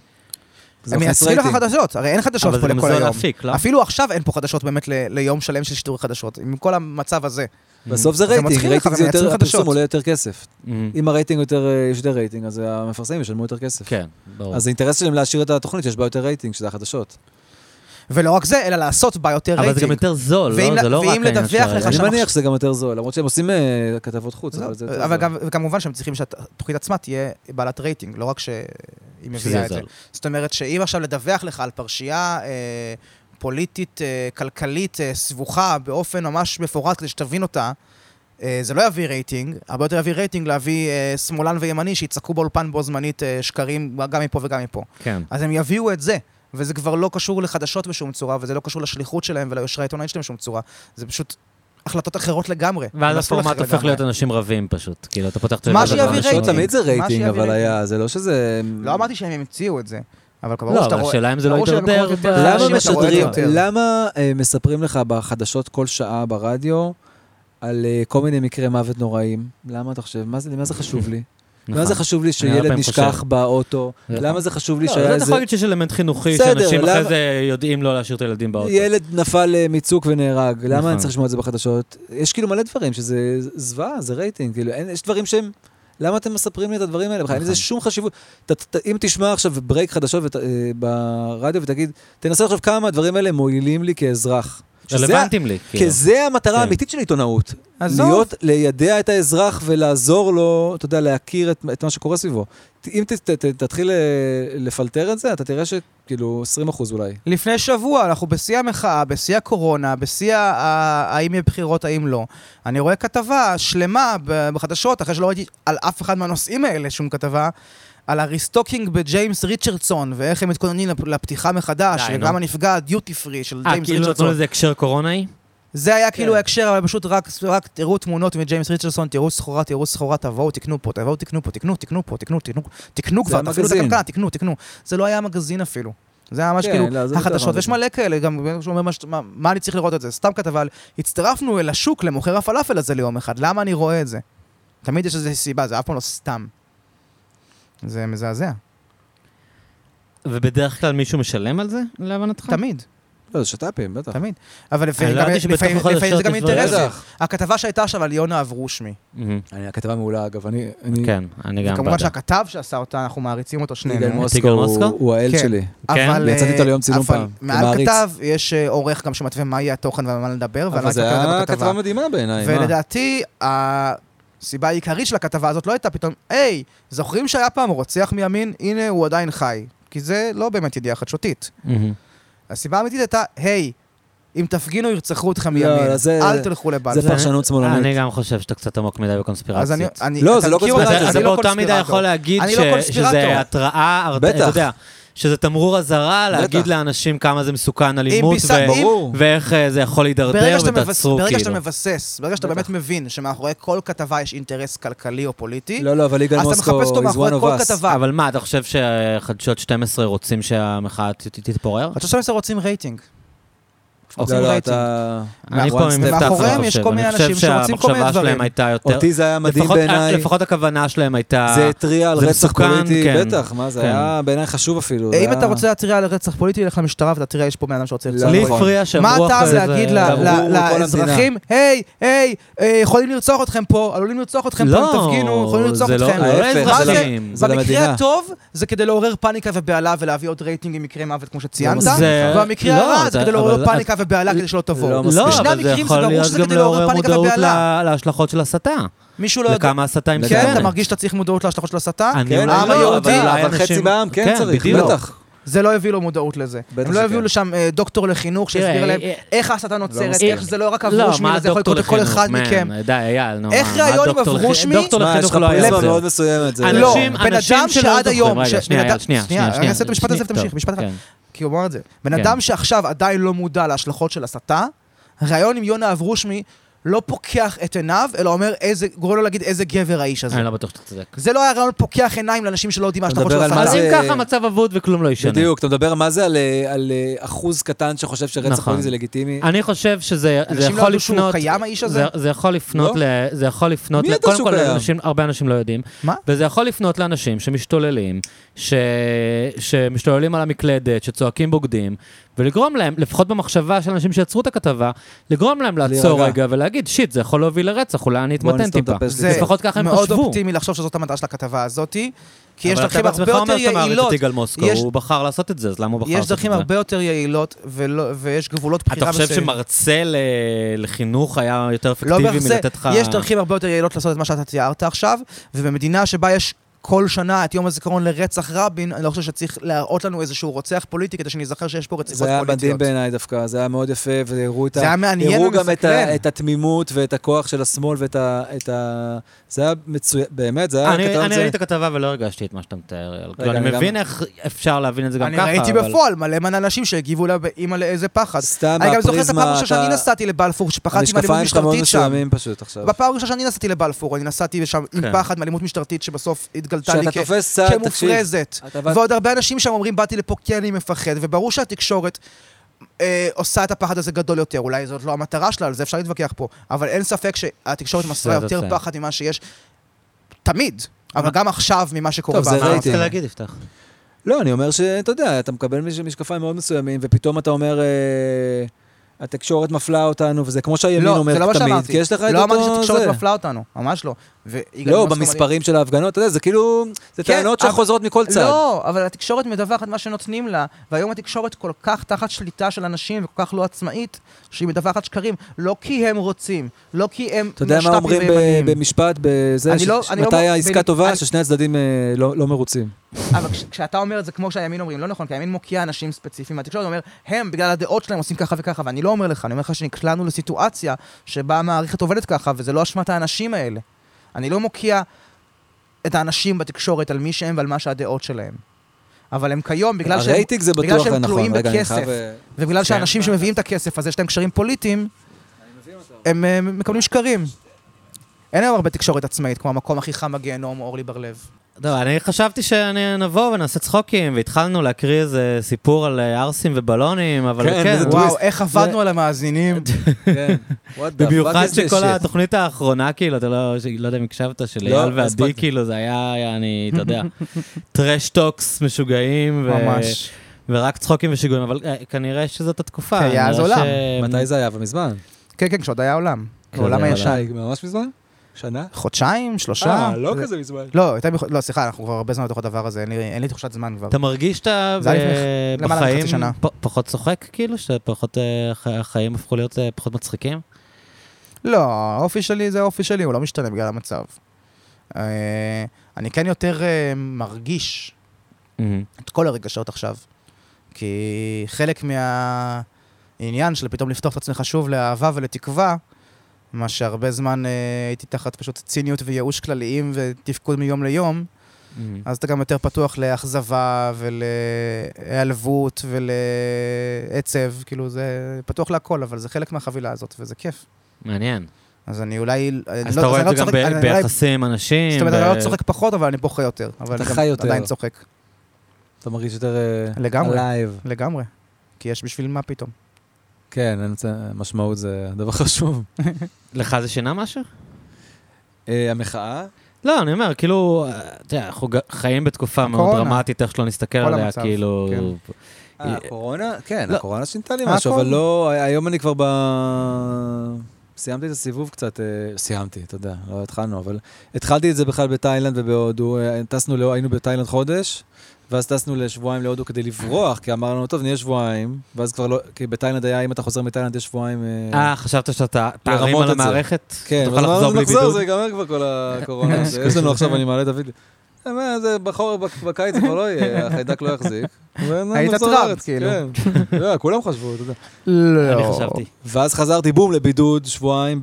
הם מייצרים לך חדשות, הרי אין חדשות פה לכל היום.
להפיק, לא?
אפילו עכשיו אין פה חדשות באמת ליום שלם של שידור חדשות, עם כל המצב הזה.
בסוף זה רייטינג, רייטינג זה יותר, הפרסום עולה יותר כסף. אם הרייטינג יש יותר רייטינג, אז המפרסמים ישלמו יותר כסף.
כן, ברור.
אז האינטרס שלהם להשאיר את התוכנית, שיש בה יותר רייטינג, שזה החדשות.
ולא רק זה, אלא לעשות בה יותר רייטינג.
אבל זה גם יותר זול, לא? זה לא רק העניין של
הרייטינג. אני מניח שזה גם יותר זול, למרות שהם עושים כתבות חוץ.
אבל כמובן שהם צריכים שהתוכנית עצמה תהיה בעלת רייטינג, לא רק שהיא מביאה את זה. זאת אומרת שאם עכשיו לדווח לך על פרשייה פוליטית, כלכלית, סבוכה, באופן ממש מפורט כדי שתבין אותה, זה לא יביא רייטינג, הרבה יותר יביא רייטינג להביא שמאלן וימני שיצעקו באולפן בו זמנית שקרים גם מפה וגם מפה. אז הם יביאו את זה. וזה כבר לא קשור לחדשות בשום צורה, וזה לא קשור לשליחות שלהם וליושרה העיתונאית שלהם בשום צורה. זה פשוט החלטות אחרות לגמרי.
ואז הפורמט הופך להיות אנשים רבים פשוט. כאילו, אתה פותח...
מה שיביא רייטינג.
תמיד זה רייטינג, אבל היה, זה לא שזה...
לא אמרתי שהם המציאו את זה. אבל
לא, אבל השאלה אם זה לא יתדרדר.
למה מספרים לך בחדשות כל שעה ברדיו על כל מיני מקרי מוות נוראים? למה אתה חושב? מה זה חשוב לי? למה זה חשוב לי שילד נשכח באוטו? למה זה חשוב לי שהיה איזה...
לא, אתה יכול להגיד שזה אלמנט חינוכי, שאנשים אחרי זה יודעים לא להשאיר את הילדים באוטו.
ילד נפל מצוק ונהרג, למה אני צריך לשמוע את זה בחדשות? יש כאילו מלא דברים שזה זוועה, זה רייטינג, יש דברים שהם... למה אתם מספרים לי את הדברים האלה? אין לזה שום חשיבות. אם תשמע עכשיו ברייק חדשות ברדיו ותגיד, תנסה עכשיו כמה הדברים האלה מועילים לי כאזרח.
רלוונטיים לי.
כי זה המטרה האמיתית של עיתונאות. להיות, לידע את האזרח ולעזור לו, אתה יודע, להכיר את מה שקורה סביבו. אם תתחיל לפלטר את זה, אתה תראה שכאילו 20% אולי.
לפני שבוע, אנחנו בשיא המחאה, בשיא הקורונה, בשיא האם יהיה בחירות, האם לא. אני רואה כתבה שלמה בחדשות, אחרי שלא ראיתי על אף אחד מהנושאים האלה שום כתבה, על הריסטוקינג בג'יימס ריצ'רדסון, ואיך הם מתכוננים לפתיחה מחדש, וגם הנפגע הדיוטי פרי של ג'יימס
כאילו
ריצ'רדסון.
נתנו לזה הקשר קורונאי?
זה היה כאילו ההקשר, אבל פשוט רק תראו תמונות מג'יימס ריצ'רדסון, תראו סחורה, תבואו, תקנו פה, תקנו כבר, תפעילו את הקנקה, תקנו. זה לא היה מגזין אפילו. זה היה ממש כאילו החדשות, ויש מלא כאלה, גם שאומר מה אני צריך לראות את זה. סתם כתבה, הצטרפנו אל השוק למוכר הפלאפל הזה ליום אחד, למה אני רואה את זה? תמיד יש איזו סיבה, זה אף פעם לא סתם. זה מזעזע.
ובדרך כלל מישהו משלם על זה, להבנתך?
תמיד.
לא, זה שטאפים, בטח.
תמיד. אבל לפעמים זה גם אינטרסי. הכתבה שהייתה עכשיו על יונה אברושמי.
הכתבה מעולה, אגב,
כן, אני גם
כמובן שהכתב שעשה אותה, אנחנו מעריצים אותו שנינו.
טיגל מוסקו הוא האל שלי. יצאתי איתו ליום צילום פעם.
מעל כתב יש עורך גם שמתווה מה יהיה התוכן ומה לדבר.
אבל זה היה כתבה מדהימה בעיניי.
ולדעתי, הסיבה העיקרית של הכתבה הזאת לא הייתה פתאום, היי, זוכרים שהיה פעם רוצח מימין? הנה, הוא עדיין חי. כי זה לא באמת ידיעה חדשותית. הסיבה האמיתית הייתה, היי, אם תפגינו ירצחו אתכם מימין, אל תלכו לבלפור.
זה פרשנות שמאלנית.
אני גם חושב שאתה קצת עמוק מדי בקונספירציות.
לא, זה לא קונספירציה.
זה באותה מידה יכול להגיד שזה התראה, אתה יודע, שזה תמרור הזרה, להגיד לאנשים כמה זה מסוכן אלימות, ואיך זה יכול להידרדר ותעצרו.
ברגע שאתה מבסס, ברגע שאתה באמת מבין שמאחורי כל כתבה יש אינטרס כלכלי או פוליטי,
לא, אבל יגאל מוסקו is one of us.
אבל מה, אתה חושב שחדשות 12 רוצים שהמחאה תתפורר?
חדשות 12 רוצים רייטינג.
אני פה עם מבטח,
מאחוריהם יש כל מיני אנשים שרוצים כל מיני דברים.
אותי זה היה מדהים בעיניי.
לפחות הכוונה שלהם הייתה...
זה התריע על רצח פוליטי, בטח, מה זה היה בעיניי חשוב אפילו.
אם אתה רוצה להתריע על רצח פוליטי, לך למשטרה ותתריע, יש פה מאדם שרוצה לרצח.
לי הפריע
מה אתה להגיד לאזרחים, היי, יכולים לרצוח אתכם פה, עלולים לרצוח אתכם פה, תפגינו, יכולים לרצוח אתכם. במקרה הטוב, זה כדי לעורר פאניקה ובעלה ולהביא עוד רייטינג עם מקרה מוות כמו שציינת, והמקרה הרע זה כדי לעורר פאניקה ובעלה כדי שלא תבוא.
לא, אבל זה יכול להיות גם לעורר מודעות להשלכות של הסתה.
מישהו לא יודע.
לכמה הסתה עם
כן, אתה מרגיש שאתה צריך מודעות להשלכות של הסתה?
כן,
אבל חצי בעם כן צריך, בטח.
זה לא הביא לו מודעות לזה. הם לא הביאו לשם דוקטור לחינוך שיסביר להם איך ההסתה נוצרת, איך זה לא רק אברושמי, זה יכול לקרות לכל אחד מכם.
די, אייל, נו.
איך ראיון עם אברושמי?
דוקטור לחינוך לא היה זה.
מאוד מסוימת.
לא, בן אדם שעד היום...
שנייה.
אני אעשה את המשפט הזה ותמשיך, משפט אחד. כי הוא אומר את זה. בן אדם שעכשיו עדיין לא מודע להשלכות של הסתה, ראיון עם יונה אברושמי לא פוקח את עיניו, אלא אומר גורם לו להגיד איזה גבר האיש הזה.
אני לא בטוח שאתה צודק.
זה לא היה רעיון פוקח עיניים לאנשים שלא יודעים מה השלכות של הסתה.
אז אם ככה מצב אבוד וכלום לא ישנה.
בדיוק, אתה מדבר מה זה על אחוז קטן שחושב שרצח פוליטי זה לגיטימי.
אני חושב שזה יכול לפנות...
אנשים לא ידעו שהוא קיים האיש הזה?
זה יכול לפנות...
מי ידע שהוא קיים?
הרבה אנשים לא יודעים.
מה?
וזה יכול לפנות לאנשים שמשתוללים, שמשתוללים על המקלדת, שצועקים בוגדים, ולגרום להם, לפחות במחשבה של אנשים שיצרו את הכתבה, לגרום להם לעצור רגע ולהגיד, שיט, זה יכול להוביל לרצח, אולי אני אתמתן טיפה. לפחות ככה הם חשבו.
מאוד אופטימי לחשוב שזאת המטרה של הכתבה הזאת, כי יש דרכים הרבה יותר
אבל אתה בעצמך אומר
יעילות.
שאתה מוסקו, הוא בחר לעשות את זה, אז למה הוא בחר לעשות את זה?
יש דרכים הרבה יותר יעילות, ויש גבולות בחירה.
אתה חושב שמרצה לחינוך היה יותר אפקטיבי מלתת לך...
יש דרכים הרבה יותר יעילות לעשות את מה שאתה תיארת עכשיו, ובמדינה שבה יש כל שנה את יום הזיכרון לרצח רבין, אני לא חושב שצריך להראות לנו איזשהו רוצח פוליטי, כדי שנזכר שיש פה רציחות פוליטיות.
זה היה מדהים בעיניי דווקא, זה היה מאוד יפה, והראו גם את התמימות ואת הכוח של השמאל, זה היה מצוין, באמת, זה היה...
אני ראיתי את הכתבה ולא הרגשתי את מה שאתה מתאר. אני מבין איך אפשר להבין את זה גם ככה.
אני ראיתי בפועל מלא מן אנשים שהגיבו לאמא לאיזה פחד. אני גם זוכר את הפעם הראשונה שאני נסעתי לבלפור, שפחדתי מאלימות משטרתית שם. בפעם הראשונה שאני נסעתי לבלפור, אני נסעתי שם עם פחד מאלימות משטרתית שבסוף התגלתה לי כמופרזת. ועוד הרבה אנשים שם אומרים, באתי לפה כי אני מפחד, וברור שהתקשורת עושה את הפחד הזה גדול יותר. אולי זאת לא המטרה שלה, על זה אפשר להתווכח פה. אבל אין ספק שהתקשורת מסרה יותר פחד ממה שיש תמיד, אבל גם עכשיו ממה שקורה.
טוב, זה
מה רצית להגיד, יפתח?
לא, אני אומר שאתה יודע, אתה מקבל משקפיים מאוד מסוימים, ופתאום אתה אומר... התקשורת מפלה אותנו, וזה כמו שהימין אומר תמיד, כי יש לך את אותו...
לא אמרתי שהתקשורת מפלה אותנו, ממש לא.
לא, במספרים של ההפגנות, אתה יודע, זה כאילו, זה טענות שחוזרות מכל צד.
לא, אבל התקשורת מדווחת מה שנותנים לה, והיום התקשורת כל כך תחת שליטה של אנשים, וכל כך לא עצמאית, שהיא מדווחת שקרים, לא כי הם רוצים, לא כי הם...
אתה יודע מה אומרים במשפט, בזה, מתי העסקה טובה, ששני הצדדים לא מרוצים.
אבל כשאתה אומר את זה כמו שהימין אומרים, לא נכון, כי הימין מוקיע אנשים ספציפיים מהתקשורת, אומר, הם בגלל הדעות שלהם עושים ככה וככה, ואני לא אומר לך, אני אומר לך שנקלענו לסיטואציה שבה המערכת עובדת ככה, וזה לא אשמת האנשים האלה. אני לא מוקיע את האנשים בתקשורת על מי שהם ועל מה שהדעות שלהם. אבל הם כיום, בגלל שהם תלויים בכסף, ובגלל שאנשים שמביאים את הכסף הזה, יש להם קשרים פוליטיים, הם מקבלים שקרים. אין היום הרבה תקשורת עצמאית, כמו המקום הכי חם בגיהנום, אורלי בר-לב.
לא, אני חשבתי שנבוא ונעשה צחוקים, והתחלנו להקריא איזה סיפור על ארסים ובלונים, אבל כן.
וואו, איך עבדנו על המאזינים.
במיוחד שכל התוכנית האחרונה, כאילו, אתה לא יודע אם הקשבת, של אייל ועדי, כאילו, זה היה, אתה יודע, טרש-טוקס משוגעים,
ממש.
ורק צחוקים ושיגועים, אבל כנראה שזאת התקופה.
היה אז עולם.
מתי זה היה? במזמן?
כן, כן, כשעוד היה עולם. העולם הישן.
ממש מזמן? שנה?
חודשיים, 3.
לא כזה מזמן.
לא, סליחה, אנחנו כבר הרבה זמן בתוך הדבר הזה, אין לי תחושת זמן כבר.
אתה מרגיש שאתה בחיים פחות צוחק, כאילו? שפחות החיים הפכו להיות פחות מצחיקים?
לא, האופי שלי זה האופי שלי, הוא לא משתנה בגלל המצב. אני כן יותר מרגיש את כל הרגשות עכשיו, כי חלק מהעניין של פתאום לפתוח את עצמך שוב לאהבה ולתקווה, מה שהרבה זמן הייתי תחת פשוט ציניות וייאוש כלליים ותפקוד מיום ליום, אז אתה גם יותר פתוח לאכזבה ולהיעלבות ולעצב, כאילו זה פתוח להכל, אבל זה חלק מהחבילה הזאת, וזה כיף.
מעניין.
אז אני אולי...
אז אתה רואה את זה גם ביחסים אנשים.
זאת אומרת, אני לא צוחק פחות, אבל אני בוכה יותר.
אתה חי יותר.
עדיין צוחק.
אתה מרגיש יותר...
לגמרי. לגמרי. כי יש בשביל מה פתאום.
כן, משמעות זה דבר חשוב.
לך זה שינה משהו?
המחאה?
לא, אני אומר, כאילו, אנחנו חיים בתקופה מאוד דרמטית, איך שלא נסתכל עליה, כאילו...
הקורונה? כן, הקורונה שינתה לי משהו, אבל לא, היום אני כבר סיימתי את הסיבוב קצת, סיימתי, אתה יודע, לא התחלנו, אבל התחלתי את זה בכלל בתאילנד ובהודו, היינו בתאילנד חודש, ואז טסנו לשבועיים להודו כדי לברוח, כי אמרנו, טוב, נהיה שבועיים, ואז כבר לא, כי בתאילנד היה, אם אתה חוזר מתאילנד, יש שבועיים...
חשבת שאתה פערים על המערכת?
כן, אבל נחזור, זה ייגמר כבר כל הקורונה. יש לנו עכשיו, אני מעלה את הוידאו. זה בחור, בקיץ זה כבר לא יהיה, החיידק לא יחזיק.
היית טראמפ, כאילו.
כן, כולם חשבו, אתה יודע.
לא.
אני חשבתי.
ואז חזרתי בום לבידוד, שבועיים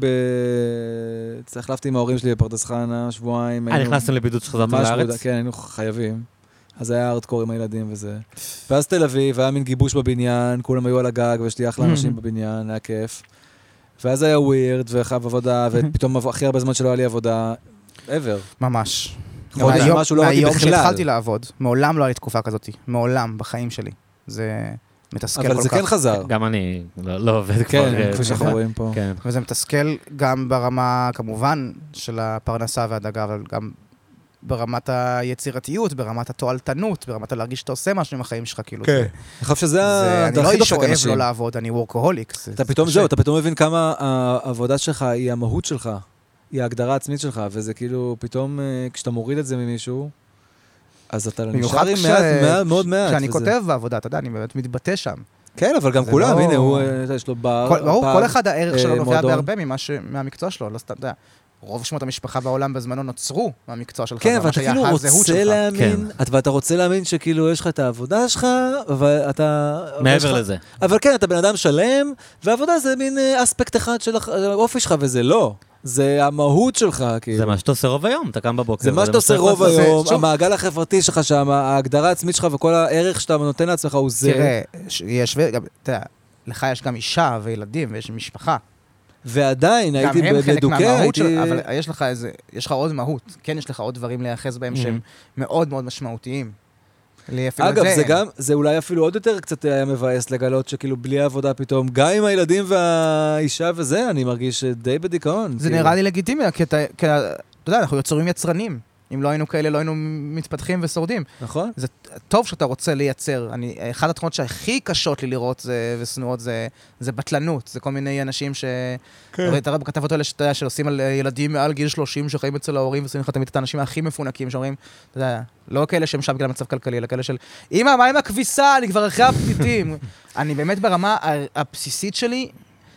החלפתי עם ההורים שלי בפרדס חנה, שבועיים.
נכנסתם לבידוד שחזרתם לארץ?
כן, היינו חייבים. אז היה ארדקור עם הילדים וזה. ואז תל אביב, היה מין גיבוש בבניין, כולם היו על הגג, ויש לי אחלה אנשים בבניין, היה כיף. ואז היה ווירד, וחייב עבודה, ופתאום הכי הרבה זמן שלא היה לי עבודה, ever.
ממש.
מהיום
שהתחלתי לעבוד, מעולם לא היה לי תקופה כזאת, מעולם בחיים שלי. זה מתסכל כל כך.
אבל זה כן חזר.
גם אני לא עובד כבר.
כן, כפי שאנחנו רואים פה.
וזה מתסכל גם ברמה, כמובן, של הפרנסה והדגה, אבל גם ברמת היצירתיות, ברמת התועלתנות, ברמת להרגיש שאתה עושה משהו עם החיים שלך, כאילו.
כן. אני חושב שזה
אני לא איש אוהב לא לעבוד, אני וורקהוליק.
אתה פתאום זהו, אתה פתאום מבין כמה העבודה שלך היא המהות שלך, היא ההגדרה העצמית שלך, וזה כאילו פתאום, כשאתה מוריד את זה ממישהו, אז אתה נשאר עם מאוד מעט.
כשאני כותב בעבודה, אתה יודע, אני באמת מתבטא שם.
כן, אבל גם כולם, הנה, יש לו בר.
כל אחד הערך שלו נובע בהרבה מהמקצוע שלו, לא סתם, אתה יודע. רוב שמות המשפחה בעולם בזמנו נוצרו מהמקצוע שלך.
כן, ואתה כאילו רוצה להאמין, ואתה רוצה להאמין שכאילו יש לך את העבודה שלך, ואתה...
מעבר לזה.
אבל כן, אתה בן אדם שלם, והעבודה זה מין אספקט אחד של האופי שלך, וזה לא. זה המהות שלך, כאילו.
זה מה שאתה עושה רוב היום, אתה קם בבוקר.
זה מה שאתה עושה רוב היום, המעגל החברתי שלך שם, ההגדרה העצמית שלך וכל הערך שאתה נותן לעצמך הוא זה.
תראה, יש, אתה יודע, לך יש גם אישה וילדים ויש משפחה.
ועדיין הייתי בדוקה,
גם הם חלק מהמהות שלך, אבל יש לך עוד מהות. כן, יש לך עוד דברים להיאחז בהם שהם מאוד מאוד משמעותיים.
אגב, זה אולי אפילו עוד יותר קצת היה מבאס לגלות שכאילו בלי העבודה פתאום, גם עם הילדים והאישה וזה, אני מרגיש די בדיכאון.
זה נראה לי לגיטימי, כי אתה יודע, אנחנו יוצרים יצרנים. אם לא היינו כאלה, לא היינו מתפתחים ושורדים.
נכון.
זה טוב שאתה רוצה לייצר. אחד התכונות שהכי קשות לי לראות וסנועות זה בטלנות. זה כל מיני אנשים אתה רואה בכתבות האלה שעושים על ילדים מעל גיל 30 שחיים אצל ההורים ועושים לך תמיד את האנשים הכי מפונקים שאומרים, אתה יודע, לא כאלה שהם שם בגלל מצב כלכלי, אלא כאלה של, אמא, מה עם הכביסה? אני כבר אחרי הפליטים. אני באמת ברמה הבסיסית שלי,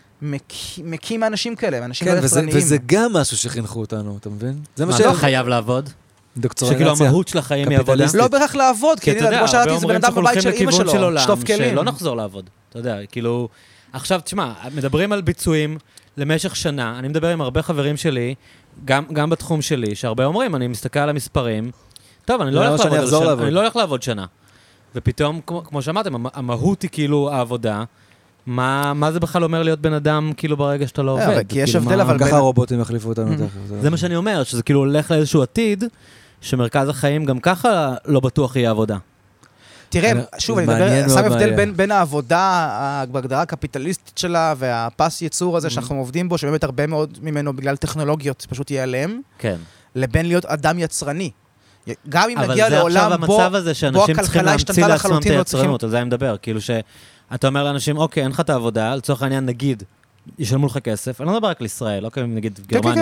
מקים אנשים כאלה, אנשים לא יצרניים.
וזה גם משהו שחינכו אותנו, אתה מבין?
מה, לא חייב לעבוד?
דוקטורנציה.
שכאילו המהות של החיים היא עבודה?
לא בהכרח לעבוד, כי כמו שאלתי, זה בן אדם בבית של אמא שלו, שטוף כלים.
שלא נחזור לעבוד, אתה יודע, כאילו... עכשיו, תשמע, מדברים על ביצועים למשך שנה, אני מדבר עם הרבה חברים שלי, גם בתחום שלי, שהרבה אומרים, אני מסתכל על המספרים, טוב, אני לא הולך לעבוד שנה. ופתאום, כמו שאמרתם, המהות היא כאילו העבודה, מה זה בכלל אומר להיות בן אדם כאילו ברגע שאתה לא עובד?
כי יש הבדל, אבל...
ככה הרובוטים יחליפו אותנו תכף.
זה מה שאני אומר, שזה כאילו הולך לאיזשהו עתיד, שמרכז החיים גם ככה לא בטוח יהיה עבודה.
תראה, שוב, אני מדבר, שם הבדל בין העבודה, בהגדרה הקפיטליסטית שלה, והפס ייצור הזה שאנחנו עובדים בו, שבאמת הרבה מאוד ממנו בגלל טכנולוגיות פשוט ייעלם, לבין להיות אדם יצרני. גם אם נגיע לעולם בו הכלכלה השתנתה לחלוטין, לא צריכים...
על זה אני מדבר, כאילו שאתה אומר לאנשים, אוקיי, אין לך את העבודה, לצורך העניין נגיד, ישלמו לך כסף, אני לא מדבר רק לישראל, אוקיי, נגיד גרמניה.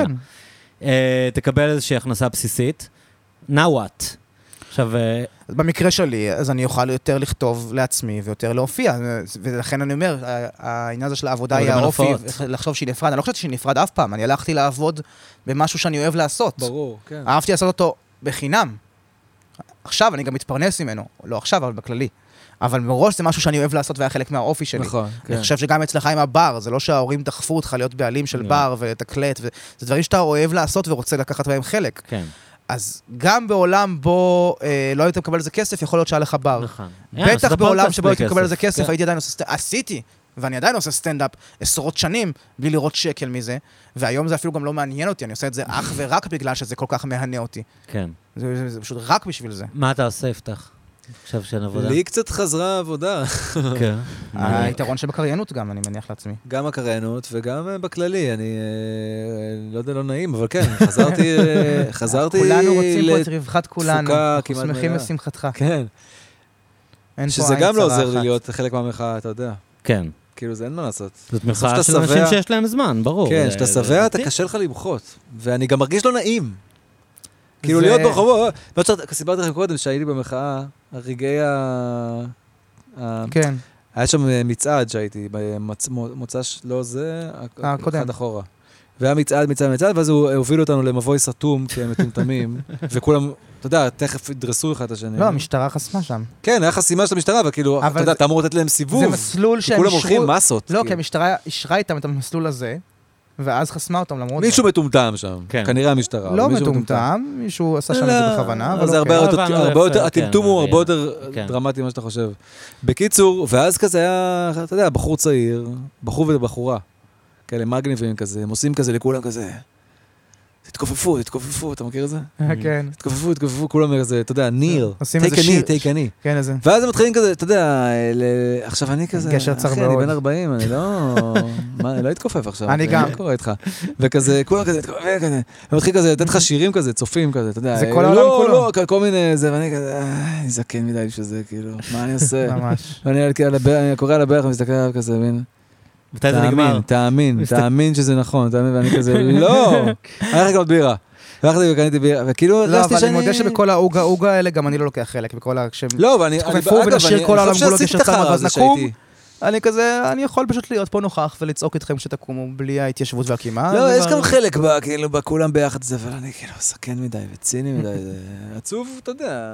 תקבל איזושהי הכנסה בסיסית, now what? עכשיו...
במקרה שלי, אז אני אוכל יותר לכתוב לעצמי ויותר להופיע, ולכן אני אומר, העניין הזה של העבודה היא האופי, לחשוב שהיא נפרד, אני לא חושבת שהיא נפרד אף פעם, אני הלכתי לעבוד במשהו שאני אוהב לעשות.
ברור, כן.
אהבתי לעשות אותו בחינם. עכשיו אני גם מתפרנס ממנו, לא עכשיו, אבל בכללי. אבל מראש זה משהו שאני אוהב לעשות והיה חלק מהאופי שלי.
נכון, כן.
אני חושב שגם אצלך עם הבר, זה לא שההורים דחפו אותך להיות בעלים של בר ולתקלט, זה דברים שאתה אוהב לעשות ורוצה לקחת בהם חלק.
כן.
אז גם בעולם בו לא היית מקבל לזה כסף, יכול להיות שהיה לך בר.
נכון.
בטח בעולם שבו הייתי מקבל לזה כסף, הייתי עדיין עשיתי, ואני עדיין עושה סטנדאפ עשרות שנים, בלי לראות שקל מזה, והיום זה אפילו גם לא מעניין אותי, אני עושה את זה אך ורק בגלל שזה כל כך מהנה אותי.
כן.
זה פשוט רק בשביל זה.
מה אתה עושה, יפתח? עכשיו שאין עבודה.
לי קצת חזרה עבודה.
כן.
היתרון שבקריינות גם, אני מניח לעצמי.
גם הקריינות וגם בכללי, אני לא יודע, לא נעים, אבל כן, חזרתי
כולנו רוצים פה את רווחת כולנו, אנחנו שמחים לשמחתך.
כן. שזה גם לא עוזר לי להיות חלק מהמחאה, אתה יודע.
כן.
כאילו זה אין מה לעשות.
זאת מחאה של אנשים שיש להם זמן, ברור.
כן, שאתה שבע, אתה קשה לך למחות. ואני גם מרגיש לא נעים. כאילו להיות ברחובות, סיפרתי לכם קודם שהייתי במחאה, הרגעי
כן.
היה שם מצעד שהייתי, במוצ"ש, לא זה, אחד אחורה. והיה מצעד, ואז הוא הוביל אותנו למבוי סתום, כי הם מטומטמים, וכולם, אתה יודע, תכף ידרסו אחד את השני.
לא, המשטרה חסמה שם.
כן, היה חסימה של המשטרה, אבל כאילו, אתה יודע, אתה אמור לתת להם סיבוב.
זה מסלול שהם
כולם הולכים מסות.
לא, כי המשטרה אישרה איתם את המסלול הזה, ואז חסמה אותם למרות
מישהו מטומטם שם, כנראה המשטרה.
לא מטומטם, מישהו עשה שם את זה בכוונה, אבל
אוקיי. הטמטום הוא הרבה יותר דרמטי ממה שאתה חושב. בקיצור, ואז כזה היה, אתה יודע, בחור צעיר, בחור ובחורה, כאלה מגניבים כזה, הם עושים כזה לכולם כזה, תתכופפו, אתה מכיר את זה?
כן.
תתכופפו, כולם כזה, אתה יודע, ניר, take a knee.
כן, איזה.
ואז הם מתחילים כזה, אתה יודע, עכשיו אני כזה,
גשר צר מאוד.
אני בן 40, אני לא אתכופף עכשיו.
אני גם.
מה קורה איתך? וכזה, כולם כזה, הם מתחילים כזה, לתת לך שירים כזה, צופים כזה, אתה יודע.
זה כל העולם כולו.
לא, כל מיני זה, ואני כזה, אני זקן מדי שזה, כאילו, מה אני עושה?
ממש.
ואני קורא על הברך, מסתכל עליו כזה, מבין?
מתי זה נגמר?
תאמין שזה נכון, תאמין, ואני כזה, לא, אני הולך לקנות בירה. והלכתי וקניתי בירה, וכאילו,
לא, אבל אני מודה שבכל האוגה האלה גם אני לא לוקח חלק, בכל
לא, ואני
ונשאיר כל העולם כולו גשר צר,
ואז
נקום, אני כזה, אני יכול פשוט להיות פה נוכח ולצעוק איתכם שתקומו בלי ההתיישבות והקימה.
לא, יש גם חלק, כאילו, בכולם ביחד זה, אבל אני כאילו סכן מדי וציני מדי, זה עצוב, אתה יודע.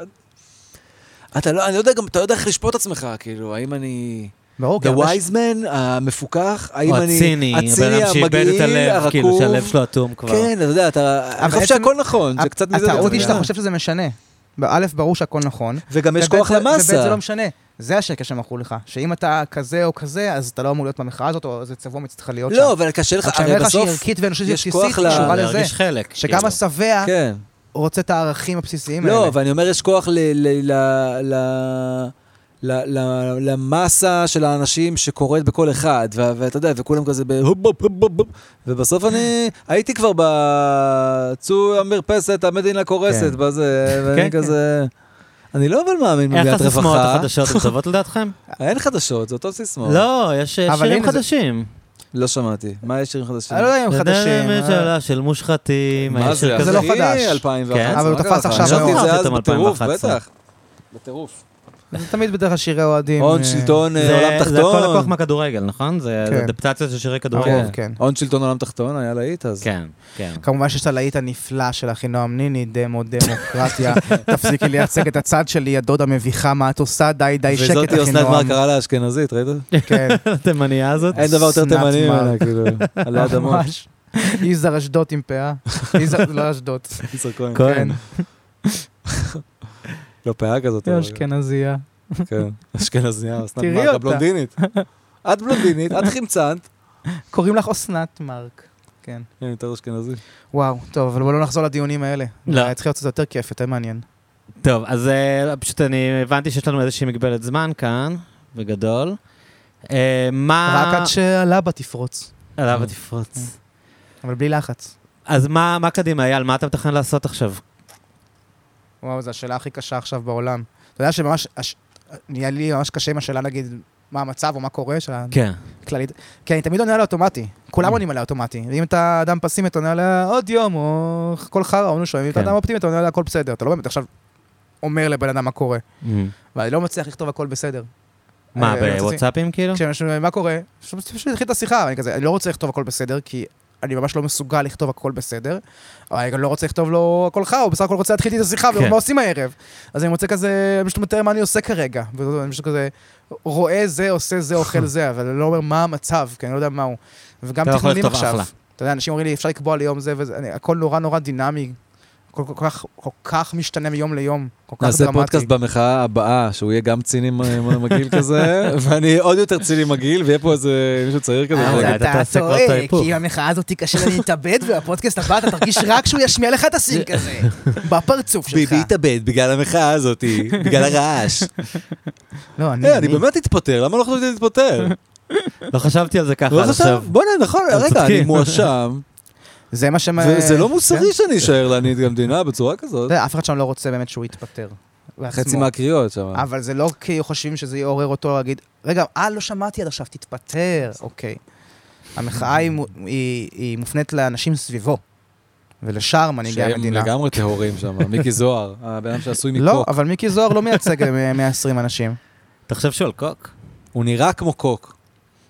אני לא יודע, גם אתה יודע איך לשפוט עצמך, כאילו, האם אני... The wise man, המפוקח, האם אני...
הציני, שאיבד את הלב, כאילו שהלב שלו אטום כבר.
כן, אתה יודע, אני חושב שהכל נכון, זה קצת מזה...
הטעות היא שאתה חושב שזה משנה. באלף ברור שהכל נכון.
וגם יש כוח למסה.
ובית זה לא משנה. זה השקע שהם אמרו לך, שאם אתה כזה או כזה, אז אתה לא אמור להיות במחאה הזאת, או זה צבוע מצטרך להיות שם.
לא, אבל קשה לך, הרי בסוף...
שהיא ערכית ואנושית בסיסית, קשורה לזה. שגם השבע רוצה את הערכים הבסיסיים האלה.
לא, ואני אומר, יש כוח למסה של האנשים שקורית בכל אחד, ואתה יודע, וכולם כזה ובסוף אני הייתי כבר בצו המרפסת, המדינה קורסת בזה, ואני כזה... אני לא אבל מאמין במדינת רווחה.
איך הסיסמאות החדשות הן טובות לדעתכם?
אין חדשות, זה אותו סיסמאות.
לא, יש שירים חדשים.
לא שמעתי. מה יש שירים חדשים?
אני לא יודע אם חדשים.
זה של מושחתים.
מה זה?
זה לא חדש.
2011.
אבל הוא תפס עכשיו
מאוד. חשבתי את זה אז בטירוף, בטח. בטירוף.
זה תמיד בדרך שירי אוהדים.
הון שלטון, עולם תחתון.
זה הכל לקוח מהכדורגל, נכון? זה אדפטציה של שירי כדורגל.
הון שלטון, עולם תחתון, היה להיט אז.
כן, כן.
כמובן שיש את הלהיט הנפלא של אחינועם ניני, דמוקרטיה, תפסיקי לייצג את הצד שלי, הדודה מביכה, מה את עושה, די שקט אחינועם.
וזאתי אסנת מה קרה לאשכנזית, ראית?
כן.
התימניה הזאת.
אין דבר יותר תימני ממנה, כאילו, עלי אדמות.
איזר אשדוד עם פאה. לא אשדוד.
איזר כהן.
כן.
לא פאה כזאת.
אשכנזייה.
כן, אשכנזייה, אסנת מרק, הבלונדינית. את בלונדינית, את חמצנת.
קוראים לך אסנת מרק. כן.
כן, יותר אשכנזי.
וואו, טוב, אבל בואו לא נחזור לדיונים האלה.
לא.
צריך להיות קצת יותר כיף, יותר מעניין.
טוב, אז פשוט אני הבנתי שיש לנו איזושהי מגבלת זמן כאן, בגדול.
רק עד שעלה בתפרוץ.
עלה בתפרוץ.
אבל בלי לחץ.
אז מה קדימה, אייל? מה אתה מתכנן לעשות עכשיו?
וואו, זו השאלה הכי קשה עכשיו בעולם. אתה יודע שממש, נהיה לי ממש קשה עם השאלה, נגיד, מה המצב או מה קורה,
כן.
כללית. כי אני תמיד עונה עליה אוטומטי. כולם עונים עליה אוטומטי. אם אתה אדם פסימי, אתה עונה עליה עוד יום, או כל חרא, או נושא. אם אתה אדם אופטימי, אתה עונה עליה הכל בסדר. אתה לא באמת עכשיו אומר לבן אדם מה קורה. ואני לא מצליח לכתוב הכל בסדר.
מה, בוואטסאפים כאילו?
מה קורה? פשוט התחיל את השיחה. אני לא רוצה לכתוב הכל בסדר, כי אני ממש לא מסוגל לכתוב הכל בסדר, אבל אני גם לא רוצה לכתוב לו הכל חר, הוא בסך הכל רוצה להתחיל את השיחה, ומה עושים הערב. אז אני מוצא כזה, אני פשוט מתאר מה אני עושה כרגע, ואני פשוט כזה, רואה זה, עושה זה, אוכל זה, אבל אני לא אומר מה המצב, כי אני לא יודע מהו. וגם תכנונים עכשיו. אתה יודע, אנשים אומרים לי, אפשר לקבוע ליום זה וזה, הכל נורא דינמי, כל כך משתנה מיום ליום, כל כך דרמטי.
נעשה פודקאסט במחאה הבאה, שהוא יהיה גם ציני מגעיל כזה, ואני עוד יותר ציני מגעיל, ויהיה פה איזה מישהו צעיר כזה.
אתה טועה, כי המחאה הזאת קשה לי להתאבד, והפודקאסט הבא אתה תרגיש רק שהוא ישמיע לך את הסין כזה, בפרצוף שלך.
ביבי התאבד בגלל המחאה הזאת, בגלל הרעש.
לא,
אני באמת אתפטר, למה לא חשבתי להתפטר?
לא חשבתי על זה ככה עד עכשיו.
בוא נכון, רגע, אני מואשם.
זה מה
זה לא מוסרי שאני אשאר להנהיג המדינה בצורה כזאת.
אף אחד שם לא רוצה באמת שהוא יתפטר.
חצי מהקריאות שם.
אבל זה לא כי חושבים שזה יעורר אותו להגיד, רגע, לא שמעתי עד עכשיו, תתפטר. אוקיי. המחאה היא מופנית לאנשים סביבו, ולשאר מנהיגי המדינה.
שהם לגמרי טהורים שם, מיקי זוהר, הבן אדם שעשוי מקוק.
לא, אבל מיקי זוהר לא מייצג 120 אנשים.
אתה חושב שהוא על קוק?
הוא נראה כמו קוק.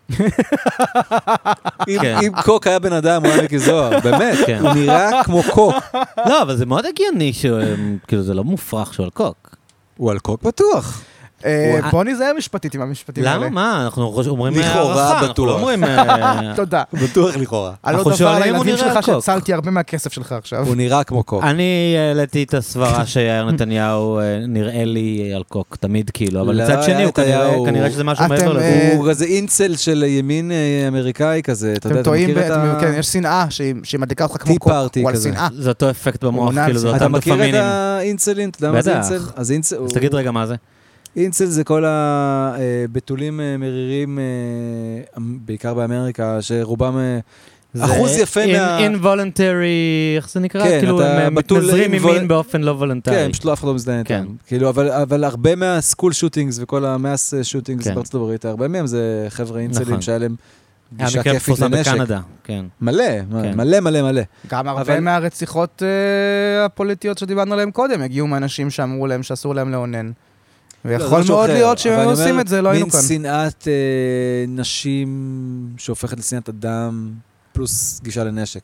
אם קוק היה בן אדם, הוא היה מיקי זוהר, באמת, הוא נראה כמו קוק.
לא, אבל זה מאוד הגיוני, כאילו זה לא מופרך שהוא על קוק.
הוא על קוק בטוח.
בוא נזהר משפטית עם המשפטים האלה.
למה? מה? אנחנו אומרים
לכאורה בטוח.
תודה.
בטוח לכאורה.
על עוד דבר לילדים שלך שהצלתי הרבה מהכסף שלך עכשיו.
הוא נראה כמו קוק.
אני העליתי את הסברה שיאיר נתניהו נראה לי על קוק, תמיד כאילו, אבל מצד שני הוא כנראה שזה משהו מעבר לזה.
הוא כזה אינצל של ימין אמריקאי כזה, אתה יודע, אתה מכיר את ה...
כן, יש שנאה שהיא מדליקה אותך כמו קוק, הוא על שנאה.
זה אותו אפקט במוח, כאילו, זה אותם
אתה מכיר
דופמינים.
את האינצלים? אתה יודע מה זה אינצל?
אז תגיד רגע מה זה.
אינצל זה כל הבתולים מרירים, בעיקר באמריקה, שרובם אחוז יפה מה...
involuntary, איך זה נקרא?
כן,
כאילו הם מתנזרים ממין באופן לא וולונטרי.
כן, פשוט לא אף אחד לא מזדהה איתם. כאילו, אבל הרבה מהסקול שוטינגס וכל המאס שוטינגס בארצות הברית, הרבה מהם זה חבר'ה אינצלים שהיה להם גישה כיפית לנשק.
בקנדה, כן.
מלא.
גם הרבה מהרציחות הפוליטיות שדיברנו עליהן קודם, הגיעו מאנשים שאמרו להם שאסור להם לאונן. ויכול מאוד להיות שהם עושים את זה, לא היינו כאן.
מין שנאת נשים שהופכת לשנאת אדם, פלוס גישה לנשק.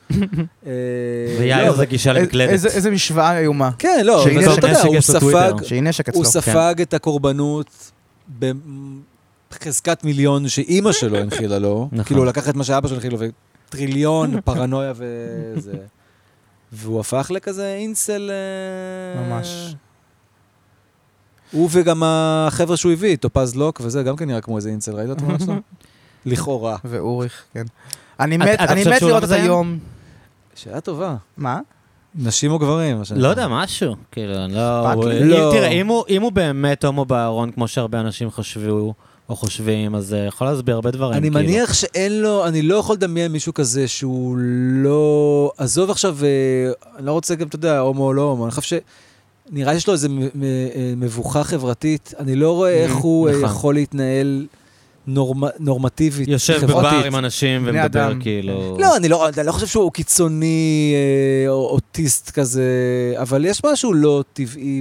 ויאיר זה גישה למקלדת.
איזה משוואה איומה.
כן, לא, הוא ספג את הקורבנות בחזקת מיליון שאימא שלו הנחילה לו, כאילו הוא לקח את מה שאבא שלו הנחילה לו, וטריליון פרנויה וזה. והוא הפך לכזה אינסל...
ממש.
הוא וגם החבר'ה שהוא הביא, טופז לוק וזה, גם כן נראה כמו איזה אינסל, ראית אותו משהו? לכאורה.
ואוריך, כן. אני מת לראות את היום.
שאלה טובה.
מה?
נשים או גברים?
לא יודע, משהו. תראה, אם הוא באמת הומו בארון, כמו שהרבה אנשים חשבו או חושבים, אז יכול להסביר הרבה דברים.
אני מניח שאין לו, אני לא יכול לדמיין מישהו כזה שהוא לא... עזוב עכשיו, אני לא רוצה גם, אתה יודע, הומו או לא הומו, אני חושב ש... נראה שיש לו איזו מבוכה חברתית, אני לא רואה איך הוא יכול להתנהל נורמטיבית,
יושב בבר עם אנשים ומדבר כאילו...
לא, אני לא חושב שהוא קיצוני או אוטיסט כזה, אבל יש משהו לא טבעי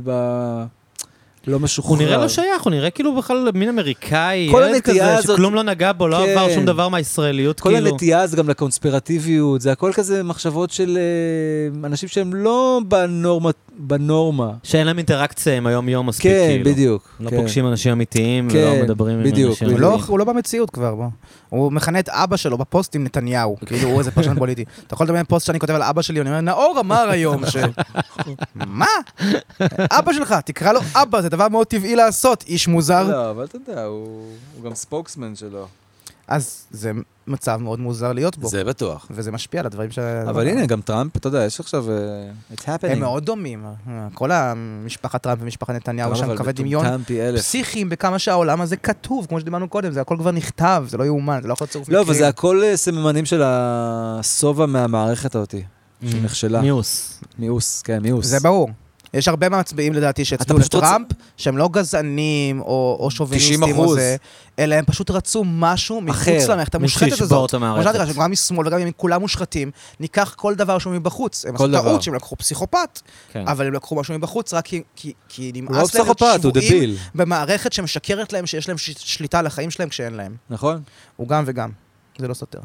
לא משוחרר.
הוא נראה לא שייך, הוא נראה כאילו בכלל מין אמריקאי, ילד כזה שכלום לא נגע בו, לא עבר שום דבר מהישראליות.
כל הנטייה זה גם לקונספירטיביות, זה הכל כזה מחשבות של אנשים שהם לא בנורמה.
שאין להם אינטראקציה עם היום-יום מספיק.
כן, בדיוק.
לא פוגשים אנשים אמיתיים ולא מדברים עם אנשים אמיתיים.
הוא לא במציאות כבר, בוא. הוא מכנה את אבא שלו בפוסט עם נתניהו, כאילו הוא איזה פרשן פוליטי. אתה יכול לדמיין פוסט שאני כותב על אבא שלי, אני אומר, נאור אמר היום מה? אבא שלך, תקרא לו אבא, זה דבר מאוד טבעי לעשות, איש מוזר.
לא, אבל אתה יודע, הוא גם ספוקסמן שלו.
אז זה מצב מאוד מוזר להיות בו.
זה בטוח.
וזה משפיע על הדברים
אבל הנה, גם טראמפ, אתה יודע, יש עכשיו...
הם מאוד דומים. כל המשפחת טראמפ ומשפחת נתניהו שם קווי דמיון פסיכיים בכמה שהעולם הזה כתוב, כמו שדיברנו קודם, זה הכל כבר נכתב, זה לא יאומן, זה לא יכול לצורף
מקרים. לא, וזה הכל סממנים של הסובה מהמערכת אותי, שנכשלה. מיאוס, כן, מיאוס.
זה ברור. יש הרבה מהמצביעים לדעתי שהצביעו לטראמפ, שהם לא גזענים או שוביניסטים או זה, אלא הם פשוט רצו משהו מחוץ למערכת המושחתת הזאת. כמו שאתה תראה, שגם משמאל וגם כולם מושחתים, ניקח כל דבר שהוא מבחוץ. הם עשו טעות שהם לקחו פסיכופת, אבל הם לקחו משהו מבחוץ רק כי נמאס להם שבועים במערכת שמשקרת להם שיש להם שליטה על החיים שלהם כשאין להם.
נכון.
הוא גם וגם. זה לא סותר.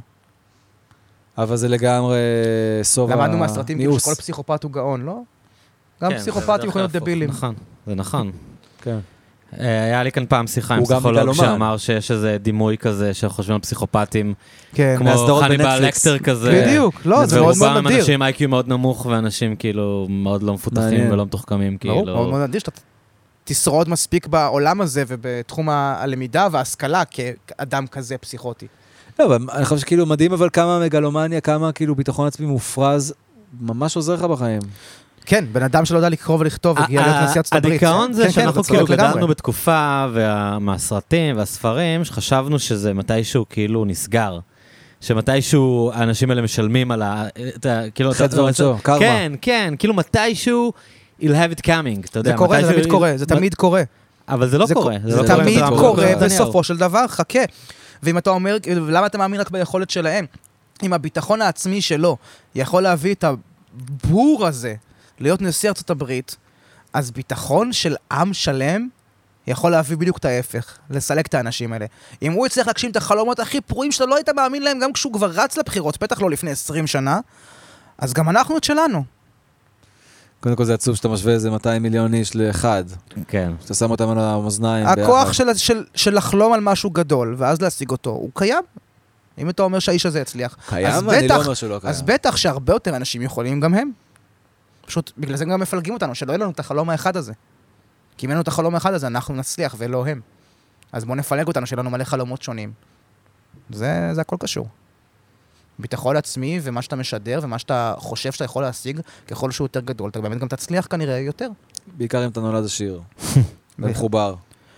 אבל זה לגמרי סובה
למדנו מהסרטים כאילו שכל פסיכופת הוא גאון, לא? גם פסיכופטים יכולים להיות דבילים.
נכון, זה נכון.
כן.
היה לי כאן פעם שיחה עם פסיכולוג שאמר שיש איזה דימוי כזה שחושבים על פסיכופטים, כמו חניבל לקטר כזה.
בדיוק, לא, זה מאוד מאוד נדיר.
ורובם אנשים איי-קיו מאוד נמוך, ואנשים כאילו מאוד לא מפותחים ולא מתוחכמים.
ברור, מאוד מאוד נדיר שאתה תשרוד מספיק בעולם הזה ובתחום הלמידה וההשכלה כאדם כזה פסיכוטי.
לא, אבל אני חושב שכאילו מדהים, אבל כמה מגלומניה, כמה כאילו ביטחון עצמי מופרז, ממש עוזר לך בחיים.
כן, בן אדם שלא יודע לקרוא ולכתוב, הגיע להיות נשיא ארצות הברית.
הדיכאון זה שאנחנו כאילו גדלנו בתקופה מהסרטים והספרים, שחשבנו שזה מתישהו כאילו נסגר. שמתישהו האנשים האלה משלמים על ה...
חטא ועונשו, קרמה.
כן, כן, כאילו מתישהו you'll have it coming, אתה יודע.
זה קורה, זה תמיד קורה, זה תמיד קורה.
אבל זה לא קורה.
זה תמיד קורה בסופו של דבר, חכה. ואם אתה אומר, למה אתה מאמין רק ביכולת שלהם? אם הביטחון העצמי שלו יכול להביא את הבור הזה להיות נשיא ארצות הברית, אז ביטחון של עם שלם יכול להביא בדיוק את ההפך, לסלק את האנשים האלה. אם הוא יצליח להגשים את החלומות הכי פרועים שאתה לא היית מאמין להם, גם כשהוא כבר רץ לבחירות, בטח לא לפני 20 שנה, אז גם אנחנו את שלנו.
קודם כל זה עצוב שאתה משווה איזה 200 מיליון איש לאחד.
כן.
שאתה שם אותם על המאזניים ביחד.
הכוח של לחלום על משהו גדול, ואז להשיג אותו, הוא קיים. אם אתה אומר שהאיש הזה יצליח.
קיים? אני לא אומר שלא קיים.
אז בטח שהרבה יותר אנשים יכולים, גם הם. פשוט בגלל זה גם מפלגים אותנו, שלא יהיה לנו את החלום האחד הזה. כי אם אין לנו את החלום האחד הזה, אנחנו נצליח, ולא הם. אז בואו נפלג אותנו, שיהיה לנו מלא חלומות שונים. זה הכל קשור. ביטחון עצמי, ומה שאתה משדר, ומה שאתה חושב שאתה יכול להשיג, ככל שהוא יותר גדול, אתה באמת גם תצליח כנראה יותר.
בעיקר אם אתה נולד עשיר. ומחובר.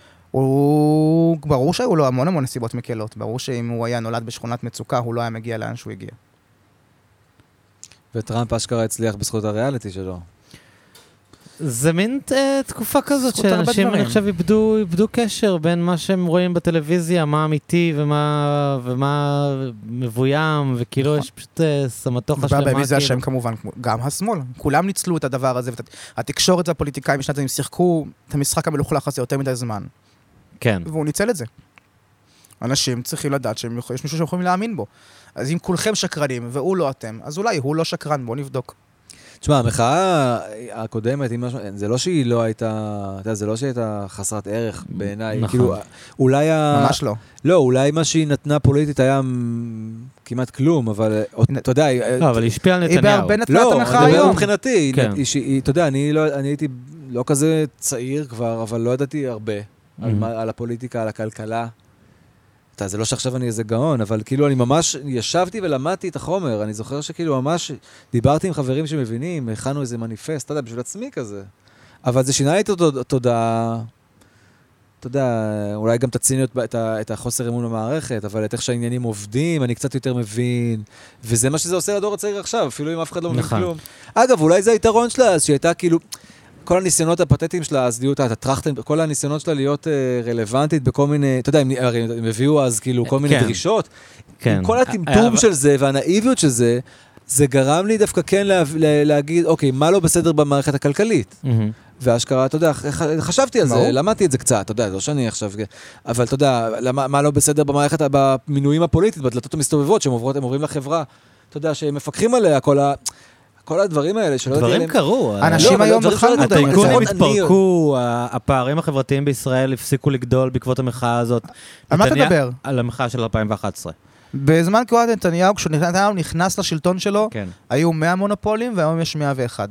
ברור שהיו לו המון נסיבות מקלות. ברור שאם הוא היה נולד בשכונת מצוקה, הוא לא היה מגיע לאן שהוא הגיע.
וטראמפ אשכרה הצליח בזכות הריאליטי שלו.
זה מין תקופה כזאת שאנשים, אני חושב, איבדו קשר בין מה שהם רואים בטלוויזיה, מה אמיתי ומה מבוים, וכאילו יש פשוט סמטוחה שלמה.
ובא זה השם כמובן, גם השמאל. כולם ניצלו את הדבר הזה, והתקשורת והפוליטיקאים בשנת הם שיחקו את המשחק המלוכלך הזה יותר מדי זמן.
כן.
והוא ניצל את זה. אנשים צריכים לדעת שיש מישהו שהם יכולים להאמין בו. אז אם כולכם שקרנים והוא לא אתם, אז אולי הוא לא שקרן, בואו נבדוק.
תשמע, המחאה הקודמת, זה לא שהיא לא הייתה, זה לא שהיא הייתה חסרת ערך בעיניי.
נכון.
כאילו, אולי
ממש לא.
לא, אולי מה שהיא נתנה פוליטית היה כמעט כלום, אבל אתה יודע...
לא, אבל היא השפיעה על נתניהו.
היא בהרבה נתנה את המחאה היום.
לא, אני מדבר מבחינתי.
כן.
אתה יודע, אני הייתי לא כזה צעיר כבר, אבל לא ידעתי הרבה על הפוליטיקה, על הכלכלה. זה לא שעכשיו אני איזה גאון, אבל כאילו אני ממש ישבתי ולמדתי את החומר. אני זוכר שכאילו ממש דיברתי עם חברים שמבינים, הכנו איזה מניפסט, אתה יודע, בשביל עצמי כזה. אבל זה שינה לי את התודעה, אתה יודע, אולי גם את הציניות, את החוסר אמון במערכת, אבל את איך שהעניינים עובדים, אני קצת יותר מבין, וזה מה שזה עושה לדור הצעיר עכשיו, אפילו אם אף אחד לא מבין כלום. אגב, אולי זה היתרון שלה, אז שהייתה כאילו... כל הניסיונות הפתטיים שלה, אז דיוטה, כל הניסיונות שלה להיות רלוונטית בכל מיני, אתה יודע, הם הביאו אז כאילו כל מיני דרישות. כל הטמטום של זה והנאיביות של זה, זה גרם לי דווקא כן להגיד, אוקיי, מה לא בסדר במערכת הכלכלית? והשכרה, אתה יודע, חשבתי על זה, למדתי את זה קצת, אתה יודע, לא שאני עכשיו, אבל אתה יודע, מה לא בסדר במערכת, במינויים הפוליטית, בדלתות המסתובבות, שהם עוברים לחברה, אתה יודע, שהם מפקחים עליה, כל הדברים האלה שלא יודעים...
דברים קרו.
אנשים היום בכלל מודעים.
הטייקונים התפרקו, הפערים החברתיים בישראל הפסיקו לגדול בעקבות המחאה הזאת.
על מה תדבר?
על המחאה של 2011.
בזמן כהונת נתניהו, כשנתניהו נכנס לשלטון שלו, היו 100 מונופולים, והיום יש 101.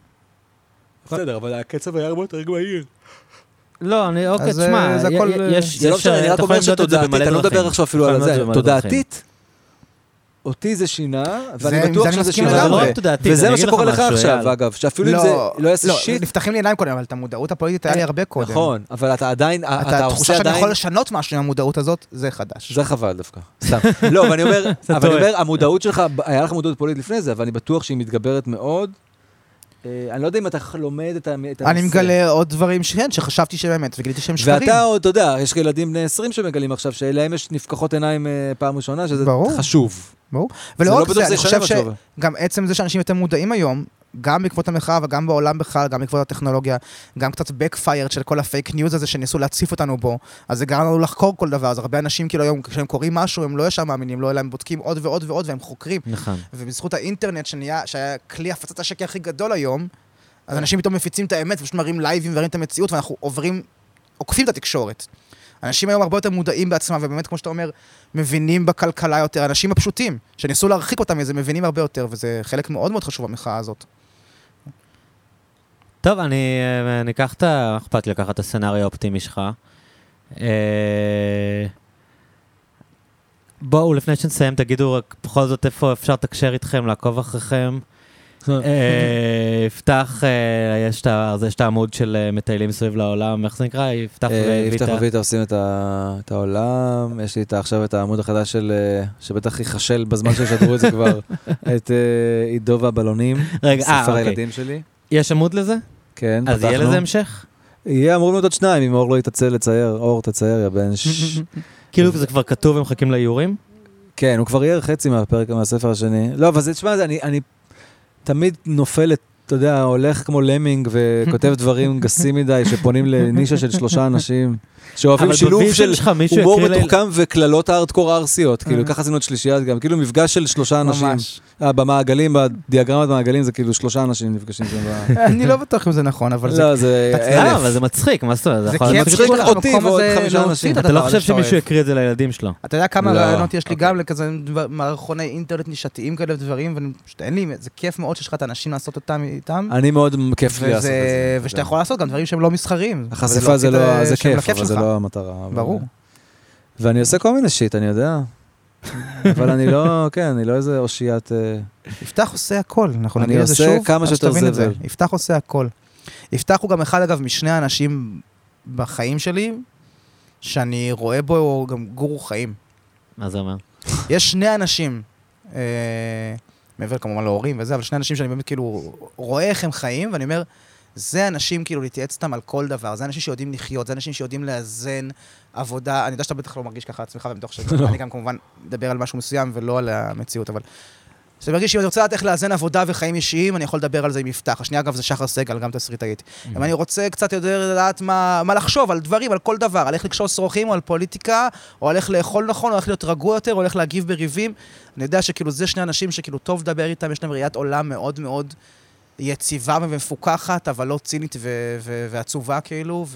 בסדר, אבל הקצב היה הרבה יותר מהיר.
לא, אוקיי, תשמע,
זה לא משנה, אני רק אומר שתודעתית, אני לא מדבר עכשיו אפילו על זה, תודעתית, אותי זה שינה, ואני בטוח שזה שינה הרבה. וזה מה שקורה לך עכשיו, אגב, שאפילו אם זה לא יעשה שיט.
נפתחים לי עיניים קודם, אבל את המודעות הפוליטית היה לי הרבה קודם.
נכון, אבל אתה עדיין, אתה עושה
התחושה שאני
עדיין...
יכול לשנות משהו עם המודעות הזאת, זה חדש.
זה חבל דווקא. סתם. לא, ואני אומר, המודעות שלך, היה לך מודעות פוליטית לפני זה, אבל אני בטוח שהיא מתגברת מאוד. אני לא יודע אם אתה לומד את הנושא.
אני מגלה עוד דברים שחשבתי שבאמת, וגיליתי שהם שקרים.
ואתה עוד, אתה יודע, יש ילדים בני 20 שמגלים עכשיו, שאליהם יש נפקחות עיניים פעם ראשונה, שזה חשוב.
ברור. ולא רק זה, אני חושב שגם עצם זה שאנשים יותר מודעים היום, גם בעקבות המחאה וגם בעולם בכלל, גם בעקבות הטכנולוגיה, גם קצת backfired של כל הפייק ניוז הזה שניסו להציף אותנו בו, אז זה גרם לנו לחקור כל דבר, אז הרבה אנשים כאילו היום, כשהם קוראים משהו, הם לא ישר מאמינים, לא, אלא הם בודקים עוד ועוד ועוד, והם חוקרים.
נכון.
ובזכות האינטרנט שהיה כלי הפצת השקר הכי גדול היום, אז אנשים פתאום מפיצים את האמת, ופשוט מראים לייבים ומראים את המציאות, ואנחנו עוקפים את התקשורת. אנשים היום הרבה יותר מודעים בעצמם, ובאמת, כמו שאתה אומר, מבינים בכלכלה יותר. אנשים הפשוטים, שניסו להרחיק אותם מזה, מבינים הרבה יותר, וזה חלק מאוד מאוד חשוב במחאה הזאת.
טוב, אני אקח אכפת לי לקחת את הסצנריו האופטימי שלך. בואו, לפני שנסיים, תגידו רק בכל זאת איפה אפשר לתקשר איתכם, לעקוב אחריכם. יפתח, יש את העמוד של מטיילים סביב לעולם, איך זה נקרא? יפתח
וויטה עושים את העולם, יש לי עכשיו את העמוד החדש שבטח יחשל בזמן שישדרו את זה כבר, את עידו והבלונים, ספר הילדים שלי.
יש עמוד לזה?
כן,
אז יהיה לזה המשך?
יהיה אמורים להיות עוד שניים, אם אור לא יתעצל לצייר, אור תצייר, יא בן
כאילו זה כבר כתוב ומחכים לאיורים?
כן, הוא כבר יהיה חצי מהספר השני. לא, אבל זה, תשמע, אני תמיד נופל אתה יודע, הולך כמו למינג וכותב דברים גסים מדי, שפונים לנישה של 3 אנשים, שאוהבים שילוב של הומור מתוחכם וכללות הארדקור ארסיות, כאילו, ככה עשינו את שלישייה גם, כאילו מפגש של 3 אנשים. במעגלים, בדיאגרמת מעגלים, זה כאילו 3 אנשים נפגשים שם.
אני לא בטוח אם זה נכון, אבל זה...
לא, זה 1,000.
אבל זה מצחיק, מה זאת אומרת?
זה כיף
מצחיק אותי ועוד 5 אנשים.
אתה לא חושב שמישהו יקריא את זה לילדים שלו?
אתה יודע כמה רעיונות יש לי גם לכזה מערכוני אינטרנט נישתיים כאלה ודברים, ואין לי, זה כיף מאוד שיש לך את האנשים לעשות אותם איתם.
אני מאוד כיף לי לעשות את זה.
ושאתה יכול לעשות גם דברים שהם לא מסחריים.
החשיפה זה כיף, אבל זה לא המטרה.
ברור.
ואני עושה כל מיני שיט, אני יודע. אבל אני לא, כן, אני לא איזה אושיית...
יפתח עושה הכל, אנחנו נגיד את זה שוב.
אני עושה כמה שיותר זבל.
יפתח עושה הכל. יפתח הוא גם אחד, אגב, משני האנשים בחיים שלי, שאני רואה בו גם גורו חיים.
מה זה אומר?
יש 2 אנשים, מעבר כמובן להורים וזה, אבל 2 אנשים שאני באמת כאילו רואה איך הם חיים, ואני אומר, זה אנשים כאילו להתייעץ אותם על כל דבר, זה אנשים שיודעים לחיות, זה אנשים שיודעים לאזן עבודה, אני יודע שאתה בטח לא מרגיש ככה עצמך, ומתוך שאני גם כמובן מדבר על משהו מסוים ולא על המציאות, אבל אני מרגיש שאם אני רוצה לדעת איך לאזן עבודה וחיים אישיים, אני יכול לדבר על זה עם יפתח. השנייה, אגב, זה שחר סגל, גם תסריטאית. אם אני רוצה קצת יותר לדעת מה לחשוב על דברים, על כל דבר, על איך לקשור שרוכים, או על פוליטיקה, או על איך לאכול נכון, או איך להיות רגוע יותר, או איך להגיב בריבים, אני יודע שכאילו זה 2 אנשים שכאילו טוב לדבר איתם, יש להם ראיית עולם מאוד מאוד יציבה ומפוקחת, אבל לא צינית ועצובה כאילו,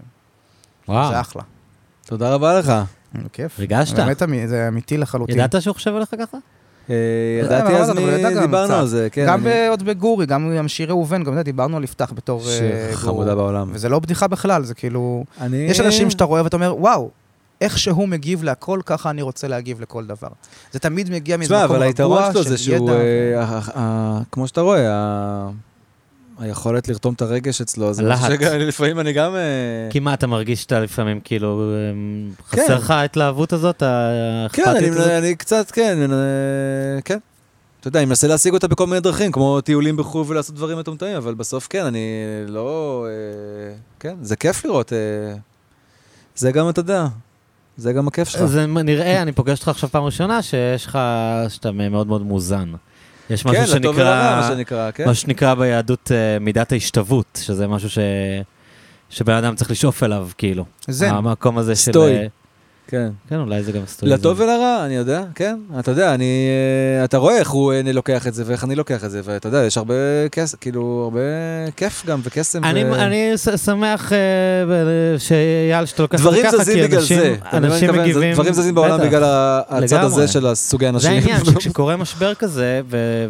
וזה אחלה.
תודה רבה לך.
כיף.
ריגשת?
באמת זה אמיתי לחלוטין.
ידעת שהוא חושב עליך ככה?
ידעתי אז דיברנו על זה, כן.
גם עוד בגורי, גם עם שיר ראובן, גם דיברנו על יפתח בתור גור.
שיר חמודה בעולם.
וזה לא בדיחה בכלל, זה כאילו... יש אנשים שאתה רואה ואתה אומר, וואו, איך שהוא מגיב להכל, ככה אני רוצה להגיב לכל דבר. זה תמיד מגיע מאיזה מקום רגוע
אבל היתרון שלו זה שהוא, כמו שאתה רואה, היכולת לרתום את הרגש אצלו, זה לפעמים אני גם...
כי מה, אתה מרגיש שאתה לפעמים כאילו חסר לך ההתלהבות הזאת, האכפתית הזאת?
כן, אני קצת, כן. אתה יודע, אני מנסה להשיג אותה בכל מיני דרכים, כמו טיולים בחו"ל ולעשות דברים מטומטמים, אבל בסוף כן, אני לא... כן, זה כיף לראות. זה גם, אתה יודע, זה גם הכיף שלך.
זה נראה, אני פוגש אותך עכשיו פעם ראשונה, שיש לך, שאתה מאוד מאוד מוזן. יש משהו
כן, לטוב ולרע, מה שנקרא, כן.
מה שנקרא ביהדות מידת ההשתוות, שזה משהו שבן אדם צריך לשאוף אליו, כאילו.
זה.
המקום הזה של...
סטוי. כן.
כן, אולי זה גם סטוי.
לטוב ולרע, אני יודע, כן. אתה יודע, אתה רואה איך הוא לוקח את זה ואיך אני לוקח את זה, ואתה יודע, יש הרבה כיף, כאילו, הרבה כיף גם וקסם.
אני שמח שאייל שאתה לוקח את זה
ככה,
דברים זזים בגלל זה. אנשים מגיבים...
דברים זזים בעולם בגלל הצד הזה של הסוגי אנשים.
זה העניין, שכשקורה משבר כזה,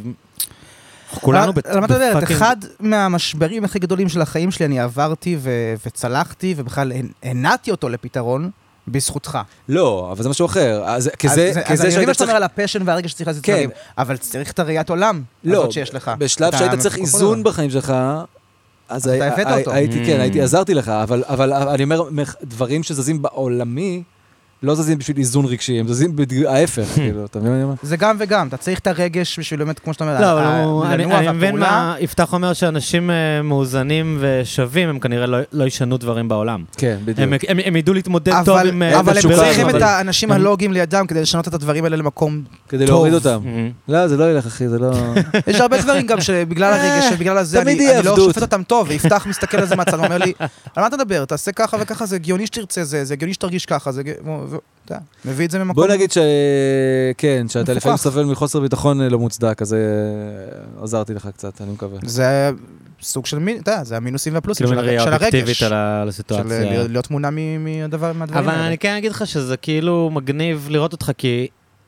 כולנו
למה אתה יודע, אחד מהמשברים הכי גדולים של החיים שלי אני עברתי וצלחתי, ובכלל הנעתי אותו לפתרון, בזכותך.
לא, אבל זה משהו אחר.
אז אני מבין שאתה אומר על הפשן והרגע שצריך לעשות דברים, אבל צריך את הראיית עולם הזאת שיש לך.
בשלב שהיית צריך איזון בחיים שלך, אז
אתה הבאת אותו.
הייתי, עזרתי לך, אבל אני אומר, דברים שזזים בעולמי, לא זזים בשביל איזון רגשי, הם זזים ההפך, כאילו, אתה מבין מה אני אומר?
זה גם וגם, אתה צריך את הרגש בשביל באמת, כמו שאתה אומר,
לא, אני מבין מה, יפתח אומר שאנשים מאוזנים ושווים, הם כנראה לא ישנו דברים בעולם.
כן, בדיוק.
הם ידעו להתמודד טוב עם...
אבל הם צריכים את האנשים הלוגיים לידם כדי לשנות את הדברים האלה למקום טוב.
כדי להוריד אותם. לא, זה לא ילך, אחי, זה לא...
יש הרבה דברים גם שבגלל הרגש, שבגלל הזה אני לא שופט אותם טוב, ויפתח מסתכל על זה מהצד, ואומר לי, על מה אתה מדבר? תעשה ככה וככה, זה הגיוני שתרצה זה הגיוני שתרגיש ככה, זה מביא את זה ממקום.
בוא נגיד שכן, שאתה לפעמים סובל מחוסר ביטחון לא מוצדק, אז עזרתי לך קצת, אני מקווה.
זה סוג של, זה המינוסים והפלוסים של הרגש.
כאילו אובייקטיבית על הסיטואציה.
של להיות תמונה מהדברים האלה.
אבל אני כן אגיד לך שזה כאילו מגניב לראות אותך, כי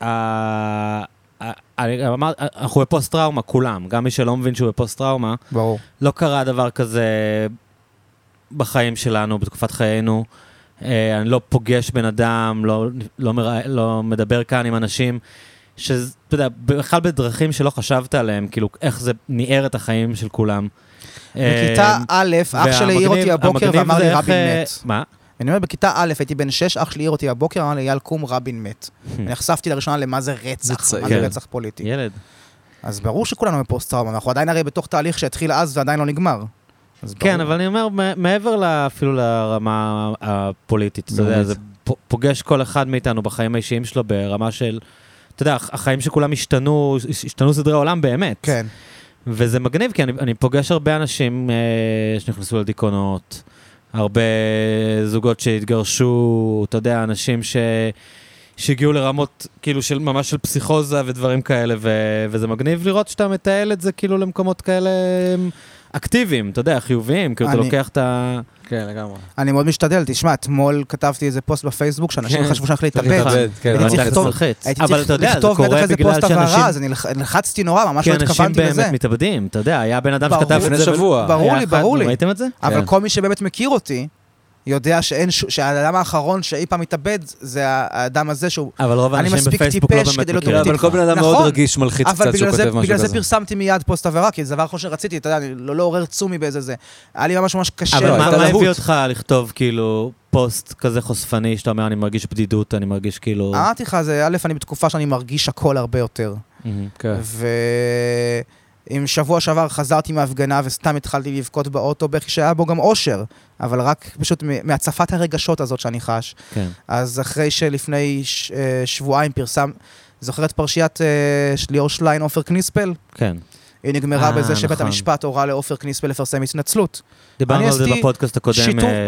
אנחנו בפוסט-טראומה, כולם. גם מי שלא מבין שהוא בפוסט-טראומה.
ברור.
לא קרה דבר כזה בחיים שלנו, בתקופת חיינו. אני לא פוגש בן אדם, לא מדבר כאן עם אנשים, שאתה יודע, בכלל בדרכים שלא חשבת עליהם, כאילו איך זה ניער את החיים של כולם.
בכיתה א', אח שלי העיר אותי הבוקר ואמר לי רבין מת.
מה?
אני אומר, בכיתה א', הייתי בן 6, אח שלי העיר אותי הבוקר, אמר לי, אייל קום, רבין מת. אני חשפתי לראשונה למה זה רצח, מה זה רצח פוליטי.
ילד.
אז ברור שכולנו בפוסט-טראומה, אנחנו עדיין הרי בתוך תהליך שהתחיל אז ועדיין לא נגמר.
כן, אבל אני אומר, מעבר אפילו לרמה הפוליטית, אתה יודע, זה פוגש כל אחד מאיתנו בחיים האישיים שלו ברמה של, אתה יודע, החיים שכולם השתנו סדרי עולם באמת.
כן.
וזה מגניב, כי אני פוגש הרבה אנשים שנכנסו לדיכאונות, הרבה זוגות שהתגרשו, אתה יודע, אנשים שהגיעו לרמות כאילו ממש של פסיכוזה ודברים כאלה, וזה מגניב לראות שאתה מטייל את זה כאילו למקומות כאלה אקטיביים, אתה יודע, חיוביים, כאילו אתה לוקח את ה...
כן, לגמרי.
אני מאוד משתדל, תשמע, אתמול כתבתי איזה פוסט בפייסבוק, שאנשים חשבו שאני הולך להתאבד.
הייתי צריך
לכתוב בטח איזה פוסט הבהרה, אז אני לחצתי נורא, ממש לא התכוונתי לזה.
כי אנשים באמת מתאבדים, אתה יודע, היה בן אדם שכתב את זה...
לפני שבוע.
ברור לי.
ראיתם את זה?
אבל כל מי שבאמת מכיר אותי, יודע שהאדם האחרון שאי פעם מתאבד, זה האדם הזה שהוא...
אבל רוב האנשים בפייסבוק לא באמת מכירים.
אבל כל בן אדם מאוד רגיש מלחיץ קצת שהוא כותב משהו כזה.
בגלל זה פרסמתי מיד פוסט עבירה, כי זה דבר אחרון שרציתי, אתה יודע, לא לעורר צומי באיזה זה. היה לי ממש קשה.
אבל מה הביא אותך לכתוב כאילו פוסט כזה חושפני, שאתה אומר, אני מרגיש בדידות, אני מרגיש כאילו...
אמרתי לך, זה א', אני בתקופה שאני מרגיש הכל הרבה יותר. עם שבוע שעבר חזרתי מההפגנה וסתם התחלתי לבכות באוטו, בכי שהיה בו גם אושר, אבל רק פשוט מהצפת הרגשות הזאת שאני חש.
כן.
אז אחרי שלפני שבועיים פרסם, זוכרת פרשיית ליאור שליין, עופר קניספל?
כן.
היא נגמרה בזה שבית המשפט הורה לעופר קניספל לפרסם התנצלות.
דיברנו על זה בפודקאסט הקודם,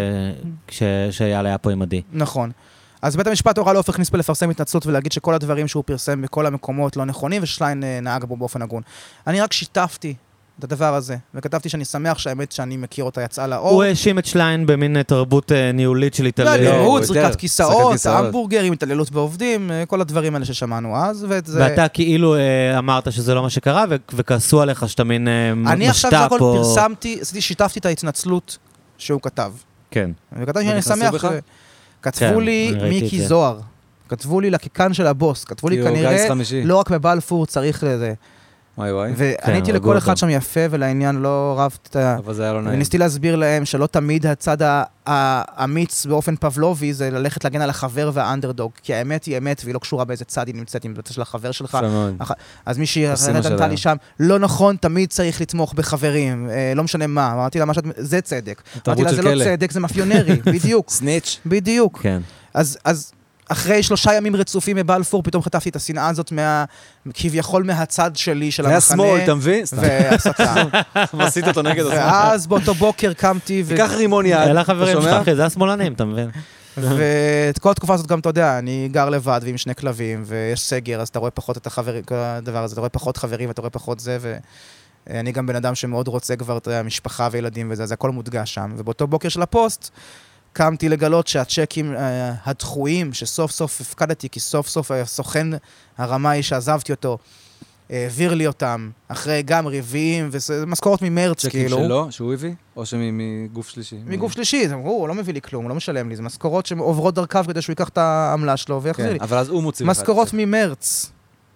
שאייל היה פה עם עדי.
נכון. אז בית המשפט הורה לעופר קניספל לפרסם התנצלות ולהגיד שכל הדברים שהוא פרסם בכל המקומות לא נכונים, ושליין נהג בו באופן הגון. אני רק שיתפתי את הדבר הזה, וכתבתי שאני שמח שהאמת שאני מכיר אותה יצאה לאור.
הוא האשים את שליין במין תרבות ניהולית של התעללות.
זריקת כיסאות, המבורגרים, התעללות בעובדים, כל הדברים האלה ששמענו אז,
ואתה כאילו אמרת שזה לא מה שקרה, וכעסו עליך שאתה מין משת"פ.
אני עכשיו זה הכל פרסמתי, שיתפתי את ההתנצלות שהוא כתב.
כן.
וכתבתי שאני שמח כתבו לי מיקי זוהר, כתבו לי לקיקן של הבוס, כתבו לי כנראה, לא רק בבלפור צריך לזה. ועניתי לכל אחד שם יפה ולעניין לא רבת.
אבל זה היה לא נעים.
וניסיתי להסביר להם שלא תמיד הצד האמיץ באופן פבלובי זה ללכת להגן על החבר והאנדרדוג, כי האמת היא אמת והיא לא קשורה באיזה צד היא נמצאת עם בצד של החבר שלך. אז מי שנתנה לי שם, לא נכון, תמיד צריך לתמוך בחברים, לא משנה מה. אמרתי לה, זה צדק. אמרתי לה, זה לא צדק, זה מאפיונרי, בדיוק.
סניץ'.
בדיוק. אז אחרי 3 ימים רצופים בבלפור, פתאום חטפתי את השנאה הזאת כביכול מהצד שלי של המחנה.
מהשמאל, אתה מבין?
והסתה.
ועשית אותו נגד השמאל.
ואז באותו בוקר קמתי
תיקח רימון יד.
אלה חברים שלך, אחי, זה השמאלנים, אתה מבין?
ואת כל התקופה הזאת גם, אתה יודע, אני גר לבד ועם 2 כלבים, ויש סגר, אז אתה רואה פחות את הדבר הזה, אתה רואה פחות חברים, ואתה רואה פחות זה, ואני גם בן אדם שמאוד רוצה כבר, אתה יודע, משפחה וילדים וזה, זה הכל מודגש שם. ובאותו בוקר של הפוסט, קמתי לגלות שהצ'קים הדחויים, שסוף סוף הפקדתי, כי סוף סוף הסוכן הרמאי שעזבתי אותו, העביר לי אותם, אחרי גם רביעים, ומשכורות ממרץ, כאילו.
צ'קים שלו, שהוא הביא? או שמגוף שלישי?
מגוף שלישי, הוא לא מביא לי כלום, הוא לא משלם לי, זה משכורות שעוברות דרכיו כדי שהוא ייקח את העמלה שלו ויחזיר לי.
אבל אז הוא מוציא לך.
משכורות ממרץ.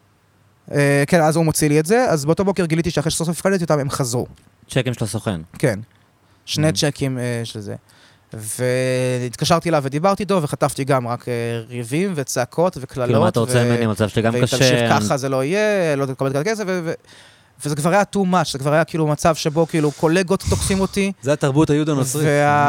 כן, אז הוא מוציא לי את זה, אז באותו בוקר גיליתי שאחרי שסוף סוף הפקדתי אותם, הם חזרו.
צ'קים של הסוכן.
כן. 2 צ'קים של זה. והתקשרתי אליו ודיברתי איתו, וחטפתי גם רק ריבים וצעקות וקללות.
כאילו מה אתה רוצה ממני, מצב שגם קשה.
ואם תמשיך ככה זה לא יהיה, לא תקבל את הכסף, וזה כבר היה too much, זה כבר היה כאילו מצב שבו כאילו קולגות תוקפים אותי.
זה התרבות היהוד הנוצרית.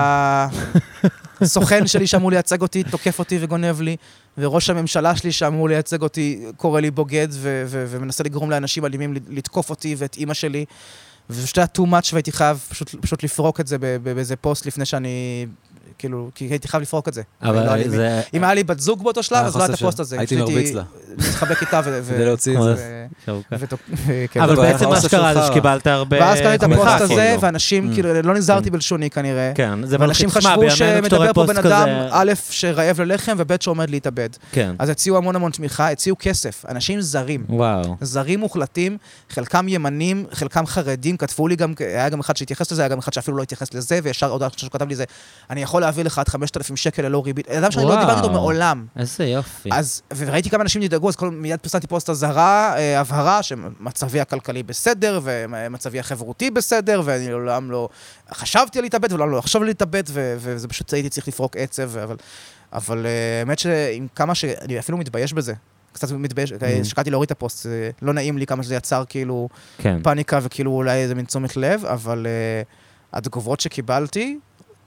והסוכן שלי שאמור לייצג אותי, תוקף אותי וגונב לי, וראש הממשלה שלי שאמור לייצג אותי, קורא לי בוגד, ומנסה לגרום לאנשים אלימים לתקוף אותי ואת אמא שלי. ופשוט היה too much והייתי חייב פשוט לפרוק את זה באיזה פוסט לפני שאני, כאילו, כי הייתי חייב לפרוק את זה.
אבל זה...
אם היה לי בת זוג באותו שלב, אז לא היה את הפוסט הזה.
הייתי מרביץ לה.
להתחבק איתה
כדי להוציא את זה.
אבל בעצם מה שקרה זה שקיבלת הרבה...
ואז קראתי את הפוסט הזה, ואנשים, כאילו, לא נזהרתי בלשוני כנראה.
כן, זה
ואנשים חשבו שמדבר פה בן אדם, א', שרעב ללחם, וב' שעומד להתאבד. אז הציעו המון תמיכה, הציעו כסף. אנשים זרים. זרים מוחלטים, חלקם ימנים, חלקם חרדים, כתבו לי גם, היה גם אחד שהתייחס לזה, היה גם אחד שאפילו לא התייחס לזה, וישר עוד אחד שכתב לי זה, אני יכול להביא לך עד 5,000 שקל ללא ריבית. אדם שאני לא דיברתי איתו מעולם.
איזה יופי.
אז, וראיתי כמה אנשים נדאגו, אז מיד פרסמתי פוסט הבהרה, שמצבי הכלכלי בסדר, ומצבי החברותי בסדר, ואני לעולם לא חשבתי על להתאבד, ולעולם לא חשב על להתאבד, וזה פשוט הייתי צריך לפרוק עצב, אבל האמת שעם כמה שאני אפילו מתבייש בזה, קצת מתבייש, שקעתי להוריד את הפוסט, לא נעים לי כמה שזה יצר כאילו פאניקה, וכאילו אולי איזה מין תשומת לב, אבל התגובות שקיבלתי,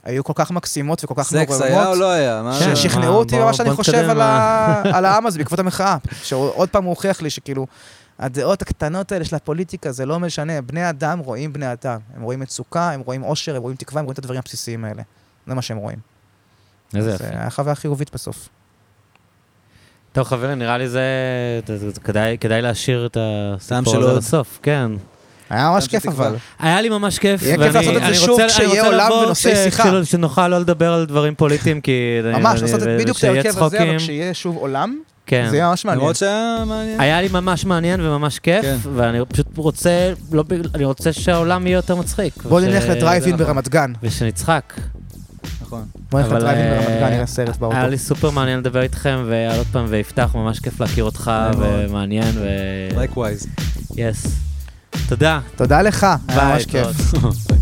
היו כל כך מקסימות וכל כך
סקס היה או לא היה?
ששכנעו אותי במה שאני חושב על העם הזה, בעקבות המחאה. שעוד פעם הוא הוכיח לי שכאילו, הדעות הקטנות האלה של הפוליטיקה, זה לא משנה. בני אדם רואים בני אדם. הם רואים מצוקה, הם רואים אושר, הם רואים תקווה, הם רואים את הדברים הבסיסיים האלה. זה מה שהם רואים.
איזה יפה.
זה היה חוויה חיובית בסוף.
טוב, חברים, נראה לי זה... כדאי להשאיר את הסיפור הזה לסוף, כן.
היה ממש כיף אבל.
היה לי ממש כיף.
יהיה כיף לעשות את זה שוב כשיהיה עולם ונושאי שיחה.
שנוכל לא לדבר על דברים פוליטיים, כי...
ממש, לעשות בדיוק את ההרכב הזה, אבל כשיהיה שוב עולם, זה יהיה ממש מעניין.
למרות שהיה מעניין.
היה לי ממש מעניין וממש כיף, ואני פשוט רוצה... אני רוצה שהעולם יהיה יותר מצחיק.
בוא נלך לדרייב-אין ברמת גן.
ושנצחק.
נכון.
בוא נלך לדרייב-אין ברמת גן, נראה סרט באוטו.
היה לי סופר מעניין לדבר איתכם, ועוד פעם, ויפתח, ממש כיף להכיר אותך, ומעניין,
Likewise.
Yes. תודה.
תודה לך, היה ממש כיף.